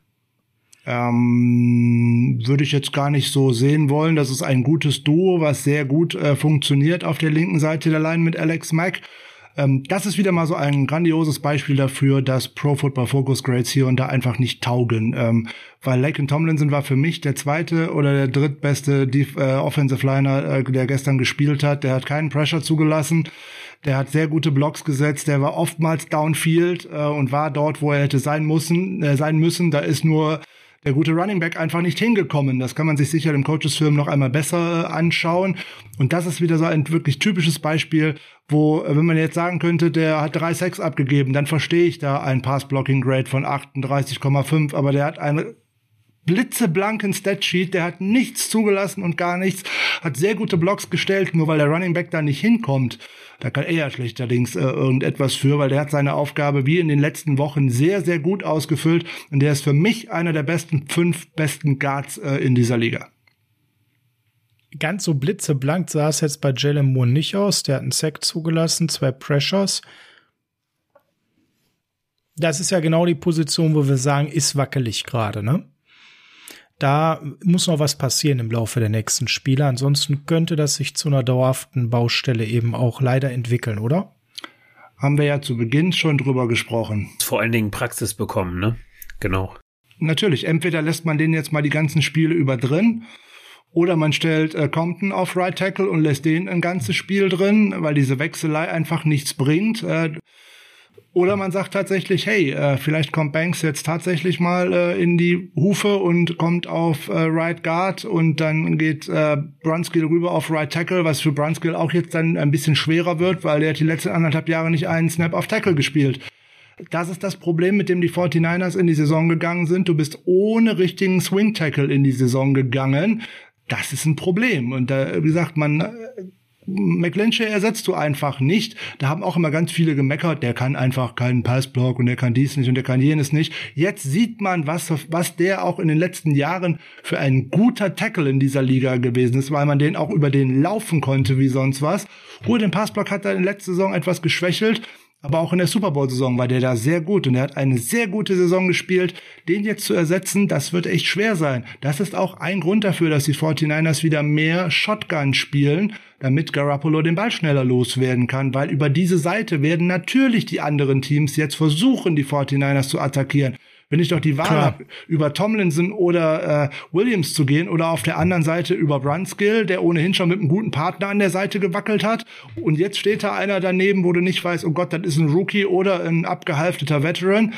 Würde ich jetzt gar nicht so sehen wollen. Das ist ein gutes Duo, was sehr gut funktioniert auf der linken Seite der Line mit Alex Mack. Das ist wieder mal so ein grandioses Beispiel dafür, dass Pro Football Focus Grades hier und da einfach nicht taugen. Weil Laken Tomlinson war für mich der zweite oder der drittbeste Offensive Liner, der gestern gespielt hat. Der hat keinen Pressure zugelassen. Der hat sehr gute Blocks gesetzt. Der war oftmals downfield und war dort, wo er hätte sein müssen. Da ist nur der gute Running Back einfach nicht hingekommen. Das kann man sich sicher im Coaches-Film noch einmal besser anschauen. Und das ist wieder so ein wirklich typisches Beispiel, wo, wenn man jetzt sagen könnte, der hat 3 Sacks abgegeben, dann verstehe ich da ein Pass-Blocking-Grade von 38,5, aber der hat einen blitzeblanken Statsheet, der hat nichts zugelassen und gar nichts, hat sehr gute Blocks gestellt, nur weil der Running Back da nicht hinkommt. Da kann er ja schlechterdings irgendetwas für, weil der hat seine Aufgabe wie in den letzten Wochen sehr, sehr gut ausgefüllt und der ist für mich einer der 5 besten Guards in dieser Liga. Ganz so blitzeblank sah es jetzt bei Jalen Moore nicht aus. Der hat einen Sack zugelassen, 2 Pressures. Das ist ja genau die Position, wo wir sagen, ist wackelig gerade, ne? Da muss noch was passieren im Laufe der nächsten Spiele. Ansonsten könnte das sich zu einer dauerhaften Baustelle eben auch leider entwickeln, oder? Haben wir ja zu Beginn schon drüber gesprochen. Vor allen Dingen Praxis bekommen, ne? Genau. Natürlich, entweder lässt man den jetzt mal die ganzen Spiele über drin oder man stellt Compton auf Right Tackle und lässt den ein ganzes Spiel drin, weil diese Wechselei einfach nichts bringt. Oder man sagt tatsächlich, hey, vielleicht kommt Banks jetzt tatsächlich mal in die Hufe und kommt auf Right Guard und dann geht Brunskill rüber auf Right Tackle, was für Brunskill auch jetzt dann ein bisschen schwerer wird, weil der hat die letzten 1,5 Jahre nicht einen Snap auf Tackle gespielt. Das ist das Problem, mit dem die 49ers in die Saison gegangen sind. Du bist ohne richtigen Swing Tackle in die Saison gegangen. Das ist ein Problem. Und wie gesagt, McGlinchey ersetzt du einfach nicht. Da haben auch immer ganz viele gemeckert, der kann einfach keinen Passblock und der kann dies nicht und der kann jenes nicht. Jetzt sieht man, was der auch in den letzten Jahren für ein guter Tackle in dieser Liga gewesen ist, weil man den auch über den laufen konnte wie sonst was. Den Passblock hat er in der letzten Saison etwas geschwächelt, aber auch in der Super Bowl-Saison war der da sehr gut und er hat eine sehr gute Saison gespielt. Den jetzt zu ersetzen, das wird echt schwer sein. Das ist auch ein Grund dafür, dass die 49ers wieder mehr Shotgun spielen, damit Garoppolo den Ball schneller loswerden kann, weil über diese Seite werden natürlich die anderen Teams jetzt versuchen, die 49ers zu attackieren. Wenn ich doch die Wahl habe, über Tomlinson oder Williams zu gehen oder auf der anderen Seite über Brunskill, der ohnehin schon mit einem guten Partner an der Seite gewackelt hat und jetzt steht da einer daneben, wo du nicht weißt, oh Gott, das ist ein Rookie oder ein abgehalfteter Veteran.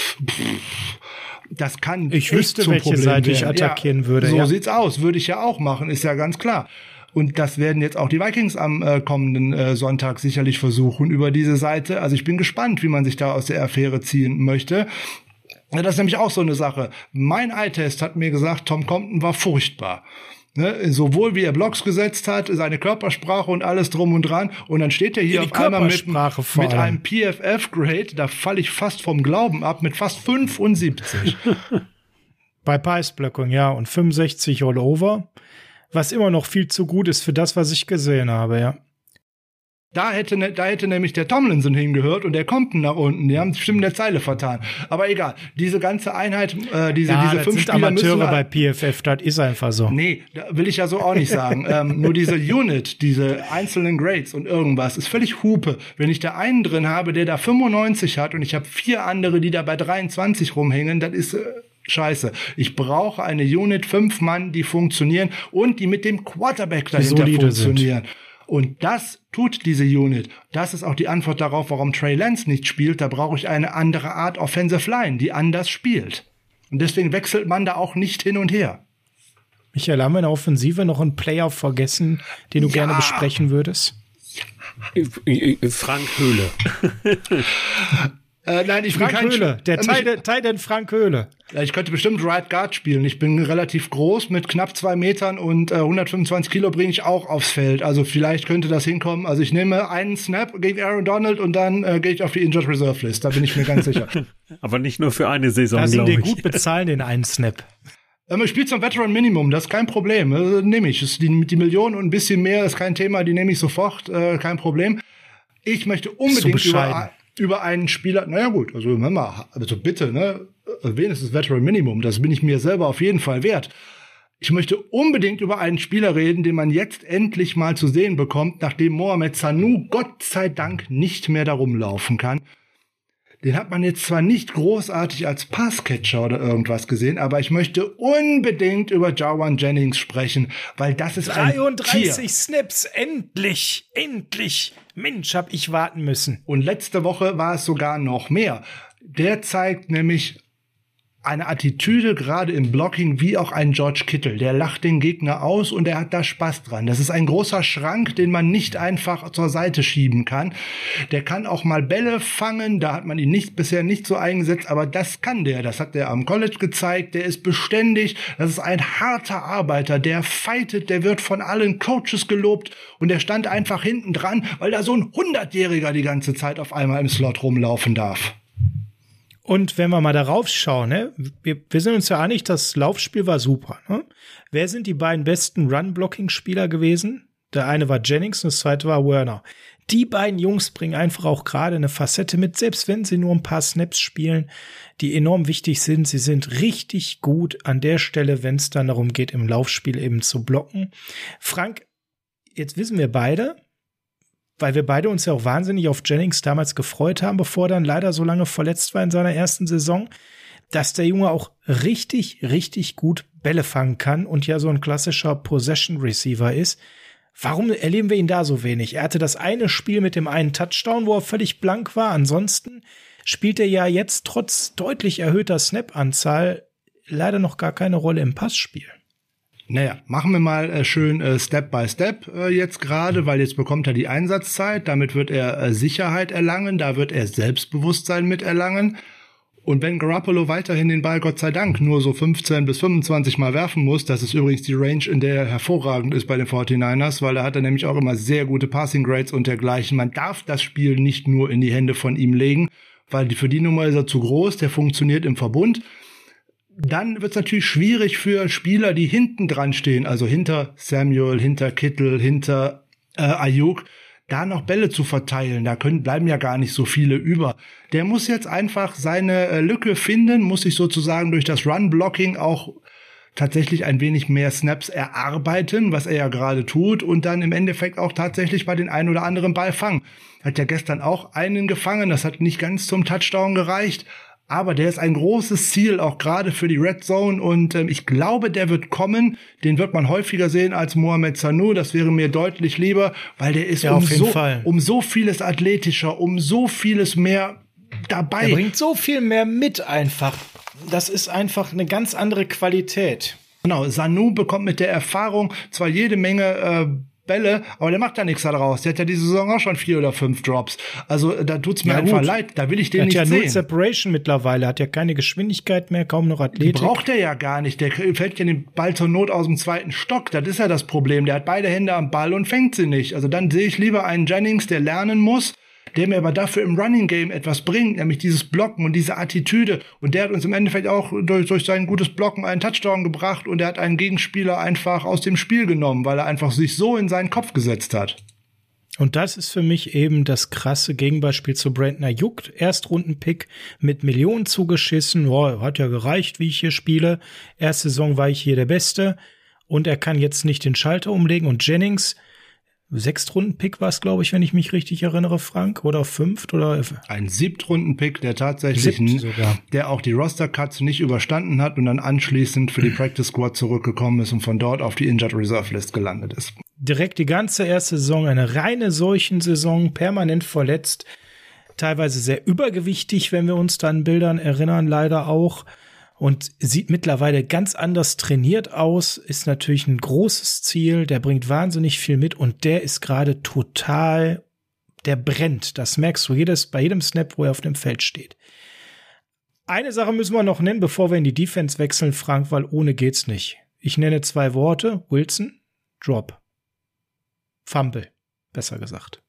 Das kann ich wüsste, welche Seite ich attackieren würde. So sieht's aus, würde ich ja auch machen, ist ja ganz klar. Und das werden jetzt auch die Vikings am kommenden Sonntag sicherlich versuchen über diese Seite. Also ich bin gespannt, wie man sich da aus der Affäre ziehen möchte. Ja, das ist nämlich auch so eine Sache. Mein Eye-Test hat mir gesagt, Tom Compton war furchtbar. Ne? Sowohl wie er Blocks gesetzt hat, seine Körpersprache und alles drum und dran. Und dann steht er hier auf einmal mit einem PFF-Grade, da falle ich fast vom Glauben ab, mit fast 75. Bei Passblocking, ja, und 65 all over. Was immer noch viel zu gut ist für das, was ich gesehen habe, ja. Da hätte nämlich der Tomlinson hingehört und der kommt nach unten. Die haben bestimmt in der Zeile vertan. Aber egal, diese ganze Einheit, diese 5 sind Spieler Amateure müssen bei PFF, das ist einfach so. Nee, da will ich ja so auch nicht sagen. Nur diese Unit, diese einzelnen Grades und irgendwas, ist völlig Hupe. Wenn ich da einen drin habe, der da 95 hat und ich habe 4 andere, die da bei 23 rumhängen, das ist scheiße. Ich brauche eine Unit, 5 Mann, die funktionieren und die mit dem Quarterback dahinter funktionieren. Und das tut diese Unit. Das ist auch die Antwort darauf, warum Trey Lance nicht spielt. Da brauche ich eine andere Art Offensive Line, die anders spielt. Und deswegen wechselt man da auch nicht hin und her. Michael, haben wir in der Offensive noch einen Player vergessen, den du gerne besprechen würdest? Frank Höhle. Nein, ich bin Frank Höhle, der Titan Frank Höhle. Ja, ich könnte bestimmt Right Guard spielen. Ich bin relativ groß, mit knapp 2 Metern und 125 Kilo bringe ich auch aufs Feld. Also vielleicht könnte das hinkommen. Also ich nehme einen Snap gegen Aaron Donald und dann gehe ich auf die Injured Reserve List. Da bin ich mir ganz sicher. Aber nicht nur für eine Saison, glaube ich. Lassen dir gut bezahlen, den einen Snap. Ich spiele zum Veteran Minimum, das ist kein Problem. Nehme ich. Die Million und ein bisschen mehr ist kein Thema, die nehme ich sofort, kein Problem. Ich möchte unbedingt über einen Spieler, naja gut, also bitte, ne, wenigstens Veteran Minimum, das bin ich mir selber auf jeden Fall wert. Ich möchte unbedingt über einen Spieler reden, den man jetzt endlich mal zu sehen bekommt, nachdem Mohamed Sanu Gott sei Dank nicht mehr da rumlaufen kann. Den hat man jetzt zwar nicht großartig als Passcatcher oder irgendwas gesehen, aber ich möchte unbedingt über Jawan Jennings sprechen, weil das ist 33 Tier. Snaps, endlich. Mensch, hab ich warten müssen. Und letzte Woche war es sogar noch mehr. Der zeigt nämlich eine Attitüde, gerade im Blocking, wie auch ein George Kittle. Der lacht den Gegner aus und er hat da Spaß dran. Das ist ein großer Schrank, den man nicht einfach zur Seite schieben kann. Der kann auch mal Bälle fangen, da hat man ihn bisher nicht so eingesetzt, aber das kann der. Das hat der am College gezeigt. Der ist beständig. Das ist ein harter Arbeiter. Der fightet, der wird von allen Coaches gelobt und der stand einfach hinten dran, weil da so ein 100-Jähriger die ganze Zeit auf einmal im Slot rumlaufen darf. Und wenn wir mal darauf schauen, ne, wir sind uns ja einig, das Laufspiel war super. Ne? Wer sind die beiden besten Run-Blocking-Spieler gewesen? Der eine war Jennings und das zweite war Werner. Die beiden Jungs bringen einfach auch gerade eine Facette mit, selbst wenn sie nur ein paar Snaps spielen, die enorm wichtig sind. Sie sind richtig gut an der Stelle, wenn es dann darum geht, im Laufspiel eben zu blocken. Frank, jetzt wissen wir beide, weil wir beide uns ja auch wahnsinnig auf Jennings damals gefreut haben, bevor er dann leider so lange verletzt war in seiner ersten Saison, dass der Junge auch richtig, richtig gut Bälle fangen kann und ja so ein klassischer Possession-Receiver ist. Warum erleben wir ihn da so wenig? Er hatte das eine Spiel mit dem einen Touchdown, wo er völlig blank war. Ansonsten spielt er ja jetzt trotz deutlich erhöhter Snap-Anzahl leider noch gar keine Rolle im Passspiel. Naja, machen wir mal schön Step by Step jetzt gerade, weil jetzt bekommt er die Einsatzzeit, damit wird er Sicherheit erlangen, da wird er Selbstbewusstsein mit erlangen. Und wenn Garoppolo weiterhin den Ball, Gott sei Dank, nur so 15 bis 25 Mal werfen muss, das ist übrigens die Range, in der er hervorragend ist bei den 49ers, weil da hat er nämlich auch immer sehr gute Passing Grades und dergleichen. Man darf das Spiel nicht nur in die Hände von ihm legen, weil für die Nummer ist er zu groß, der funktioniert im Verbund. Dann wird es natürlich schwierig für Spieler, die hinten dran stehen, also hinter Samuel, hinter Kittle, hinter Ayuk, da noch Bälle zu verteilen. Da bleiben ja gar nicht so viele über. Der muss jetzt einfach seine Lücke finden, muss sich sozusagen durch das Run-Blocking auch tatsächlich ein wenig mehr Snaps erarbeiten, was er ja gerade tut, und dann im Endeffekt auch tatsächlich bei den einen oder anderen Ball fangen. Hat ja gestern auch einen gefangen, das hat nicht ganz zum Touchdown gereicht. Aber der ist ein großes Ziel, auch gerade für die Red Zone. Und ich glaube, der wird kommen. Den wird man häufiger sehen als Mohamed Sanu. Das wäre mir deutlich lieber, weil der ist ja, um so vieles athletischer, um so vieles mehr dabei. Er bringt so viel mehr mit einfach. Das ist einfach eine ganz andere Qualität. Genau, Sanu bekommt mit der Erfahrung zwar jede Menge Bälle, aber der macht ja nichts daraus. Der hat ja diese Saison auch schon 4 oder 5 Drops. Also da tut's mir einfach leid. Da will ich den nicht sehen. Der hat ja 0 Separation mittlerweile. Hat ja keine Geschwindigkeit mehr, kaum noch Athletik. Die braucht er ja gar nicht. Der fällt ja den Ball zur Not aus dem zweiten Stock. Das ist ja das Problem. Der hat beide Hände am Ball und fängt sie nicht. Also dann sehe ich lieber einen Jennings, der lernen muss, der mir aber dafür im Running Game etwas bringt, nämlich dieses Blocken und diese Attitüde. Und der hat uns im Endeffekt auch durch sein gutes Blocken einen Touchdown gebracht und er hat einen Gegenspieler einfach aus dem Spiel genommen, weil er einfach sich so in seinen Kopf gesetzt hat. Und das ist für mich eben das krasse Gegenbeispiel zu Brandon Ayuk. Erstrundenpick mit Millionen zugeschissen. Oh, hat ja gereicht, wie ich hier spiele. Erste Saison war ich hier der Beste. Und er kann jetzt nicht den Schalter umlegen. Und Jennings, 6-Runden-Pick war es, glaube ich, wenn ich mich richtig erinnere, Frank, oder 5. Oder ein 7-Runden-Pick, der tatsächlich, der auch die Roster-Cuts nicht überstanden hat und dann anschließend für die Practice Squad zurückgekommen ist und von dort auf die Injured Reserve List gelandet ist. Direkt die ganze erste Saison, eine reine Seuchensaison, permanent verletzt, teilweise sehr übergewichtig, wenn wir uns da an Bildern erinnern, leider auch. Und sieht mittlerweile ganz anders trainiert aus, ist natürlich ein großes Ziel, der bringt wahnsinnig viel mit und der ist gerade total, der brennt. Das merkst du bei jedem Snap, wo er auf dem Feld steht. Eine Sache müssen wir noch nennen, bevor wir in die Defense wechseln, Frank, weil ohne geht's nicht. Ich nenne 2 Worte, Wilson, Drop. Fumble, besser gesagt.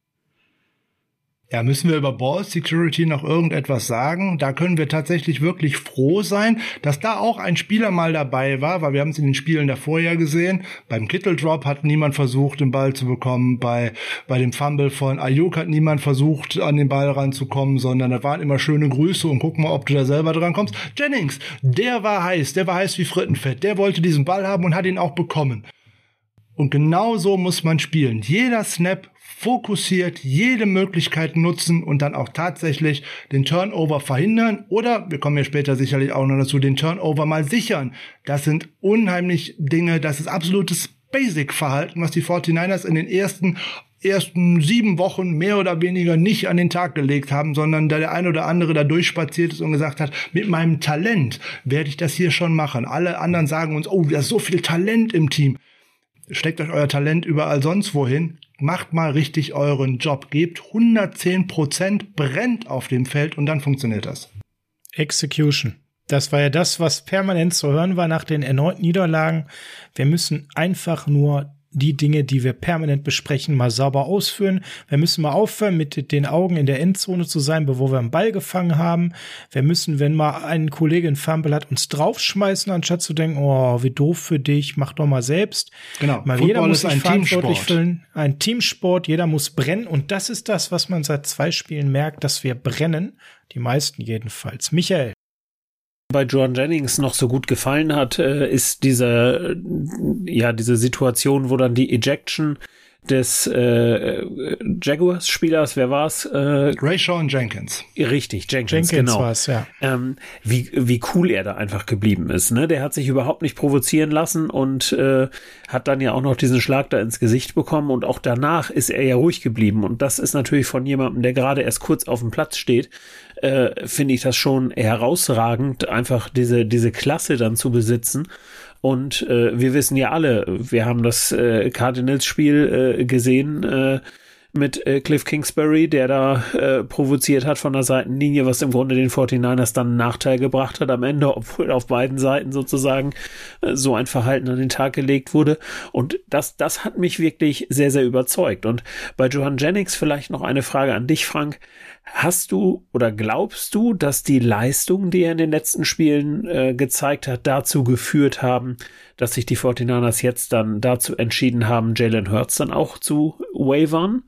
Ja, müssen wir über Ball Security noch irgendetwas sagen? Da können wir tatsächlich wirklich froh sein, dass da auch ein Spieler mal dabei war, weil wir haben es in den Spielen davor ja gesehen. Beim Kittle-Drop hat niemand versucht, den Ball zu bekommen. Bei dem Fumble von Ayuk hat niemand versucht, an den Ball ranzukommen, sondern da waren immer schöne Grüße und guck mal, ob du da selber dran kommst. Jennings, der war heiß wie Frittenfett. Der wollte diesen Ball haben und hat ihn auch bekommen. Und genau so muss man spielen. Jeder Snap fokussiert, jede Möglichkeit nutzen und dann auch tatsächlich den Turnover verhindern oder, wir kommen ja später sicherlich auch noch dazu, den Turnover mal sichern. Das sind unheimlich Dinge, das ist absolutes Basic-Verhalten, was die 49ers in den ersten 7 Wochen mehr oder weniger nicht an den Tag gelegt haben, sondern da der ein oder andere da durchspaziert ist und gesagt hat, mit meinem Talent werde ich das hier schon machen. Alle anderen sagen uns, oh, da ist so viel Talent im Team. Steckt euch euer Talent überall sonst wohin. Macht mal richtig euren Job. Gebt 110%, brennt auf dem Feld und dann funktioniert das. Execution. Das war ja das, was permanent zu hören war nach den erneuten Niederlagen. Wir müssen einfach nur die Dinge, die wir permanent besprechen, mal sauber ausführen. Wir müssen mal aufhören, mit den Augen in der Endzone zu sein, bevor wir einen Ball gefangen haben. Wir müssen, wenn mal ein Kollege einen Fumble hat, uns draufschmeißen, anstatt zu denken, oh, wie doof für dich, mach doch mal selbst. Genau. Mal jeder muss sich verantwortlich fühlen. Ein Teamsport, jeder muss brennen. Und das ist das, was man seit 2 Spielen merkt, dass wir brennen. Die meisten jedenfalls. Michael. Bei Jauan Jennings noch so gut gefallen hat, ist diese Situation, wo dann die Ejection des Jaguars-Spielers, wer war's? Rayshawn Jenkins. Richtig, Jenkins, genau. War's, ja. Wie cool er da einfach geblieben ist, ne? Der hat sich überhaupt nicht provozieren lassen und hat dann ja auch noch diesen Schlag da ins Gesicht bekommen und auch danach ist er ja ruhig geblieben und das ist natürlich von jemandem, der gerade erst kurz auf dem Platz steht, finde ich das schon herausragend, einfach diese Klasse dann zu besitzen. Und wir wissen ja alle, wir haben das Cardinals-Spiel gesehen mit Cliff Kingsbury, der da provoziert hat von der Seitenlinie, was im Grunde den 49ers dann einen Nachteil gebracht hat am Ende, obwohl auf beiden Seiten sozusagen so ein Verhalten an den Tag gelegt wurde. Und das hat mich wirklich sehr, sehr überzeugt. Und bei Jauan Jennings vielleicht noch eine Frage an dich, Frank. Hast du oder glaubst du, dass die Leistungen, die er in den letzten Spielen gezeigt hat, dazu geführt haben, dass sich die 49ers jetzt dann dazu entschieden haben, Jalen Hurts dann auch zu wavern?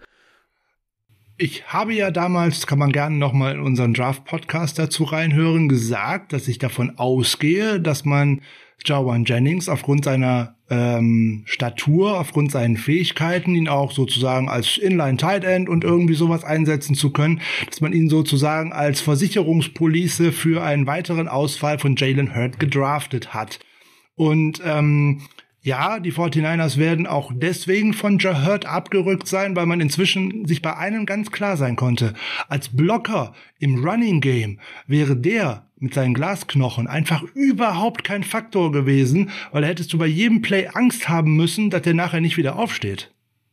Ich habe ja damals, kann man gerne noch mal in unseren Draft-Podcast dazu reinhören, gesagt, dass ich davon ausgehe, dass man Jauan Jennings aufgrund seiner Statur, aufgrund seinen Fähigkeiten, ihn auch sozusagen als Inline-Tight End und irgendwie sowas einsetzen zu können, dass man ihn sozusagen als Versicherungspolice für einen weiteren Ausfall von Jalen Hurts gedraftet hat. Und ja, die 49ers werden auch deswegen von Jalen Hurts abgerückt sein, weil man inzwischen sich bei einem ganz klar sein konnte. Als Blocker im Running Game wäre der mit seinen Glasknochen einfach überhaupt kein Faktor gewesen, weil da hättest du bei jedem Play Angst haben müssen, dass der nachher nicht wieder aufsteht.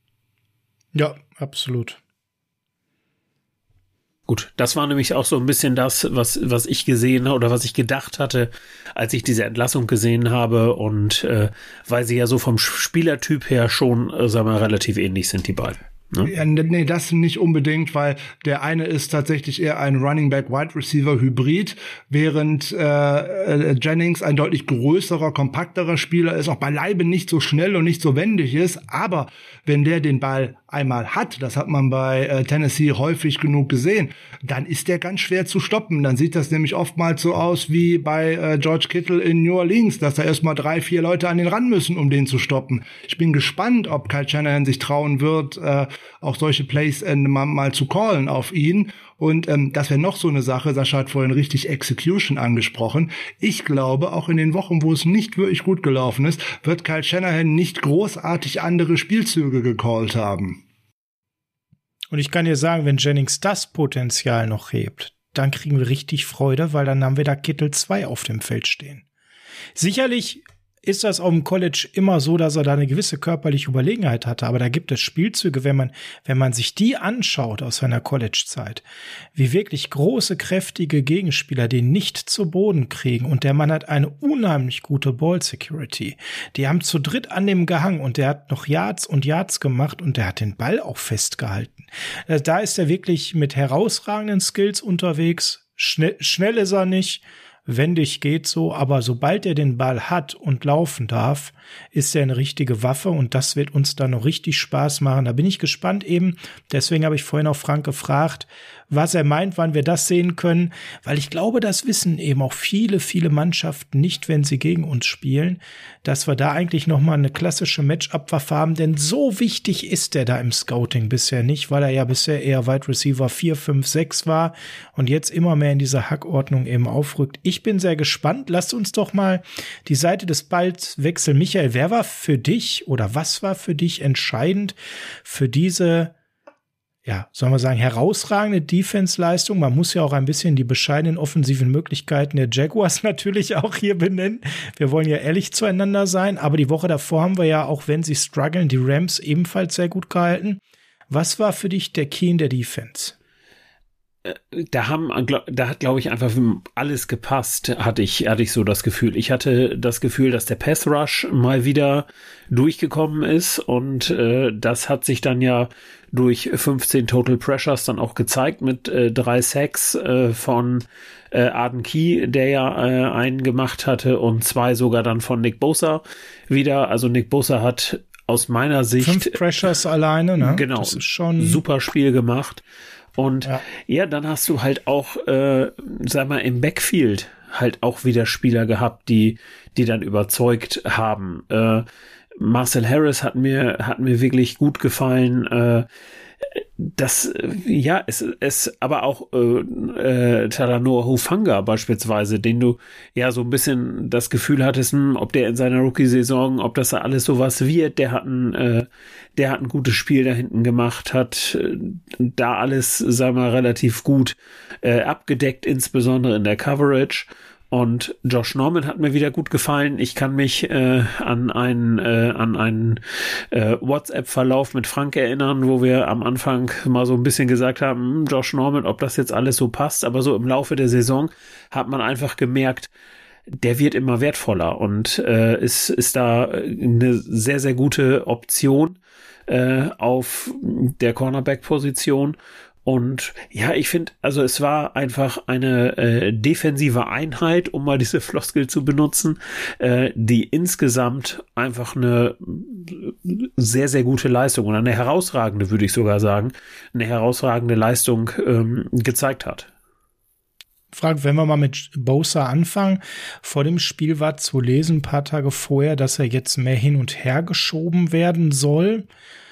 Ja, absolut. Gut, das war nämlich auch so ein bisschen das, was ich gesehen oder was ich gedacht hatte, als ich diese Entlassung gesehen habe und weil sie ja so vom Spielertyp her schon, sagen wir, relativ ähnlich sind, die beiden. Ne? Ja, nee, das nicht unbedingt, weil der eine ist tatsächlich eher ein Running Back Wide Receiver Hybrid, während Jennings ein deutlich größerer, kompakterer Spieler ist, auch beileibe nicht so schnell und nicht so wendig ist, aber wenn der den Ball einmal hat, das hat man bei Tennessee häufig genug gesehen, dann ist der ganz schwer zu stoppen. Dann sieht das nämlich oftmals so aus wie bei George Kittle in New Orleans, dass da erstmal 3-4 Leute an den ran müssen, um den zu stoppen. Ich bin gespannt, ob Kyle Shanahan sich trauen wird, auch solche Plays mal zu callen auf ihn. Und das wäre noch so eine Sache, Sascha hat vorhin richtig Execution angesprochen. Ich glaube, auch in den Wochen, wo es nicht wirklich gut gelaufen ist, wird Kyle Shanahan nicht großartig andere Spielzüge gecallt haben. Und ich kann dir sagen, wenn Jennings das Potenzial noch hebt, dann kriegen wir richtig Freude, weil dann haben wir da Kittle 2 auf dem Feld stehen. Sicherlich ist das auf dem College immer so, dass er da eine gewisse körperliche Überlegenheit hatte. Aber da gibt es Spielzüge, wenn man sich die anschaut aus seiner College-Zeit, wie wirklich große, kräftige Gegenspieler den nicht zu Boden kriegen. Und der Mann hat eine unheimlich gute Ball-Security. Die haben zu dritt an dem gehangen und der hat noch Yards und Yards gemacht und der hat den Ball auch festgehalten. Da ist er wirklich mit herausragenden Skills unterwegs. Schnell ist er nicht. Wendig geht so, aber sobald er den Ball hat und laufen darf, ist er eine richtige Waffe und das wird uns dann noch richtig Spaß machen. Da bin ich gespannt eben, deswegen habe ich vorhin auch Frank gefragt, was er meint, wann wir das sehen können, weil ich glaube, das wissen eben auch viele, viele Mannschaften nicht, wenn sie gegen uns spielen, dass wir da eigentlich nochmal eine klassische Matchup-Waffe haben, denn so wichtig ist der da im Scouting bisher nicht, weil er ja bisher eher Wide Receiver 4, 5, 6 war und jetzt immer mehr in dieser Hackordnung eben aufrückt. Ich bin sehr gespannt. Lasst uns doch mal die Seite des Balls wechseln. Michael, wer war für dich oder was war für dich entscheidend für diese, ja, sollen wir sagen, herausragende Defense-Leistung? Man muss ja auch ein bisschen die bescheidenen offensiven Möglichkeiten der Jaguars natürlich auch hier benennen. Wir wollen ja ehrlich zueinander sein, aber die Woche davor haben wir ja, auch wenn sie strugglen, die Rams ebenfalls sehr gut gehalten. Was war für dich der Key in der Defense? Da hat, glaube ich, einfach alles gepasst, hatte ich so das Gefühl. Ich hatte das Gefühl, dass der Pass Rush mal wieder durchgekommen ist und das hat sich dann ja durch 15 Total Pressures dann auch gezeigt mit 3 Sacks von Arden Key, der ja einen gemacht hatte und 2 sogar dann von Nick Bosa wieder. Also Nick Bosa hat aus meiner Sicht 5 Pressures alleine, ne? Genau, das ist schon super Spiel gemacht. Und ja, dann hast du halt auch, sag mal, im Backfield halt auch wieder Spieler gehabt, die dann überzeugt haben. Marcel Harris hat mir wirklich gut gefallen. Das, ja, es aber auch Talanoa Hufanga beispielsweise, den du ja so ein bisschen das Gefühl hattest, ob der in seiner Rookie-Saison, ob das da alles sowas wird, der hat ein gutes Spiel da hinten gemacht, hat da alles, sagen wir mal, relativ gut abgedeckt, insbesondere in der Coverage. Und Josh Norman hat mir wieder gut gefallen. Ich kann mich an einen WhatsApp-Verlauf mit Frank erinnern, wo wir am Anfang mal so ein bisschen gesagt haben, Josh Norman, ob das jetzt alles so passt. Aber so im Laufe der Saison hat man einfach gemerkt, der wird immer wertvoller und ist da eine sehr, sehr gute Option auf der Cornerback-Position. Und ja, ich finde, also es war einfach eine defensive Einheit, um mal diese Floskel zu benutzen, die insgesamt einfach eine sehr, sehr gute Leistung oder eine herausragende, würde ich sogar sagen, eine herausragende Leistung gezeigt hat. Frank, wenn wir mal mit Bosa anfangen, vor dem Spiel war zu lesen, ein paar Tage vorher, dass er jetzt mehr hin und her geschoben werden soll.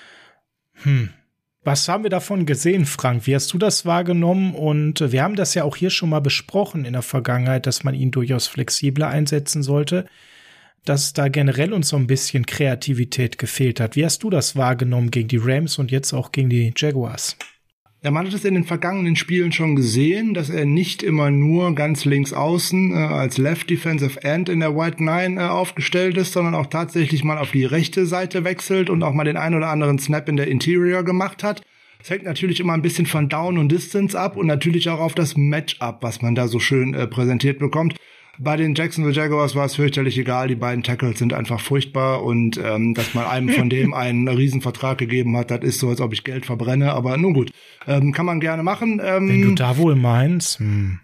Was haben wir davon gesehen, Frank? Wie hast du das wahrgenommen? Und wir haben das ja auch hier schon mal besprochen in der Vergangenheit, dass man ihn durchaus flexibler einsetzen sollte, dass da generell uns so ein bisschen Kreativität gefehlt hat. Wie hast du das wahrgenommen gegen die Rams und jetzt auch gegen die Jaguars? Ja, man hat es in den vergangenen Spielen schon gesehen, dass er nicht immer nur ganz links außen als Left Defensive End in der White Nine aufgestellt ist, sondern auch tatsächlich mal auf die rechte Seite wechselt und auch mal den ein oder anderen Snap in der Interior gemacht hat. Es hängt natürlich immer ein bisschen von Down und Distance ab und natürlich auch auf das Matchup, was man da so schön präsentiert bekommt. Bei den Jacksonville Jaguars war es fürchterlich egal. Die beiden Tackles sind einfach furchtbar und dass man einem von dem einen Riesenvertrag gegeben hat, das ist so, als ob ich Geld verbrenne. Aber nun gut, kann man gerne machen. Wenn du da wohl meinst.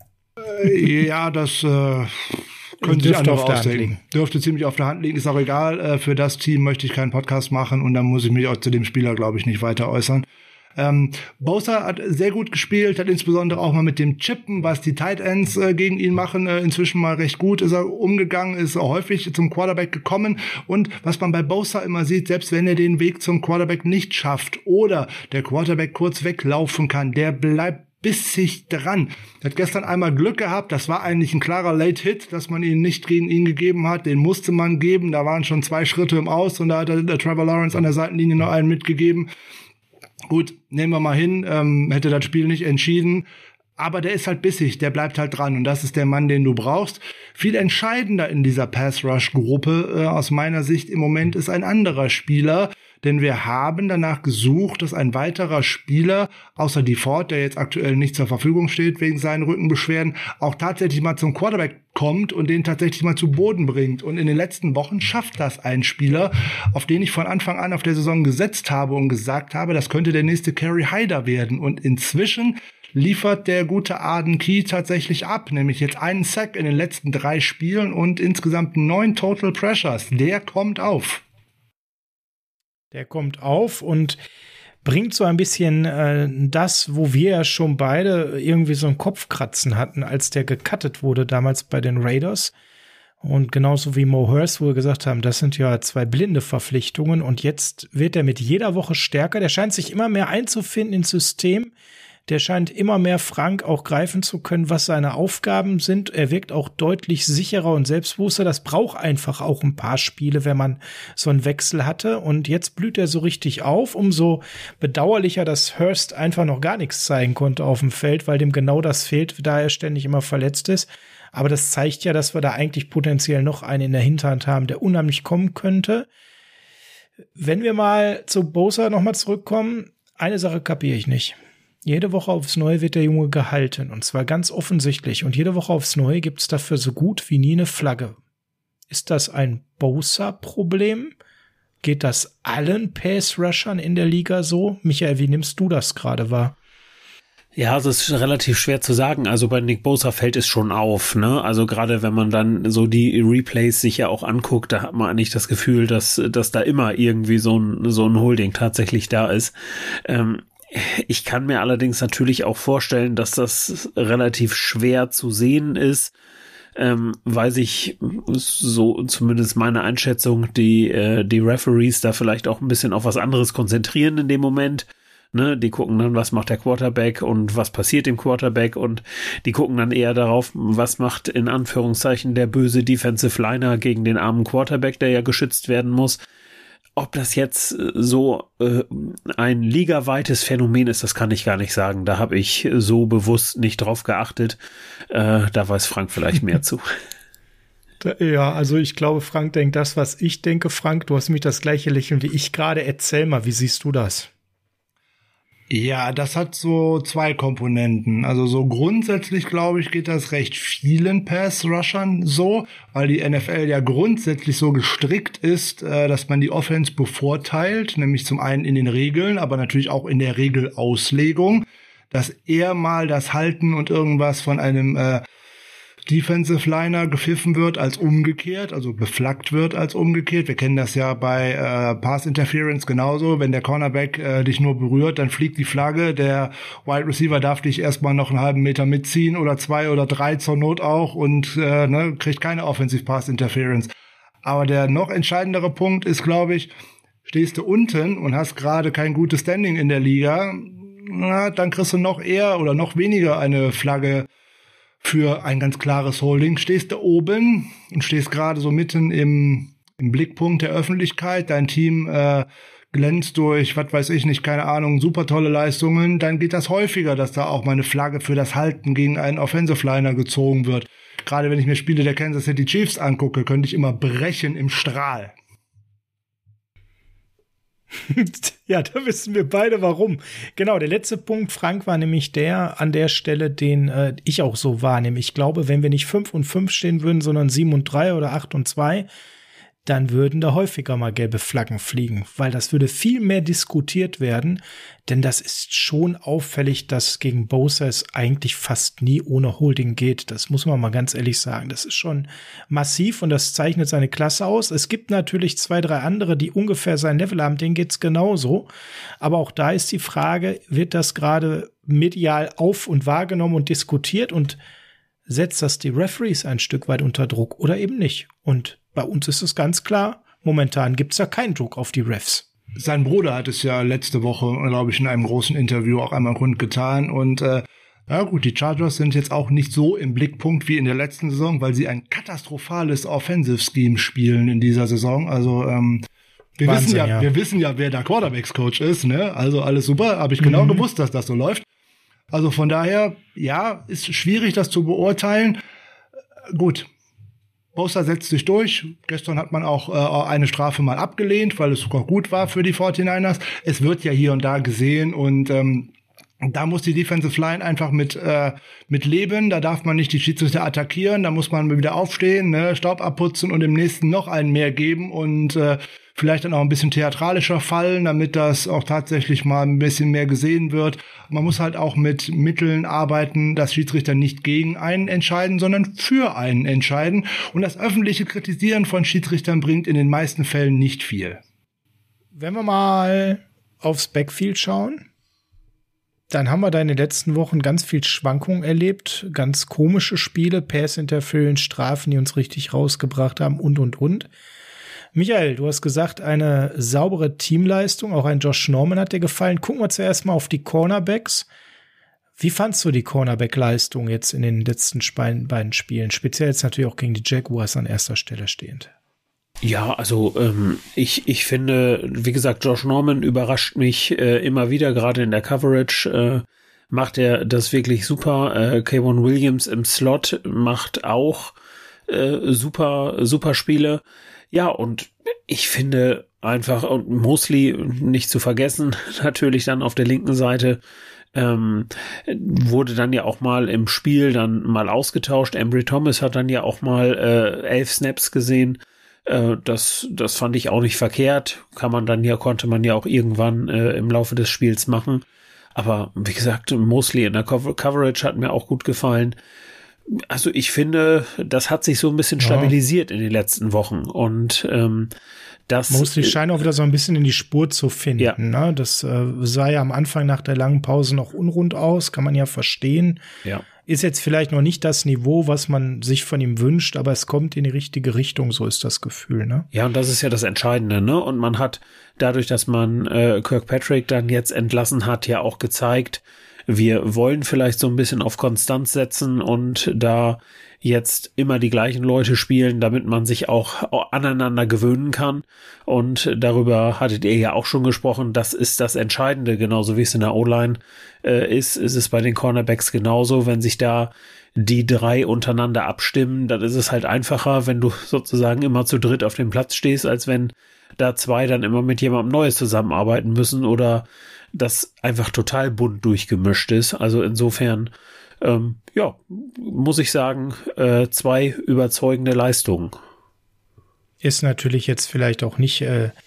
Ja, das können sich andere ausdenken. Dürfte ziemlich auf der Hand liegen, ist auch egal. Für das Team möchte ich keinen Podcast machen und dann muss ich mich auch zu dem Spieler, glaube ich, nicht weiter äußern. Bosa hat sehr gut gespielt, hat insbesondere auch mal mit dem Chippen, was die Tight Ends gegen ihn machen, inzwischen mal recht gut ist er umgegangen, ist auch häufig zum Quarterback gekommen und was man bei Bosa immer sieht, selbst wenn er den Weg zum Quarterback nicht schafft oder der Quarterback kurz weglaufen kann, der bleibt bissig dran. Er hat gestern einmal Glück gehabt, das war eigentlich ein klarer Late-Hit, dass man ihn nicht gegen ihn gegeben hat, den musste man geben, da waren schon 2 Schritte im Aus und da hat der Trevor Lawrence an der Seitenlinie noch einen mitgegeben. Gut, nehmen wir mal hin, hätte das Spiel nicht entschieden, aber der ist halt bissig, der bleibt halt dran und das ist der Mann, den du brauchst. Viel entscheidender in dieser Pass-Rush-Gruppe aus meiner Sicht im Moment ist ein anderer Spieler, denn wir haben danach gesucht, dass ein weiterer Spieler, außer DeFord, der jetzt aktuell nicht zur Verfügung steht wegen seinen Rückenbeschwerden, auch tatsächlich mal zum Quarterback kommt und den tatsächlich mal zu Boden bringt. Und in den letzten Wochen schafft das ein Spieler, auf den ich von Anfang an auf der Saison gesetzt habe und gesagt habe, das könnte der nächste Kerry Hyder werden. Und inzwischen liefert der gute Arden Key tatsächlich ab, nämlich jetzt einen Sack in den letzten 3 Spielen und insgesamt 9 Total Pressures. Der kommt auf. Der kommt auf und bringt so ein bisschen das, wo wir ja schon beide irgendwie so ein Kopfkratzen hatten, als der gecuttet wurde damals bei den Raiders. Und genauso wie Mo Hurst, wo wir gesagt haben, das sind ja 2 blinde Verpflichtungen. Und jetzt wird er mit jeder Woche stärker. Der scheint sich immer mehr einzufinden ins System. Der scheint immer mehr Frank auch greifen zu können, was seine Aufgaben sind. Er wirkt auch deutlich sicherer und selbstbewusster. Das braucht einfach auch ein paar Spiele, wenn man so einen Wechsel hatte. Und jetzt blüht er so richtig auf. Umso bedauerlicher, dass Hurst einfach noch gar nichts zeigen konnte auf dem Feld, weil dem genau das fehlt, da er ständig immer verletzt ist. Aber das zeigt ja, dass wir da eigentlich potenziell noch einen in der Hinterhand haben, der unheimlich kommen könnte. Wenn wir mal zu Bosa nochmal zurückkommen, eine Sache kapiere ich nicht. Jede Woche aufs Neue wird der Junge gehalten, und zwar ganz offensichtlich. Und jede Woche aufs Neue gibt's dafür so gut wie nie eine Flagge. Ist das ein Bosa-Problem? Geht das allen Pass-Rushern in der Liga so? Michael, wie nimmst du das gerade wahr? Ja, also es ist relativ schwer zu sagen. Also bei Nick Bosa fällt es schon auf, ne? Also gerade wenn man dann so die Replays sich ja auch anguckt, da hat man eigentlich das Gefühl, dass da immer irgendwie so ein Holding tatsächlich da ist. Ich kann mir allerdings natürlich auch vorstellen, dass das relativ schwer zu sehen ist, weil sich so zumindest meine Einschätzung die Referees da vielleicht auch ein bisschen auf was anderes konzentrieren in dem Moment. Ne, die gucken dann, was macht der Quarterback und was passiert dem Quarterback, und die gucken dann eher darauf, was macht in Anführungszeichen der böse Defensive Liner gegen den armen Quarterback, der ja geschützt werden muss. Ob das jetzt so ein ligaweites Phänomen ist, das kann ich gar nicht sagen. Da habe ich so bewusst nicht drauf geachtet. Da weiß Frank vielleicht mehr zu. Ja, also ich glaube, Frank denkt das, was ich denke. Frank, du hast nämlich das gleiche Lächeln wie ich gerade. Erzähl mal, wie siehst du das? Ja, das hat so 2 Komponenten. Also so grundsätzlich, glaube ich, geht das recht vielen Pass-Rushern so, weil die NFL ja grundsätzlich so gestrickt ist, dass man die Offense bevorteilt, nämlich zum einen in den Regeln, aber natürlich auch in der Regelauslegung, dass eher mal das Halten und irgendwas von einem Defensive Liner gepfiffen wird als umgekehrt, also beflaggt wird als umgekehrt. Wir kennen das ja bei Pass Interference genauso. Wenn der Cornerback dich nur berührt, dann fliegt die Flagge. Der Wide Receiver darf dich erstmal noch einen halben Meter mitziehen oder 2 oder 3 zur Not auch und kriegt keine Offensive Pass Interference. Aber der noch entscheidendere Punkt ist, glaube ich, stehst du unten und hast gerade kein gutes Standing in der Liga, dann kriegst du noch eher oder noch weniger eine Flagge für ein ganz klares Holding. Stehst du oben und stehst gerade so mitten im Blickpunkt der Öffentlichkeit, dein Team glänzt durch, was weiß ich nicht, keine Ahnung, super tolle Leistungen, dann geht das häufiger, dass da auch mal eine Flagge für das Halten gegen einen Offensive Liner gezogen wird. Gerade wenn ich mir Spiele der Kansas City Chiefs angucke, könnte ich immer brechen im Strahl. Ja, da wissen wir beide, warum. Genau, der letzte Punkt, Frank, war nämlich der an der Stelle, den ich auch so wahrnehme. Ich glaube, wenn wir nicht 5-5 stehen würden, sondern 7-3 oder 8-2, dann würden da häufiger mal gelbe Flaggen fliegen, weil das würde viel mehr diskutiert werden, denn das ist schon auffällig, dass gegen Bosa es eigentlich fast nie ohne Holding geht. Das muss man mal ganz ehrlich sagen. Das ist schon massiv und das zeichnet seine Klasse aus. Es gibt natürlich 2, 3 andere, die ungefähr sein Level haben, denen geht's genauso. Aber auch da ist die Frage, wird das gerade medial auf- und wahrgenommen und diskutiert und setzt das die Referees ein Stück weit unter Druck oder eben nicht? Und bei uns ist es ganz klar, momentan gibt's da keinen Druck auf die Refs. Sein Bruder hat es ja letzte Woche, glaube ich, in einem großen Interview auch einmal kundgetan. Und ja gut, die Chargers sind jetzt auch nicht so im Blickpunkt wie in der letzten Saison, weil sie ein katastrophales Offensive-Scheme spielen in dieser Saison. Also wir wissen ja, wer der Quarterbacks-Coach ist, ne? Also alles super, habe ich genau gewusst, dass das so läuft. Also von daher, ja, ist schwierig, das zu beurteilen. Gut, Bosa setzt sich durch. Gestern hat man auch eine Strafe mal abgelehnt, weil es sogar gut war für die 49ers. Es wird ja hier und da gesehen und da muss die Defensive Line einfach mit leben. Da darf man nicht die Schiedsrichter attackieren. Da muss man wieder aufstehen, ne, Staub abputzen und dem nächsten noch einen mehr geben und vielleicht dann auch ein bisschen theatralischer fallen, damit das auch tatsächlich mal ein bisschen mehr gesehen wird. Man muss halt auch mit Mitteln arbeiten, dass Schiedsrichter nicht gegen einen entscheiden, sondern für einen entscheiden. Und das öffentliche Kritisieren von Schiedsrichtern bringt in den meisten Fällen nicht viel. Wenn wir mal aufs Backfield schauen, dann haben wir da in den letzten Wochen ganz viel Schwankungen erlebt, ganz komische Spiele, Pass-Interference, Strafen, die uns richtig rausgebracht haben und. Michael, du hast gesagt, eine saubere Teamleistung, auch ein Josh Norman hat dir gefallen. Gucken wir zuerst mal auf die Cornerbacks. Wie fandst du die Cornerback-Leistung jetzt in den letzten beiden Spielen? Speziell jetzt natürlich auch gegen die Jaguars an erster Stelle stehend. Ja, also ich finde, wie gesagt, Josh Norman überrascht mich immer wieder, gerade in der Coverage macht er das wirklich super. K'Waun Williams im Slot macht auch super Spiele. Ja, und ich finde einfach, und Mosley nicht zu vergessen, natürlich dann auf der linken Seite, wurde dann ja auch mal im Spiel dann mal ausgetauscht. Ambry Thomas hat dann ja auch mal 11 Snaps gesehen. Das fand ich auch nicht verkehrt. Konnte man ja auch irgendwann im Laufe des Spiels machen. Aber wie gesagt, Mosley in der Coverage hat mir auch gut gefallen. Also ich finde, das hat sich so ein bisschen stabilisiert in den letzten Wochen und das Mosley scheint auch wieder so ein bisschen in die Spur zu finden. Ja. Ne? Das sah ja am Anfang nach der langen Pause noch unrund aus, kann man ja verstehen. Ja. Ist jetzt vielleicht noch nicht das Niveau, was man sich von ihm wünscht, aber es kommt in die richtige Richtung, so ist das Gefühl. Ne? Ja, und das ist ja das Entscheidende, ne? Und man hat dadurch, dass man Kirkpatrick dann jetzt entlassen hat, ja auch gezeigt, wir wollen vielleicht so ein bisschen auf Konstanz setzen und da jetzt immer die gleichen Leute spielen, damit man sich auch aneinander gewöhnen kann. Und darüber hattet ihr ja auch schon gesprochen. Das ist das Entscheidende, genauso wie es in der O-Line ist es bei den Cornerbacks genauso. Wenn sich da die 3 untereinander abstimmen, dann ist es halt einfacher, wenn du sozusagen immer zu dritt auf dem Platz stehst, als wenn da 2 dann immer mit jemandem Neues zusammenarbeiten müssen oder das einfach total bunt durchgemischt ist. Also insofern, muss ich sagen, 2 überzeugende Leistungen. Ist natürlich jetzt vielleicht auch nicht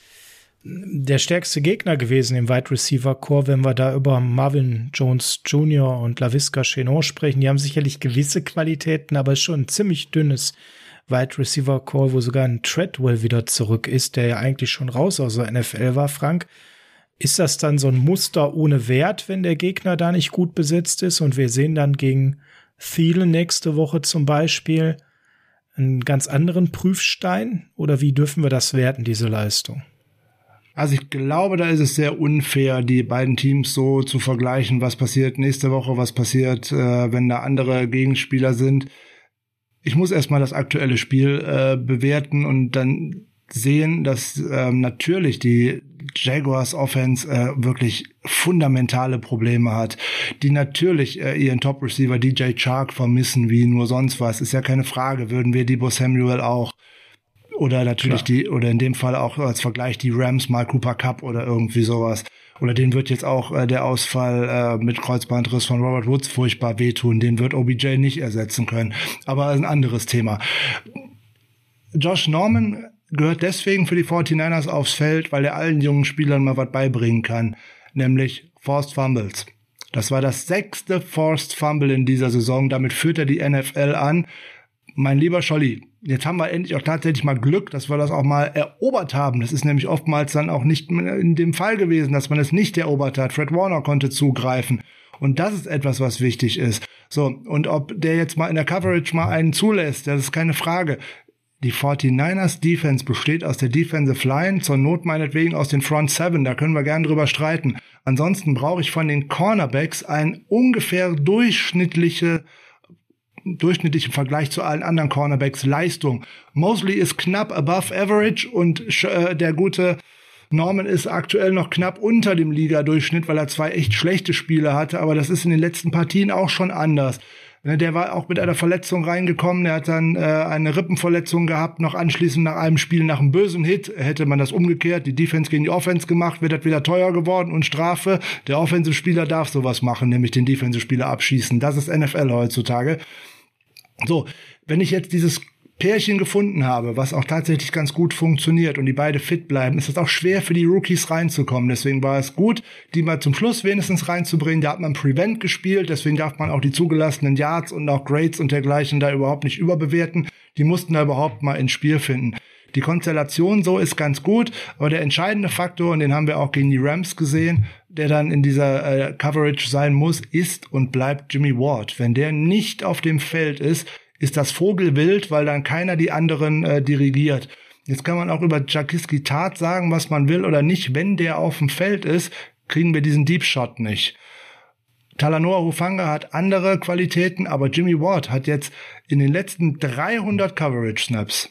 der stärkste Gegner gewesen im Wide Receiver Core, wenn wir da über Marvin Jones Jr. und Laviska Shenault sprechen. Die haben sicherlich gewisse Qualitäten, aber schon ein ziemlich dünnes Wide Receiver Core, wo sogar ein Treadwell wieder zurück ist, der ja eigentlich schon raus aus der NFL war, Frank. Ist das dann so ein Muster ohne Wert, wenn der Gegner da nicht gut besetzt ist? Und wir sehen dann gegen Thielen nächste Woche zum Beispiel einen ganz anderen Prüfstein? Oder wie dürfen wir das werten, diese Leistung? Also ich glaube, da ist es sehr unfair, die beiden Teams so zu vergleichen. Was passiert nächste Woche, was passiert, wenn da andere Gegenspieler sind. Ich muss erstmal das aktuelle Spiel bewerten und dann sehen, dass natürlich die Jaguars Offense wirklich fundamentale Probleme hat, die natürlich ihren Top-Receiver DJ Chark vermissen wie nur sonst was. Ist ja keine Frage, würden wir Deebo Samuel auch. Oder natürlich oder in dem Fall auch als Vergleich die Rams mal Cooper Kupp oder irgendwie sowas. Oder den wird jetzt auch der Ausfall mit Kreuzbandriss von Robert Woods furchtbar wehtun. Den wird OBJ nicht ersetzen können. Aber ein anderes Thema. Josh Norman gehört deswegen für die 49ers aufs Feld, weil er allen jungen Spielern mal was beibringen kann. Nämlich Forced Fumbles. Das war das 6. Forced Fumble in dieser Saison. Damit führt er die NFL an. Mein lieber Scholli, jetzt haben wir endlich auch tatsächlich mal Glück, dass wir das auch mal erobert haben. Das ist nämlich oftmals dann auch nicht in dem Fall gewesen, dass man es nicht erobert hat. Fred Warner konnte zugreifen. Und das ist etwas, was wichtig ist. So, und ob der jetzt mal in der Coverage mal einen zulässt, das ist keine Frage. Die 49ers Defense besteht aus der Defensive Line, zur Not meinetwegen aus den Front Seven, da können wir gerne drüber streiten. Ansonsten brauche ich von den Cornerbacks ein ungefähr durchschnittlichen Vergleich zu allen anderen Cornerbacks Leistung. Mosley ist knapp above average und der gute Norman ist aktuell noch knapp unter dem Liga-Durchschnitt, weil er 2 echt schlechte Spiele hatte, aber das ist in den letzten Partien auch schon anders. Der war auch mit einer Verletzung reingekommen, der hat dann eine Rippenverletzung gehabt, noch anschließend nach einem Spiel nach einem bösen Hit, hätte man das umgekehrt, die Defense gegen die Offense gemacht, wird das wieder teuer geworden und Strafe. Der Offensive-Spieler darf sowas machen, nämlich den Defensive-Spieler abschießen. Das ist NFL heutzutage. So, wenn ich jetzt dieses Pärchen gefunden habe, was auch tatsächlich ganz gut funktioniert und die beide fit bleiben, ist es auch schwer für die Rookies reinzukommen. Deswegen war es gut, die mal zum Schluss wenigstens reinzubringen. Da hat man Prevent gespielt, deswegen darf man auch die zugelassenen Yards und auch Grades und dergleichen da überhaupt nicht überbewerten. Die mussten da überhaupt mal ins Spiel finden. Die Konstellation so ist ganz gut, aber der entscheidende Faktor, und den haben wir auch gegen die Rams gesehen, der dann in dieser Coverage sein muss, ist und bleibt Jimmy Ward. Wenn der nicht auf dem Feld ist das Vogelwild, weil dann keiner die anderen dirigiert. Jetzt kann man auch über Jaquiski Tartt sagen, was man will oder nicht. Wenn der auf dem Feld ist, kriegen wir diesen Deep Shot nicht. Talanoa Hufanga hat andere Qualitäten, aber Jimmy Ward hat jetzt in den letzten 300 Coverage Snaps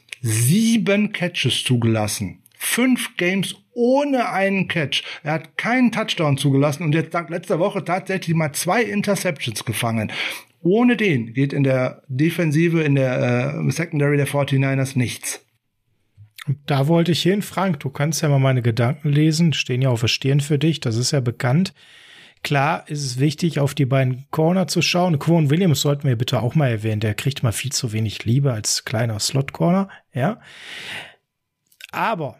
7 Catches zugelassen. 5 Games ohne einen Catch. Er hat keinen Touchdown zugelassen und jetzt letzte Woche tatsächlich mal 2 Interceptions gefangen. Ohne den geht in der Defensive, in der Secondary der 49ers nichts. Da wollte ich hin, Frank, du kannst ja mal meine Gedanken lesen, stehen ja auf der Stirn für dich, das ist ja bekannt. Klar ist es wichtig, auf die beiden Corner zu schauen. Quon Williams sollten wir bitte auch mal erwähnen, der kriegt mal viel zu wenig Liebe als kleiner Slot-Corner, ja. Aber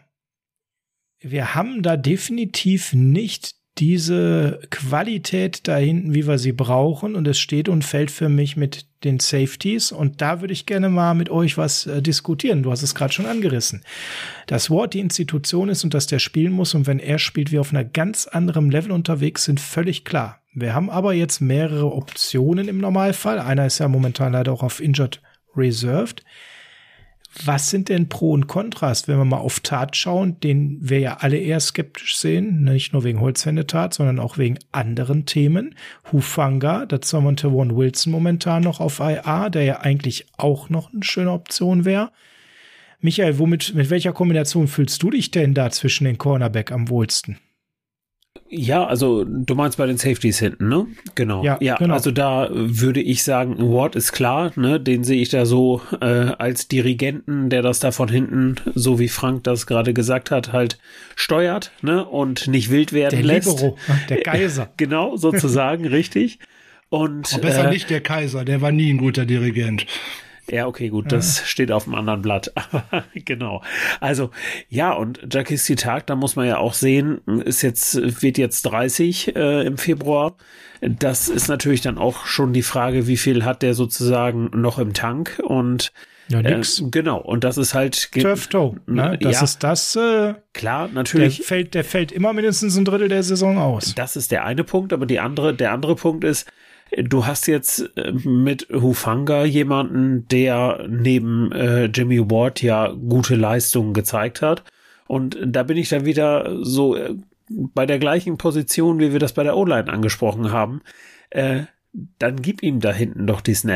wir haben da definitiv nicht diese Qualität da hinten, wie wir sie brauchen, und es steht und fällt für mich mit den Safeties, und da würde ich gerne mal mit euch was diskutieren. Du hast es gerade schon angerissen. Dass Ward die Institution ist und dass der spielen muss, und wenn er spielt, wir auf einer ganz anderen Level unterwegs sind, völlig klar. Wir haben aber jetzt mehrere Optionen im Normalfall. Einer ist ja momentan leider auch auf Injured Reserved. Was sind denn Pro und Kontras, wenn wir mal auf Tartt schauen, den wir ja alle eher skeptisch sehen, nicht nur wegen Holzhände-Tartt, sondern auch wegen anderen Themen. Hufanga, dazu haben wir Tavon Wilson momentan noch auf IR, der ja eigentlich auch noch eine schöne Option wäre. Michael, mit welcher Kombination fühlst du dich denn da zwischen den Cornerback am wohlsten? Ja, also du meinst bei den Safeties hinten, ne? Genau. Ja, genau. Also da würde ich sagen, Ward ist klar, ne? Den sehe ich da so als Dirigenten, der das da von hinten, so wie Frank das gerade gesagt hat, halt steuert, ne? Und nicht wild werden lässt. Der Libero, der Kaiser. Genau, sozusagen, richtig. Und aber besser nicht der Kaiser, der war nie ein guter Dirigent. Ja, okay, gut, das steht auf einem anderen Blatt. Aber genau. Also, ja, und Jaquiski Tartt, da muss man ja auch sehen, wird jetzt 30 im Februar. Das ist natürlich dann auch schon die Frage, wie viel hat der sozusagen noch im Tank, und ja, nix. Genau, und das ist halt Turf Toe, ne? Das ist das. Klar, natürlich. Der fällt immer mindestens ein Drittel der Saison aus. Das ist der eine Punkt, aber der andere Punkt ist, du hast jetzt mit Hufanga jemanden, der neben Jimmy Ward ja gute Leistungen gezeigt hat. Und da bin ich dann wieder so bei der gleichen Position, wie wir das bei der O-Line angesprochen haben. Dann gib ihm da hinten doch die Snaps.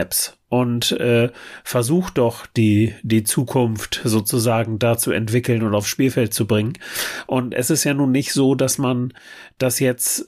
und versuch doch die Zukunft sozusagen da zu entwickeln und aufs Spielfeld zu bringen. Und es ist ja nun nicht so, dass man da jetzt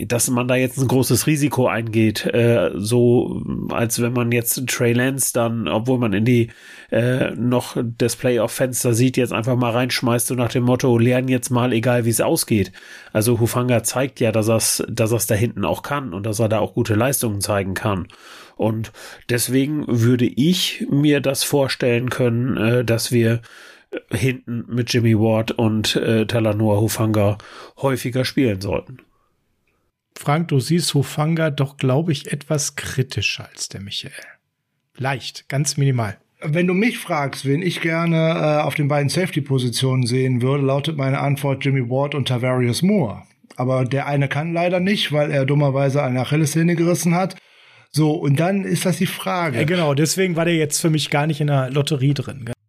ein großes Risiko eingeht, so als wenn man jetzt Trey Lance dann, obwohl man in die noch das Playoff-Fenster sieht, jetzt einfach mal reinschmeißt, so nach dem Motto, lernen jetzt mal, egal wie es ausgeht. Also Hufanga zeigt ja, dass er's da hinten auch kann und dass er da auch gute Leistungen zeigen kann. Und deswegen würde ich mir das vorstellen können, dass wir hinten mit Jimmy Ward und Talanoa Hufanga häufiger spielen sollten. Frank, du siehst Hufanga doch, glaube ich, etwas kritischer als der Michael. Leicht, ganz minimal. Wenn du mich fragst, wen ich gerne auf den beiden Safety-Positionen sehen würde, lautet meine Antwort Jimmy Ward und Tavarius Moore. Aber der eine kann leider nicht, weil er dummerweise eine Achillessehne gerissen hat. So, und dann ist das die Frage. Ja, genau, deswegen war der jetzt für mich gar nicht in der Lotterie drin. Gell?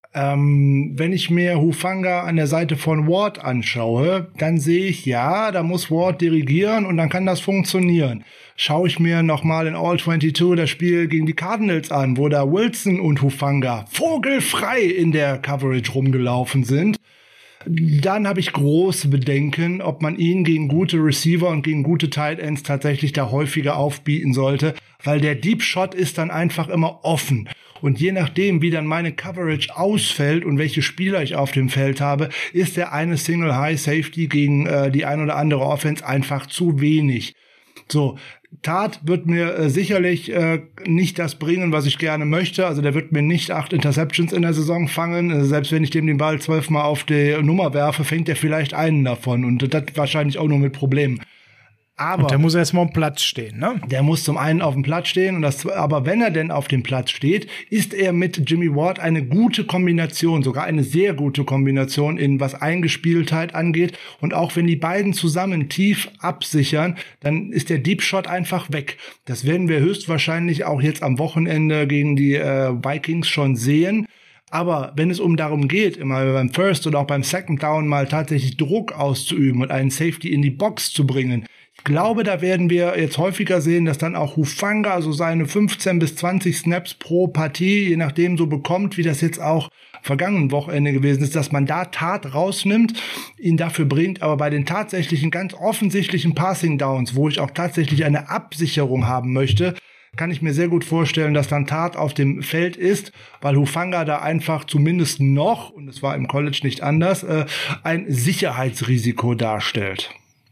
Wenn ich mir Hufanga an der Seite von Ward anschaue, dann sehe ich, ja, da muss Ward dirigieren und dann kann das funktionieren. Schaue ich mir nochmal in All-22 das Spiel gegen die Cardinals an, wo da Wilson und Hufanga vogelfrei in der Coverage rumgelaufen sind, dann habe ich große Bedenken, ob man ihn gegen gute Receiver und gegen gute Tight Ends tatsächlich da häufiger aufbieten sollte, weil der Deep Shot ist dann einfach immer offen. Und je nachdem, wie dann meine Coverage ausfällt und welche Spieler ich auf dem Feld habe, ist der eine Single High Safety gegen die ein oder andere Offense einfach zu wenig. So, Tat wird mir sicherlich nicht das bringen, was ich gerne möchte. Also der wird mir nicht 8 Interceptions in der Saison fangen. Selbst wenn ich dem den Ball 12 Mal auf die Nummer werfe, fängt er vielleicht einen davon. Und das wahrscheinlich auch nur mit Problemen. Aber der muss erstmal auf dem Platz stehen, ne? Der muss zum einen auf dem Platz stehen, aber wenn er denn auf dem Platz steht, ist er mit Jimmy Ward eine gute Kombination, sogar eine sehr gute Kombination in was Eingespieltheit angeht. Und auch wenn die beiden zusammen tief absichern, dann ist der Deep Shot einfach weg. Das werden wir höchstwahrscheinlich auch jetzt am Wochenende gegen die Vikings schon sehen. Aber wenn es darum geht, immer beim First oder auch beim Second Down mal tatsächlich Druck auszuüben und einen Safety in die Box zu bringen, ich glaube, da werden wir jetzt häufiger sehen, dass dann auch Hufanga so seine 15 bis 20 Snaps pro Partie, je nachdem so bekommt, wie das jetzt auch vergangenen Wochenende gewesen ist, dass man da Tat rausnimmt, ihn dafür bringt, aber bei den tatsächlichen ganz offensichtlichen Passing Downs, wo ich auch tatsächlich eine Absicherung haben möchte, kann ich mir sehr gut vorstellen, dass dann Tat auf dem Feld ist, weil Hufanga da einfach zumindest noch, und es war im College nicht anders, ein Sicherheitsrisiko darstellt.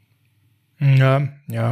Ja.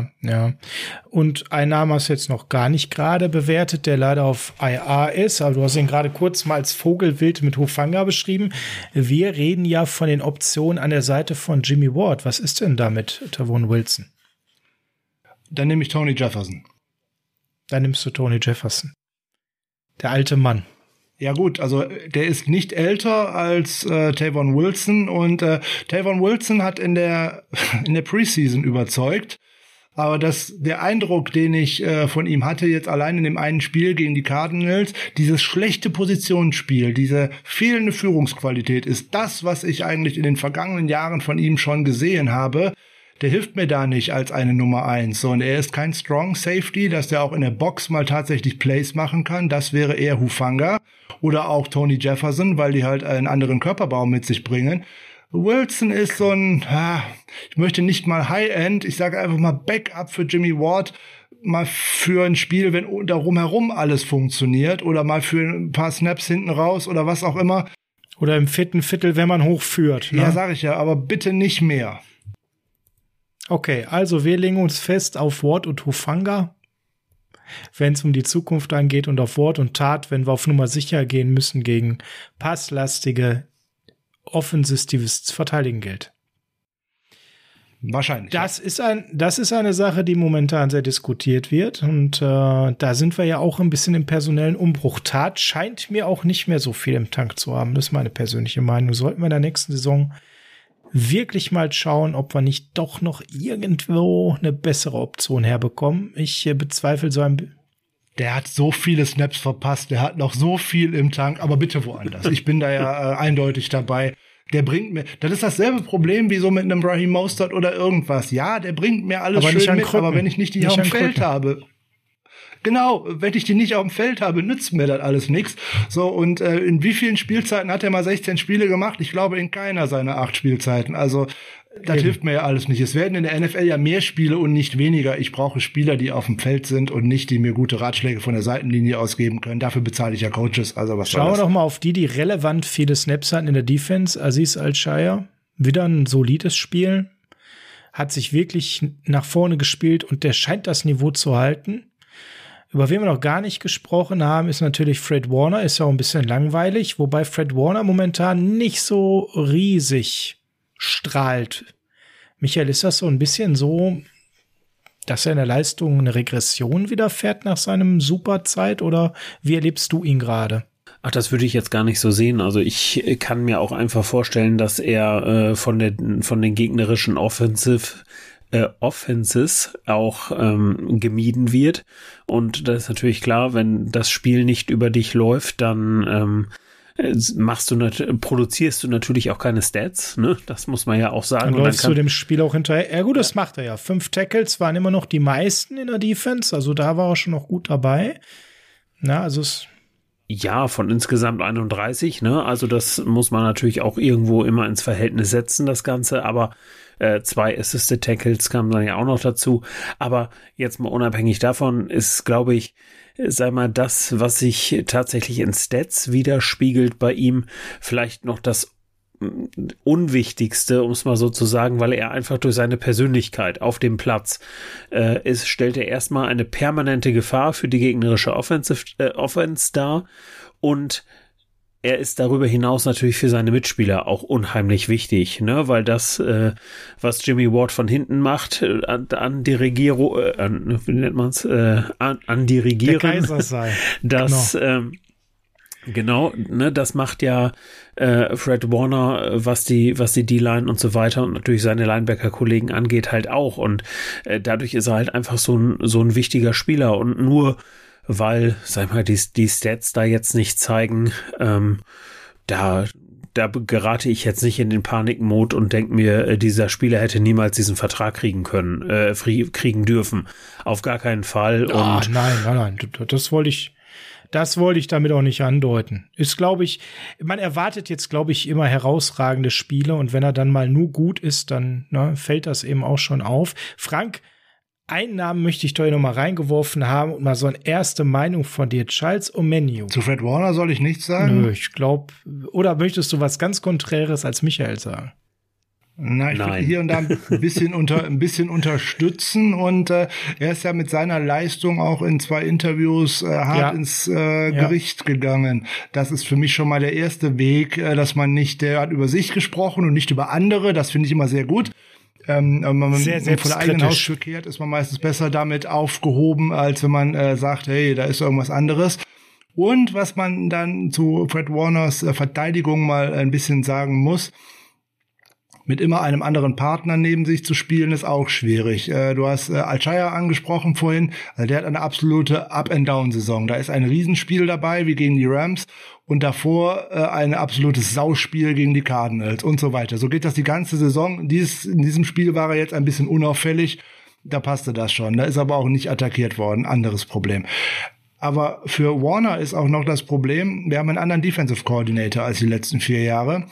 Und einen Namen hast du jetzt noch gar nicht gerade bewertet, der leider auf IR ist, aber du hast ihn gerade kurz mal als Vogelwild mit Hufanga beschrieben. Wir reden ja von den Optionen an der Seite von Jimmy Ward. Was ist denn da mit Tavon Wilson? Dann nehme ich Tony Jefferson. Dann nimmst du Tony Jefferson. Der alte Mann. Ja gut, also der ist nicht älter als Tavon Wilson und Tavon Wilson hat in der Preseason überzeugt, aber der Eindruck, den ich von ihm hatte, jetzt allein in dem einen Spiel gegen die Cardinals, dieses schlechte Positionsspiel, diese fehlende Führungsqualität ist das, was ich eigentlich in den vergangenen Jahren von ihm schon gesehen habe. Der hilft mir da nicht als eine Nummer 1. So, und er ist kein Strong Safety, dass der auch in der Box mal tatsächlich Plays machen kann. Das wäre eher Hufanga oder auch Tony Jefferson, weil die halt einen anderen Körperbau mit sich bringen. Wilson ist so ein, ich möchte nicht mal High-End, ich sage einfach mal Backup für Jimmy Ward, mal für ein Spiel, wenn darum herum alles funktioniert oder mal für ein paar Snaps hinten raus oder was auch immer. Oder im 4. Viertel, wenn man hochführt. Ne? Ja, sag ich ja, aber bitte nicht mehr. Okay, also wir legen uns fest auf Ward und Hufanga, wenn es um die Zukunft angeht, und auf Wort und Tat, wenn wir auf Nummer sicher gehen müssen gegen passlastige, offensives Verteidigen gilt. Wahrscheinlich. Das ist eine Sache, die momentan sehr diskutiert wird, und da sind wir ja auch ein bisschen im personellen Umbruch. Tat scheint mir auch nicht mehr so viel im Tank zu haben. Das ist meine persönliche Meinung. Sollten wir in der nächsten Saison wirklich mal schauen, ob wir nicht doch noch irgendwo eine bessere Option herbekommen. Ich bezweifle so ein... Der hat so viele Snaps verpasst, der hat noch so viel im Tank, aber bitte woanders. Ich bin da ja eindeutig dabei. Der bringt mir, das ist dasselbe Problem wie so mit einem Raheem Mostert oder irgendwas. Ja, der bringt mir alles aber schön mit, aber wenn ich nicht auf dem Feld habe, Genau, wenn ich die nicht auf dem Feld habe, nützt mir das alles nichts. So, und in wie vielen Spielzeiten hat er mal 16 Spiele gemacht? Ich glaube, in keiner seiner 8 Spielzeiten. Also, das hilft mir ja alles nicht. Es werden in der NFL ja mehr Spiele und nicht weniger. Ich brauche Spieler, die auf dem Feld sind und nicht, die mir gute Ratschläge von der Seitenlinie ausgeben können. Dafür bezahle ich ja Coaches. Also was Schauen wir doch mal auf die relevant viele Snaps hatten in der Defense. Aziz Al-Shaya, wieder ein solides Spiel. Hat sich wirklich nach vorne gespielt und der scheint das Niveau zu halten. Über wen wir noch gar nicht gesprochen haben, ist natürlich Fred Warner. Ist ja auch ein bisschen langweilig, wobei Fred Warner momentan nicht so riesig strahlt. Michael, ist das so ein bisschen so, dass er in der Leistung eine Regression widerfährt nach seinem Superzeit, oder wie erlebst du ihn gerade? Ach, das würde ich jetzt gar nicht so sehen. Also ich kann mir auch einfach vorstellen, dass er von den gegnerischen Offenses auch gemieden wird. Und das ist natürlich klar, wenn das Spiel nicht über dich läuft, dann produzierst du natürlich auch keine Stats, ne? Das muss man ja auch sagen. Dann läufst du dem Spiel auch hinterher. Ja gut, das macht er ja. 5 Tackles waren immer noch die meisten in der Defense, also da war er schon noch gut dabei. Na, also ja, von insgesamt 31, ne? Also das muss man natürlich auch irgendwo immer ins Verhältnis setzen, das Ganze, aber 2 Assisted Tackles kamen dann ja auch noch dazu. Aber jetzt mal unabhängig davon ist, glaube ich, sag mal, das, was sich tatsächlich in Stats widerspiegelt bei ihm, vielleicht noch das Unwichtigste, um es mal so zu sagen, weil er einfach durch seine Persönlichkeit auf dem Platz stellt er erstmal eine permanente Gefahr für die gegnerische Offense dar, und er ist darüber hinaus natürlich für seine Mitspieler auch unheimlich wichtig, ne, weil das, was Jimmy Ward von hinten macht, an die Regierung, wie nennt man's, an die Regierung, der Kaiser sei. Das, genau, ne, das macht ja Fred Warner, was die D-Line und so weiter und natürlich seine Linebacker-Kollegen angeht, halt auch. Und dadurch ist er halt einfach so ein wichtiger Spieler. Und nur weil, sag mal, die Stats da jetzt nicht zeigen, da gerate ich jetzt nicht in den Panikmod und denke mir, dieser Spieler hätte niemals diesen Vertrag kriegen dürfen. Auf gar keinen Fall. Ah, und nein. Das wollte ich damit auch nicht andeuten. Ist, glaube ich, man erwartet jetzt, glaube ich, immer herausragende Spiele, und wenn er dann mal nur gut ist, dann fällt das eben auch schon auf. Frank, einen Namen möchte ich doch hier noch mal reingeworfen haben und mal so eine erste Meinung von dir. Charles Omenihu. Zu Fred Warner soll ich nichts sagen? Nö, ich glaube, oder möchtest du was ganz Konträres als Michael sagen? Na, ich will hier und da ein bisschen unterstützen, und er ist ja mit seiner Leistung auch in 2 Interviews hart ins Gericht gegangen. Das ist für mich schon mal der erste Weg, dass man nicht, der hat über sich gesprochen und nicht über andere. Das finde ich immer sehr gut. Wenn man sehr vor der eigenen Haustür kehrt, ist man meistens besser damit aufgehoben, als wenn man sagt, hey, da ist irgendwas anderes. Und was man dann zu Fred Warners Verteidigung mal ein bisschen sagen muss: Mit immer einem anderen Partner neben sich zu spielen, ist auch schwierig. Du hast Al-Shaya angesprochen vorhin. Also der hat eine absolute Up-and-Down-Saison. Da ist ein Riesenspiel dabei, wie gegen die Rams. Und davor ein absolutes Sauspiel gegen die Cardinals und so weiter. So geht das die ganze Saison. In diesem Spiel war er jetzt ein bisschen unauffällig. Da passte das schon. Da ist aber auch nicht attackiert worden. Anderes Problem. Aber für Warner ist auch noch das Problem, wir haben einen anderen Defensive Coordinator als die letzten 4 Jahre.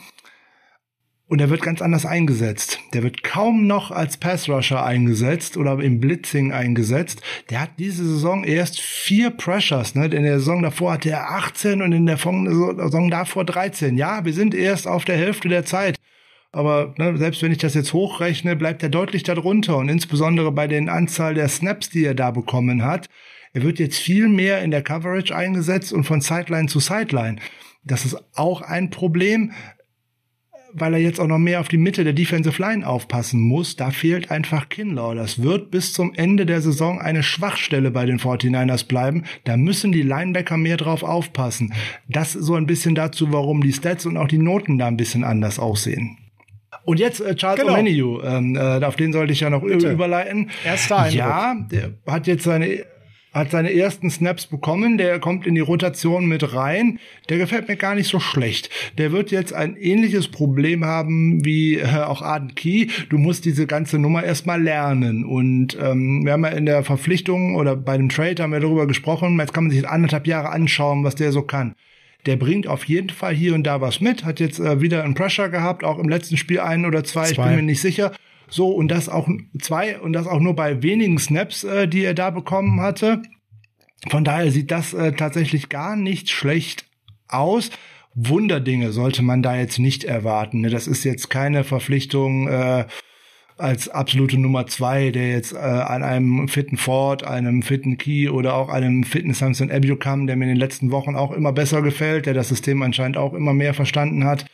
Und er wird ganz anders eingesetzt. Der wird kaum noch als Pass-Rusher eingesetzt oder im Blitzing eingesetzt. Der hat diese Saison erst 4 Pressures, ne? In der Saison davor hatte er 18 und in der Saison davor 13. Ja, wir sind erst auf der Hälfte der Zeit. Aber selbst wenn ich das jetzt hochrechne, bleibt er deutlich darunter. Und insbesondere bei den Anzahl der Snaps, die er da bekommen hat. Er wird jetzt viel mehr in der Coverage eingesetzt und von Sideline zu Sideline. Das ist auch ein Problem, weil er jetzt auch noch mehr auf die Mitte der Defensive Line aufpassen muss. Da fehlt einfach Kinlaw. Das wird bis zum Ende der Saison eine Schwachstelle bei den 49ers bleiben. Da müssen die Linebacker mehr drauf aufpassen. Das so ein bisschen dazu, warum die Stats und auch die Noten da ein bisschen anders aussehen. Und jetzt Charles Omenihu, auf den sollte ich ja noch überleiten. Erster Eindruck. Ja, der hat jetzt seine hat seine ersten Snaps bekommen, der kommt in die Rotation mit rein, der gefällt mir gar nicht so schlecht. Der wird jetzt ein ähnliches Problem haben wie auch Arden Key. Du musst diese ganze Nummer erstmal lernen und wir haben ja in der Verpflichtung oder bei dem Trade haben wir darüber gesprochen, jetzt kann man sich in 1,5 Jahre anschauen, was der so kann. Der bringt auf jeden Fall hier und da was mit, hat jetzt wieder einen Pressure gehabt, auch im letzten Spiel 1 oder 2, ich bin mir nicht sicher. So, und das auch 2 und das auch nur bei wenigen Snaps, die er da bekommen hatte. Von daher sieht das tatsächlich gar nicht schlecht aus. Wunderdinge sollte man da jetzt nicht erwarten. Ne? Das ist jetzt keine Verpflichtung als absolute Nummer 2, der jetzt an einem fitten Ford, einem fitten Key oder auch einem fitten Samson Ebukam, der mir in den letzten Wochen auch immer besser gefällt, der das System anscheinend auch immer mehr verstanden hat,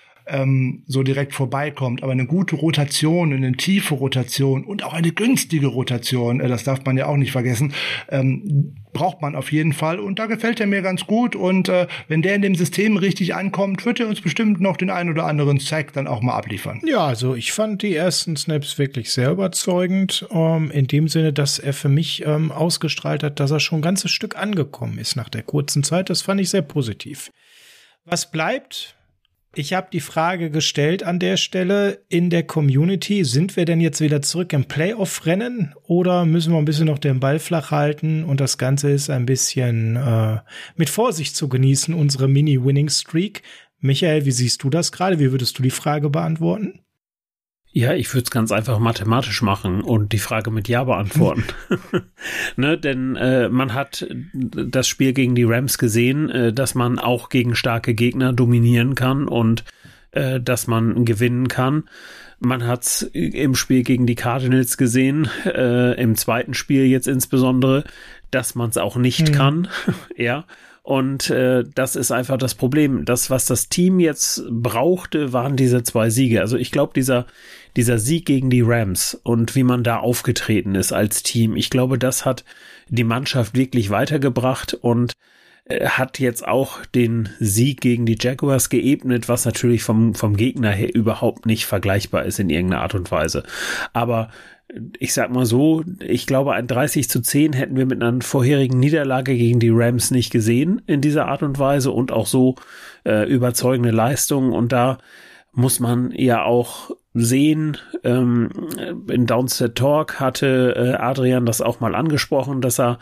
so direkt vorbeikommt. Aber eine gute Rotation, eine tiefe Rotation und auch eine günstige Rotation, das darf man ja auch nicht vergessen, braucht man auf jeden Fall. Und da gefällt er mir ganz gut. Und wenn der in dem System richtig ankommt, wird er uns bestimmt noch den einen oder anderen Sack dann auch mal abliefern. Ja, also ich fand die ersten Snaps wirklich sehr überzeugend. In dem Sinne, dass er für mich ausgestrahlt hat, dass er schon ein ganzes Stück angekommen ist nach der kurzen Zeit. Das fand ich sehr positiv. Was bleibt? Ich habe die Frage gestellt an der Stelle in der Community, sind wir denn jetzt wieder zurück im Playoff-Rennen oder müssen wir ein bisschen noch den Ball flach halten und das Ganze ist ein bisschen mit Vorsicht zu genießen, unsere Mini-Winning-Streak. Michael, wie siehst du das gerade? Wie würdest du die Frage beantworten? Ja, ich würde es ganz einfach mathematisch machen und die Frage mit Ja beantworten. Ne, denn man hat das Spiel gegen die Rams gesehen, dass man auch gegen starke Gegner dominieren kann und dass man gewinnen kann. Man hat es im Spiel gegen die Cardinals gesehen, im zweiten Spiel jetzt insbesondere, dass man es auch nicht kann. Ja. Und das ist einfach das Problem. Das, was das Team jetzt brauchte, waren diese 2 Siege. Also ich glaube, dieser Sieg gegen die Rams und wie man da aufgetreten ist als Team, ich glaube, das hat die Mannschaft wirklich weitergebracht und hat jetzt auch den Sieg gegen die Jaguars geebnet, was natürlich vom Gegner her überhaupt nicht vergleichbar ist in irgendeiner Art und Weise. Aber ich sag mal so, ich glaube, ein 30-10 hätten wir mit einer vorherigen Niederlage gegen die Rams nicht gesehen in dieser Art und Weise und auch so überzeugende Leistungen. Und da muss man ja auch sehen, in Downset Talk hatte Adrian das auch mal angesprochen, dass er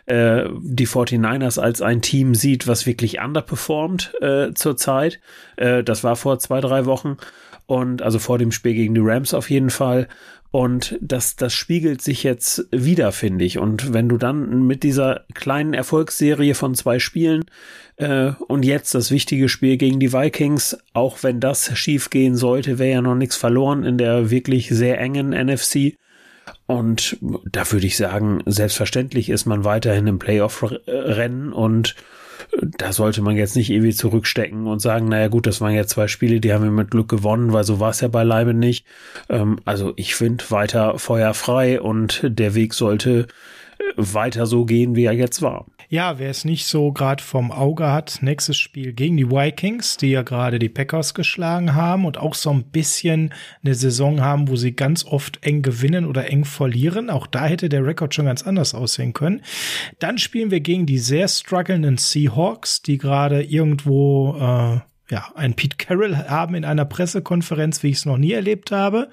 die 49ers als ein Team sieht, was wirklich underperformt zurzeit. Das war vor 2-3 Wochen und also vor dem Spiel gegen die Rams auf jeden Fall. Und das spiegelt sich jetzt wieder, finde ich. Und wenn du dann mit dieser kleinen Erfolgsserie von 2 Spielen und jetzt das wichtige Spiel gegen die Vikings, auch wenn das schief gehen sollte, wäre ja noch nichts verloren in der wirklich sehr engen NFC. Und da würde ich sagen, selbstverständlich ist man weiterhin im Playoff-Rennen und da sollte man jetzt nicht ewig zurückstecken und sagen, naja gut, das waren jetzt 2 Spiele, die haben wir mit Glück gewonnen, weil so war es ja beileibe nicht. Also ich finde weiter feuerfrei und der Weg sollte weiter so gehen, wie er jetzt war. Ja, wer es nicht so gerade vom Auge hat, nächstes Spiel gegen die Vikings, die ja gerade die Packers geschlagen haben und auch so ein bisschen eine Saison haben, wo sie ganz oft eng gewinnen oder eng verlieren. Auch da hätte der Rekord schon ganz anders aussehen können. Dann spielen wir gegen die sehr strugglenden Seahawks, die gerade irgendwo einen Pete Carroll haben in einer Pressekonferenz, wie ich es noch nie erlebt habe.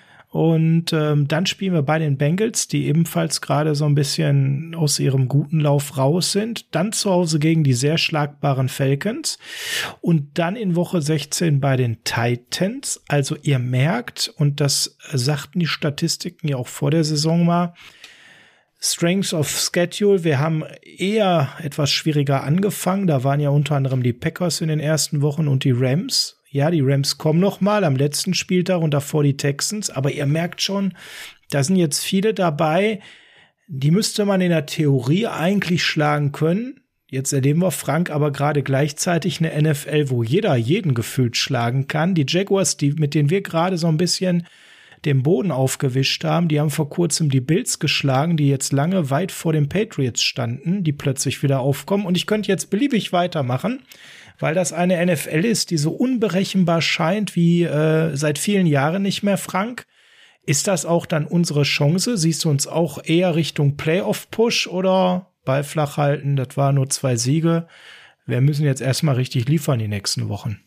Und dann spielen wir bei den Bengals, die ebenfalls gerade so ein bisschen aus ihrem guten Lauf raus sind. Dann zu Hause gegen die sehr schlagbaren Falcons. Und dann in Woche 16 bei den Titans. Also ihr merkt, und das sagten die Statistiken ja auch vor der Saison mal, Strength of Schedule, wir haben eher etwas schwieriger angefangen. Da waren ja unter anderem die Packers in den ersten Wochen und die Rams. Ja, die Rams kommen noch mal am letzten Spieltag und davor die Texans. Aber ihr merkt schon, da sind jetzt viele dabei, die müsste man in der Theorie eigentlich schlagen können. Jetzt erleben wir, Frank, aber gerade gleichzeitig eine NFL, wo jeder jeden gefühlt schlagen kann. Die Jaguars, mit denen wir gerade so ein bisschen den Boden aufgewischt haben, die haben vor kurzem die Bills geschlagen, die jetzt lange weit vor den Patriots standen, die plötzlich wieder aufkommen. Und ich könnte jetzt beliebig weitermachen, weil das eine NFL ist, die so unberechenbar scheint wie seit vielen Jahren nicht mehr, Frank. Ist das auch dann unsere Chance? Siehst du uns auch eher Richtung Playoff-Push oder Ball flach halten. Das waren nur 2 Siege. Wir müssen jetzt erstmal richtig liefern die nächsten Wochen.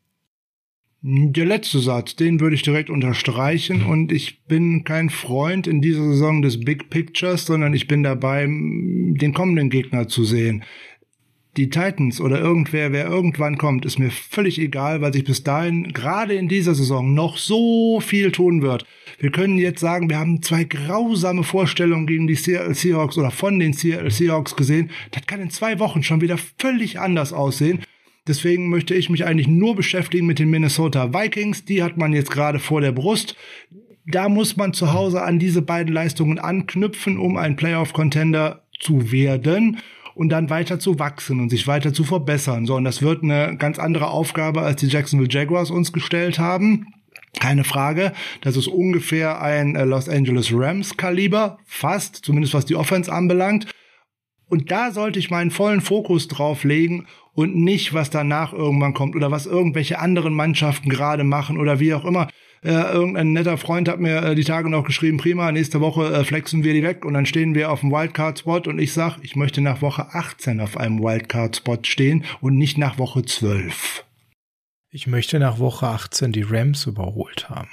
Der letzte Satz, den würde ich direkt unterstreichen, und ich bin kein Freund in dieser Saison des Big Pictures, sondern ich bin dabei, den kommenden Gegner zu sehen. Die Titans oder wer irgendwann kommt, ist mir völlig egal, weil sich bis dahin, gerade in dieser Saison, noch so viel tun wird. Wir können jetzt sagen, wir haben 2 grausame Vorstellungen gegen die Seattle Seahawks oder von den Seattle Seahawks gesehen. Das kann in 2 Wochen schon wieder völlig anders aussehen. Deswegen möchte ich mich eigentlich nur beschäftigen mit den Minnesota Vikings. Die hat man jetzt gerade vor der Brust. Da muss man zu Hause an diese beiden Leistungen anknüpfen, um ein Playoff-Contender zu werden und dann weiter zu wachsen und sich weiter zu verbessern. So, und das wird eine ganz andere Aufgabe, als die Jacksonville Jaguars uns gestellt haben. Keine Frage, das ist ungefähr ein Los Angeles Rams Kaliber, fast, zumindest was die Offense anbelangt. Und da sollte ich meinen vollen Fokus drauf legen und nicht, was danach irgendwann kommt oder was irgendwelche anderen Mannschaften gerade machen oder wie auch immer. Irgendein netter Freund hat mir die Tage noch geschrieben, prima, nächste Woche flexen wir die weg und dann stehen wir auf dem Wildcard-Spot, und ich sag, ich möchte nach Woche 18 auf einem Wildcard-Spot stehen und nicht nach Woche 12. Ich möchte nach Woche 18 die Rams überholt haben.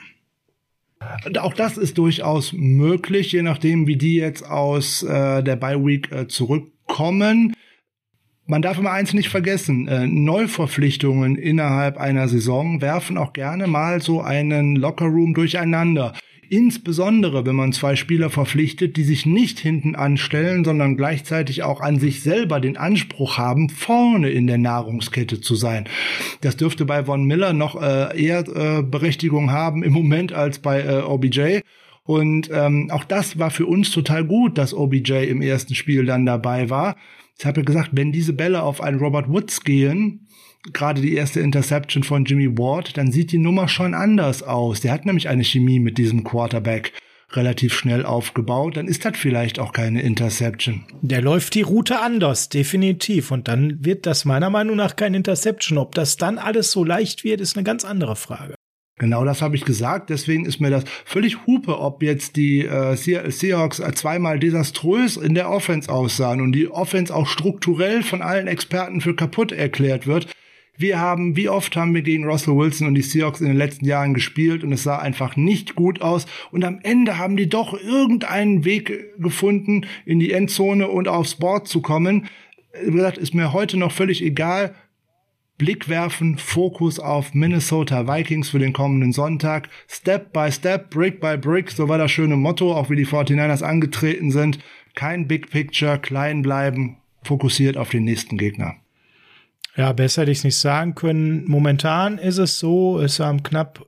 Und auch das ist durchaus möglich, je nachdem, wie die jetzt aus der Bye-Week zurückkommen. Man darf immer eins nicht vergessen, Neuverpflichtungen innerhalb einer Saison werfen auch gerne mal so einen Lockerroom durcheinander. Insbesondere, wenn man 2 Spieler verpflichtet, die sich nicht hinten anstellen, sondern gleichzeitig auch an sich selber den Anspruch haben, vorne in der Nahrungskette zu sein. Das dürfte bei Von Miller noch eher Berechtigung haben im Moment als bei OBJ. Und auch das war für uns total gut, dass OBJ im ersten Spiel dann dabei war. Ich habe ja gesagt, wenn diese Bälle auf einen Robert Woods gehen, gerade die erste Interception von Jimmy Ward, dann sieht die Nummer schon anders aus. Der hat nämlich eine Chemie mit diesem Quarterback relativ schnell aufgebaut. Dann ist das vielleicht auch keine Interception. Der läuft die Route anders, definitiv. Und dann wird das meiner Meinung nach kein Interception. Ob das dann alles so leicht wird, ist eine ganz andere Frage. Genau, das habe ich gesagt. Deswegen ist mir das völlig Hupe, ob jetzt die Seahawks zweimal desaströs in der Offense aussahen und die Offense auch strukturell von allen Experten für kaputt erklärt wird. Wie oft haben wir gegen Russell Wilson und die Seahawks in den letzten Jahren gespielt und es sah einfach nicht gut aus. Und am Ende haben die doch irgendeinen Weg gefunden, in die Endzone und aufs Board zu kommen. Wie gesagt, ist mir heute noch völlig egal. Blick werfen, Fokus auf Minnesota Vikings für den kommenden Sonntag. Step by Step, Brick by Brick, so war das schöne Motto, auch wie die 49ers angetreten sind. Kein Big Picture, klein bleiben, fokussiert auf den nächsten Gegner. Ja, besser hätte ich es nicht sagen können. Momentan ist es so, es haben knapp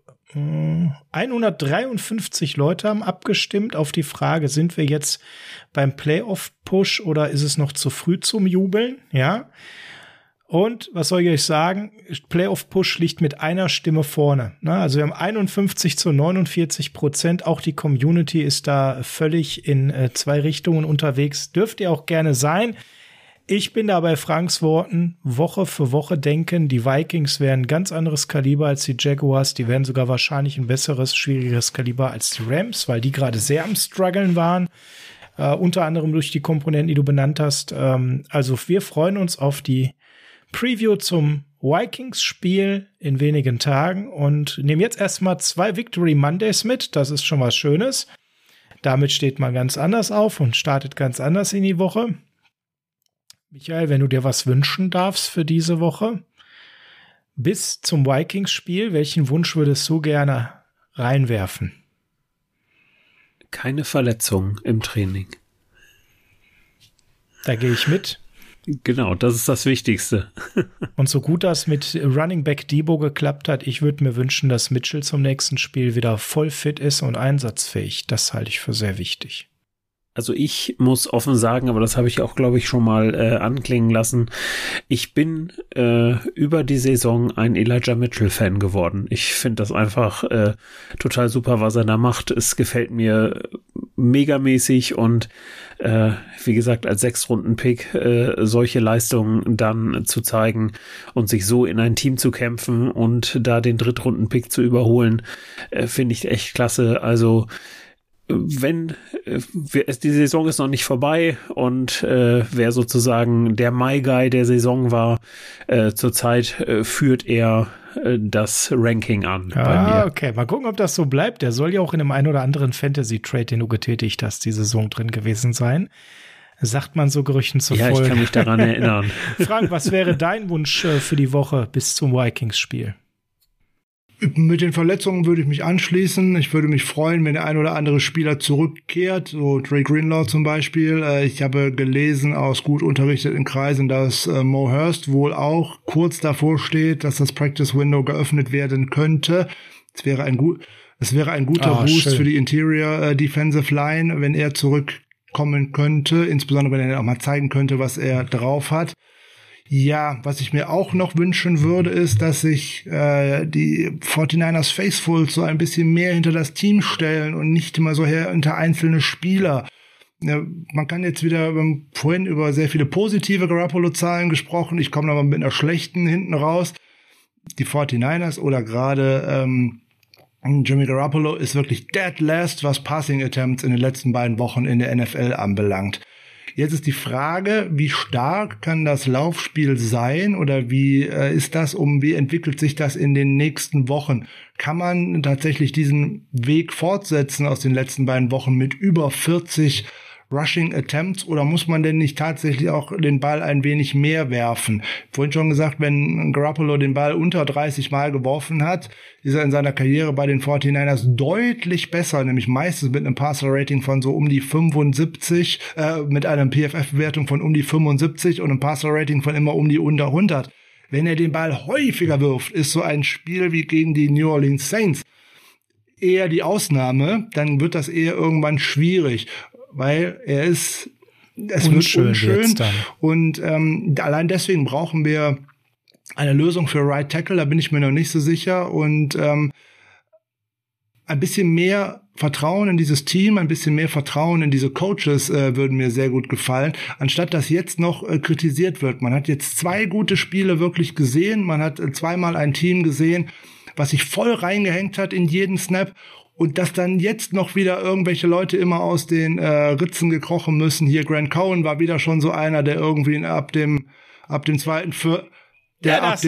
153 Leute haben abgestimmt auf die Frage, sind wir jetzt beim Playoff-Push oder ist es noch zu früh zum Jubeln? Ja. Und was soll ich euch sagen? Playoff-Push liegt mit einer Stimme vorne. Also wir haben 51-49%. Auch die Community ist da völlig in 2 Richtungen unterwegs. Dürft ihr auch gerne sein. Ich bin da bei Franks Worten. Woche für Woche denken, die Vikings wären ein ganz anderes Kaliber als die Jaguars. Die wären sogar wahrscheinlich ein besseres, schwierigeres Kaliber als die Rams, weil die gerade sehr am Struggeln waren. Unter anderem durch die Komponenten, die du benannt hast. Also wir freuen uns auf die Preview zum Vikings-Spiel in wenigen Tagen und nehmen jetzt erstmal 2 Victory Mondays mit. Das ist schon was Schönes. Damit steht man ganz anders auf und startet ganz anders in die Woche. Michael, wenn du dir was wünschen darfst für diese Woche, bis zum Vikings-Spiel, welchen Wunsch würdest du gerne reinwerfen? Keine Verletzung im Training. Da gehe ich mit. Genau, das ist das Wichtigste. Und so gut das mit Running Back Debo geklappt hat, ich würde mir wünschen, dass Mitchell zum nächsten Spiel wieder voll fit ist und einsatzfähig. Das halte ich für sehr wichtig. Also ich muss offen sagen, aber das habe ich auch, glaube ich, schon mal anklingen lassen. Ich bin über die Saison ein Elijah Mitchell-Fan geworden. Ich finde das einfach total super, was er da macht. Es gefällt mir megamäßig und wie gesagt, als 6-Runden-Pick solche Leistungen dann zu zeigen und sich so in ein Team zu kämpfen und da den Drittrunden-Pick zu überholen, finde ich echt klasse. Also die Saison ist noch nicht vorbei und wer sozusagen der My Guy der Saison war, zurzeit führt er das Ranking an bei mir. Okay, mal gucken, ob das so bleibt. Der soll ja auch in einem ein oder anderen Fantasy-Trade, den du getätigt hast, die Saison drin gewesen sein. Sagt man so Gerüchten zufolge. Ja, ich kann mich daran erinnern. Frank, was wäre dein Wunsch für die Woche bis zum Vikings-Spiel? Mit den Verletzungen würde ich mich anschließen. Ich würde mich freuen, wenn der ein oder andere Spieler zurückkehrt, so Trey Greenlaw zum Beispiel. Ich habe gelesen aus gut unterrichteten Kreisen, dass Mo Hurst wohl auch kurz davor steht, dass das Practice Window geöffnet werden könnte. Es wäre ein guter Boost schön für die Interior Defensive Line, wenn er zurückkommen könnte, insbesondere wenn er auch mal zeigen könnte, was er drauf hat. Ja, was ich mir auch noch wünschen würde, ist, dass sich die 49ers Faithfuls so ein bisschen mehr hinter das Team stellen und nicht immer so hinter einzelne Spieler. Ja, man kann jetzt wieder, wir haben vorhin über sehr viele positive Garoppolo-Zahlen gesprochen. Ich komme nochmal mit einer schlechten hinten raus. Die 49ers oder gerade Jimmy Garoppolo ist wirklich dead last, was Passing Attempts in den letzten beiden Wochen in der NFL anbelangt. Jetzt ist die Frage, wie stark kann das Laufspiel sein oder wie wie entwickelt sich das in den nächsten Wochen? Kann man tatsächlich diesen Weg fortsetzen aus den letzten beiden Wochen mit über 40 Rushing Attempts oder muss man denn nicht tatsächlich auch den Ball ein wenig mehr werfen? Vorhin schon gesagt, wenn Garoppolo den Ball unter 30 Mal geworfen hat, ist er in seiner Karriere bei den 49ers deutlich besser, nämlich meistens mit einem Passer-Rating von so um die 75, mit einer PFF-Bewertung von um die 75 und einem Passer-Rating von immer um die unter 100. Wenn er den Ball häufiger wirft, ist so ein Spiel wie gegen die New Orleans Saints eher die Ausnahme, dann wird das eher irgendwann schwierig. Weil es wird unschön und allein deswegen brauchen wir eine Lösung für Right Tackle, da bin ich mir noch nicht so sicher und ein bisschen mehr Vertrauen in dieses Team, ein bisschen mehr Vertrauen in diese Coaches würden mir sehr gut gefallen, anstatt dass jetzt noch kritisiert wird. Man hat jetzt 2 gute Spiele wirklich gesehen, man hat zweimal ein Team gesehen, was sich voll reingehängt hat in jeden Snap. Und dass dann jetzt noch wieder irgendwelche Leute immer aus den Ritzen gekrochen müssen. Hier Grant Cohen war wieder schon so einer, der irgendwie ab dem zweiten Viertel das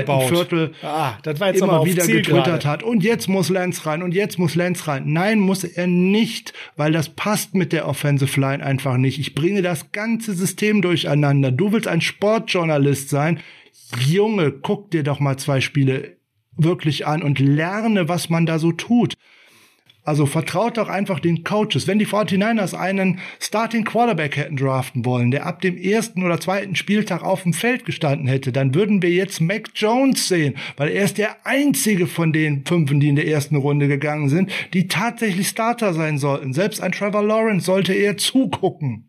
war jetzt immer wieder getwittert hat. Und jetzt muss Lance rein und jetzt muss Lance rein. Nein, muss er nicht, weil das passt mit der Offensive Line einfach nicht. Ich bringe das ganze System durcheinander. Du willst ein Sportjournalist sein. Junge, guck dir doch mal 2 Spiele wirklich an und lerne, was man da so tut. Also vertraut doch einfach den Coaches. Wenn die 49ers einen Starting Quarterback hätten draften wollen, der ab dem 1. oder 2. Spieltag auf dem Feld gestanden hätte, dann würden wir jetzt Mac Jones sehen, weil er ist der einzige von den 5, die in der ersten Runde gegangen sind, die tatsächlich Starter sein sollten. Selbst ein Trevor Lawrence sollte eher zugucken.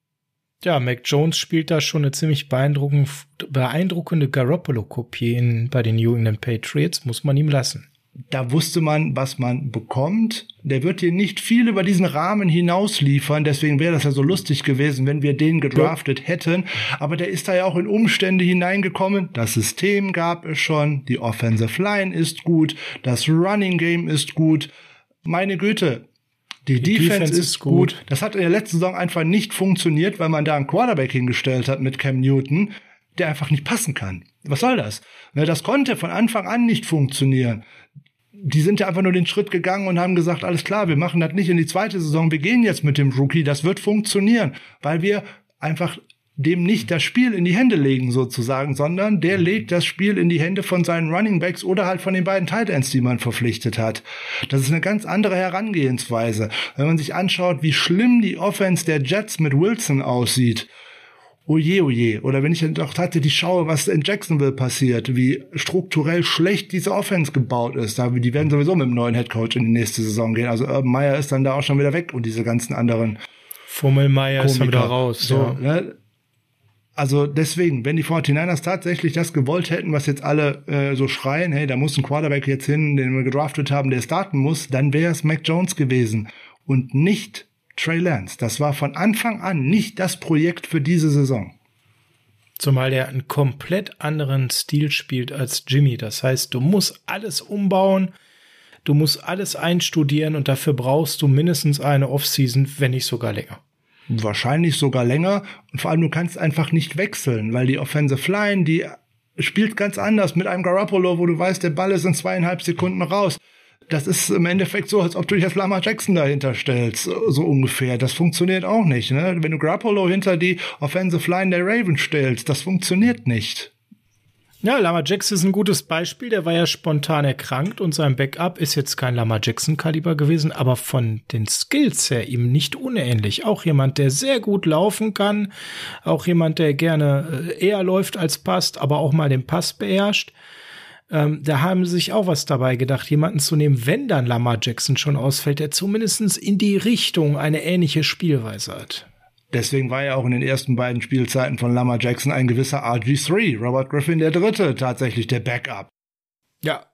Ja, Mac Jones spielt da schon eine ziemlich beeindruckende Garoppolo-Kopie bei den New England Patriots, muss man ihm lassen. Da wusste man, was man bekommt. Der wird hier nicht viel über diesen Rahmen hinaus liefern. Deswegen wäre das ja so lustig gewesen, wenn wir den gedraftet hätten. Aber der ist da ja auch in Umstände hineingekommen. Das System gab es schon. Die Offensive Line ist gut. Das Running Game ist gut. Meine Güte. Die Defense ist gut. Das hat in der letzten Saison einfach nicht funktioniert, weil man da einen Quarterback hingestellt hat mit Cam Newton, der einfach nicht passen kann. Was soll das? Das konnte von Anfang an nicht funktionieren. Die sind ja einfach nur den Schritt gegangen und haben gesagt, alles klar, wir machen das nicht in die zweite Saison, wir gehen jetzt mit dem Rookie, das wird funktionieren, weil wir einfach dem nicht das Spiel in die Hände legen sozusagen, sondern der legt das Spiel in die Hände von seinen Running Backs oder halt von den beiden Tight Ends, die man verpflichtet hat. Das ist eine ganz andere Herangehensweise. Wenn man sich anschaut, wie schlimm die Offense der Jets mit Wilson aussieht, oje, oje. Oder wenn ich doch tatsächlich schaue, was in Jacksonville passiert, wie strukturell schlecht diese Offense gebaut ist. Die werden sowieso mit dem neuen Headcoach in die nächste Saison gehen. Also Urban Meyer ist dann da auch schon wieder weg und diese ganzen anderen Fummelmeier ist dann wieder raus. So, ja. Ne? Also deswegen, wenn die 49ers tatsächlich das gewollt hätten, was jetzt alle so schreien, hey, da muss ein Quarterback jetzt hin, den wir gedraftet haben, der starten muss, dann wäre es Mac Jones gewesen und nicht Trey Lance. Das war von Anfang an nicht das Projekt für diese Saison. Zumal der einen komplett anderen Stil spielt als Jimmy. Das heißt, du musst alles umbauen. Du musst alles einstudieren und dafür brauchst du mindestens eine Offseason, wenn nicht sogar länger. Wahrscheinlich sogar länger. Und vor allem, du kannst einfach nicht wechseln, weil die Offensive Line, die spielt ganz anders mit einem Garoppolo, wo du weißt, der Ball ist in 2,5 Sekunden raus. Das ist im Endeffekt so, als ob du dich als Lamar Jackson dahinter stellst, so ungefähr. Das funktioniert auch nicht, ne? Wenn du Garoppolo hinter die Offensive Line der Ravens stellst, das funktioniert nicht. Ja, Lamar Jackson ist ein gutes Beispiel. Der war ja spontan erkrankt und sein Backup ist jetzt kein Lamar Jackson-Kaliber gewesen, aber von den Skills her ihm nicht unähnlich. Auch jemand, der sehr gut laufen kann, auch jemand, der gerne eher läuft als passt, aber auch mal den Pass beherrscht. Da haben sie sich auch was dabei gedacht, jemanden zu nehmen, wenn dann Lamar Jackson schon ausfällt, der zumindest in die Richtung eine ähnliche Spielweise hat. Deswegen war ja auch in den ersten beiden Spielzeiten von Lamar Jackson ein gewisser RG3, Robert Griffin III, tatsächlich der Backup. Ja,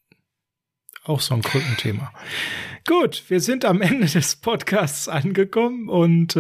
auch so ein Krückenthema. Gut, wir sind am Ende des Podcasts angekommen und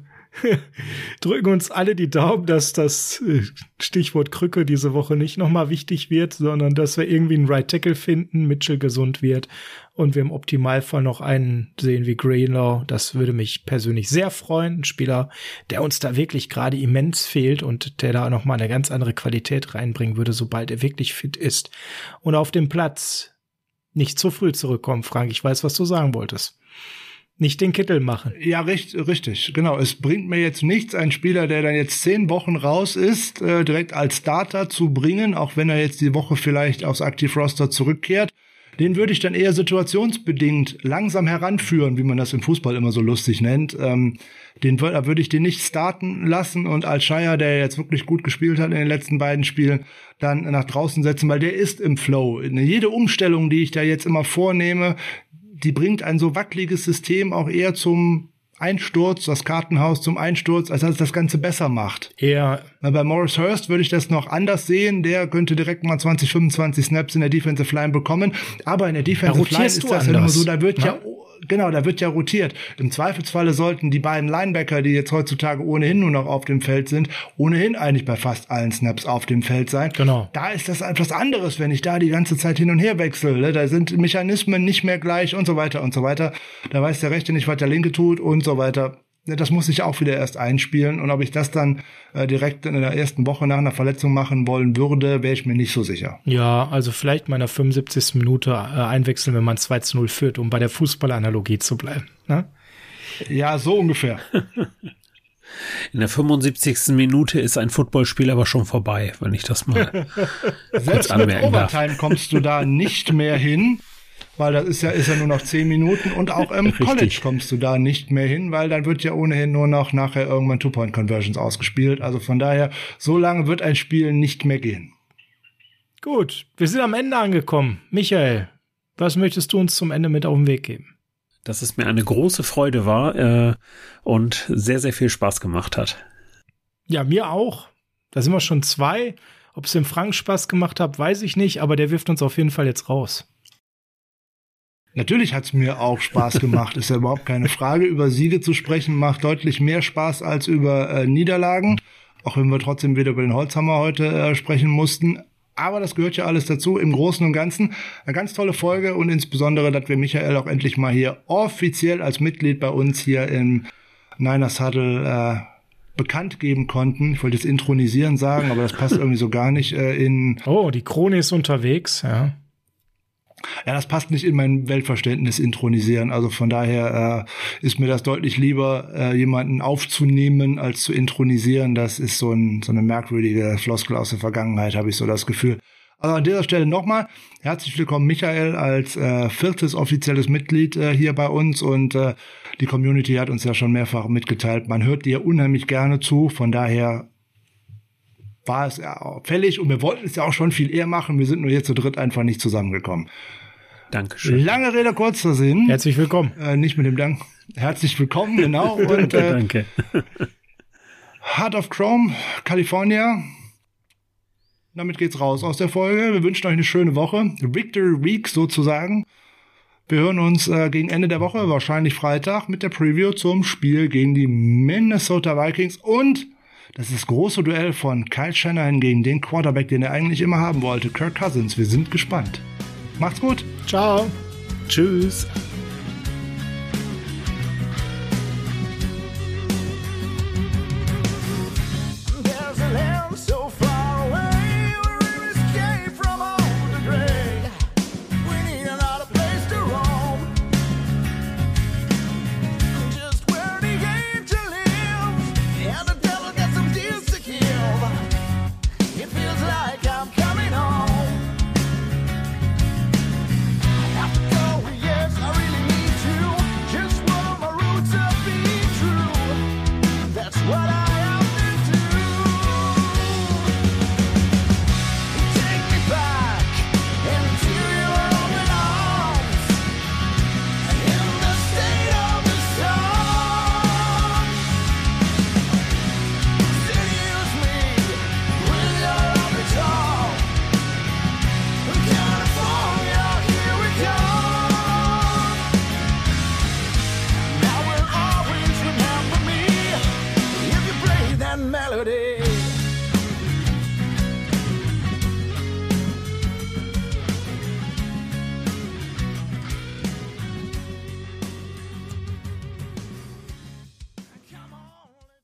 drücken uns alle die Daumen, dass das Stichwort Krücke diese Woche nicht nochmal wichtig wird, sondern dass wir irgendwie einen Right Tackle finden, Mitchell gesund wird und wir im Optimalfall noch einen sehen wie Greenlaw. Das würde mich persönlich sehr freuen. Ein Spieler, der uns da wirklich gerade immens fehlt und der da nochmal eine ganz andere Qualität reinbringen würde, sobald er wirklich fit ist. Und auf dem Platz nicht zu früh zurückkommen, Frank. Ich weiß, was du sagen wolltest. Nicht den Kittel machen. Ja, richtig, genau. Es bringt mir jetzt nichts, einen Spieler, der dann jetzt 10 Wochen raus ist, direkt als Starter zu bringen, auch wenn er jetzt die Woche vielleicht aufs Aktivroster zurückkehrt. Den würde ich dann eher situationsbedingt langsam heranführen, wie man das im Fußball immer so lustig nennt. Da würde ich den nicht starten lassen und Al-Shire, der jetzt wirklich gut gespielt hat in den letzten beiden Spielen, dann nach draußen setzen, weil der ist im Flow. Jede Umstellung, die ich da jetzt immer vornehme, die bringt ein so wackeliges System auch eher zum Einsturz, das Kartenhaus zum Einsturz, als dass es das Ganze besser macht. Ja. Bei Morris Hurst würde ich das noch anders sehen. Der könnte direkt mal 20, 25 Snaps in der Defensive Line bekommen. Aber in der Defensive Line ist das ja immer so, da wird da wird ja rotiert. Im Zweifelsfalle sollten die beiden Linebacker, die jetzt heutzutage ohnehin nur noch auf dem Feld sind, ohnehin eigentlich bei fast allen Snaps auf dem Feld sein. Genau. Da ist das etwas anderes, wenn ich da die ganze Zeit hin und her wechsle. Da sind Mechanismen nicht mehr gleich und so weiter und so weiter. Da weiß der Rechte nicht, was der Linke tut und so weiter. Das muss ich auch wieder erst einspielen. Und ob ich das dann direkt in der ersten Woche nach einer Verletzung machen wollen würde, wäre ich mir nicht so sicher. Ja, also vielleicht mal in der 75. Minute einwechseln, wenn man 2-0 führt, um bei der Fußballanalogie zu bleiben. Ne? Ja, so ungefähr. In der 75. Minute ist ein Footballspiel aber schon vorbei, wenn ich das mal selbst mit Overtime kommst du da nicht mehr hin. Weil das ist ja nur noch 10 Minuten und auch im College kommst du da nicht mehr hin, weil dann wird ja ohnehin nur noch nachher irgendwann Two-Point-Conversions ausgespielt. Also von daher, so lange wird ein Spiel nicht mehr gehen. Gut, wir sind am Ende angekommen. Michael, was möchtest du uns zum Ende mit auf den Weg geben? Dass es mir eine große Freude war und sehr, sehr viel Spaß gemacht hat. Ja, mir auch. Da sind wir schon 2. Ob es dem Frank Spaß gemacht hat, weiß ich nicht, aber der wirft uns auf jeden Fall jetzt raus. Natürlich hat's mir auch Spaß gemacht, ist ja überhaupt keine Frage. Über Siege zu sprechen macht deutlich mehr Spaß als über Niederlagen, auch wenn wir trotzdem wieder über den Holzhammer heute sprechen mussten. Aber das gehört ja alles dazu. Im Großen und Ganzen eine ganz tolle Folge und insbesondere, dass wir Michael auch endlich mal hier offiziell als Mitglied bei uns hier im Niners Huddle bekannt geben konnten. Ich wollte jetzt intronisieren sagen, aber das passt irgendwie so gar nicht. Die Krone ist unterwegs, ja. Ja, das passt nicht in mein Weltverständnis intronisieren. Also von daher ist mir das deutlich lieber, jemanden aufzunehmen, als zu intronisieren. Das ist so eine merkwürdige Floskel aus der Vergangenheit, habe ich so das Gefühl. Also an dieser Stelle nochmal herzlich willkommen, Michael, als 4. offizielles Mitglied hier bei uns. Und die Community hat uns ja schon mehrfach mitgeteilt, man hört dir unheimlich gerne zu. Von daher war es ja fällig und wir wollten es ja auch schon viel eher machen. Wir sind nur hier zu dritt einfach nicht zusammengekommen. Dankeschön. Lange Rede, kurzer Sinn. Herzlich willkommen. Nicht mit dem Dank. Herzlich willkommen, genau. Und, Danke. Heart of Chrome, California. Damit geht's raus aus der Folge. Wir wünschen euch eine schöne Woche. Victory Week sozusagen. Wir hören uns gegen Ende der Woche, wahrscheinlich Freitag, mit der Preview zum Spiel gegen die Minnesota Vikings und das ist das große Duell von Kyle Shanahan gegen den Quarterback, den er eigentlich immer haben wollte, Kirk Cousins. Wir sind gespannt. Macht's gut. Ciao. Tschüss.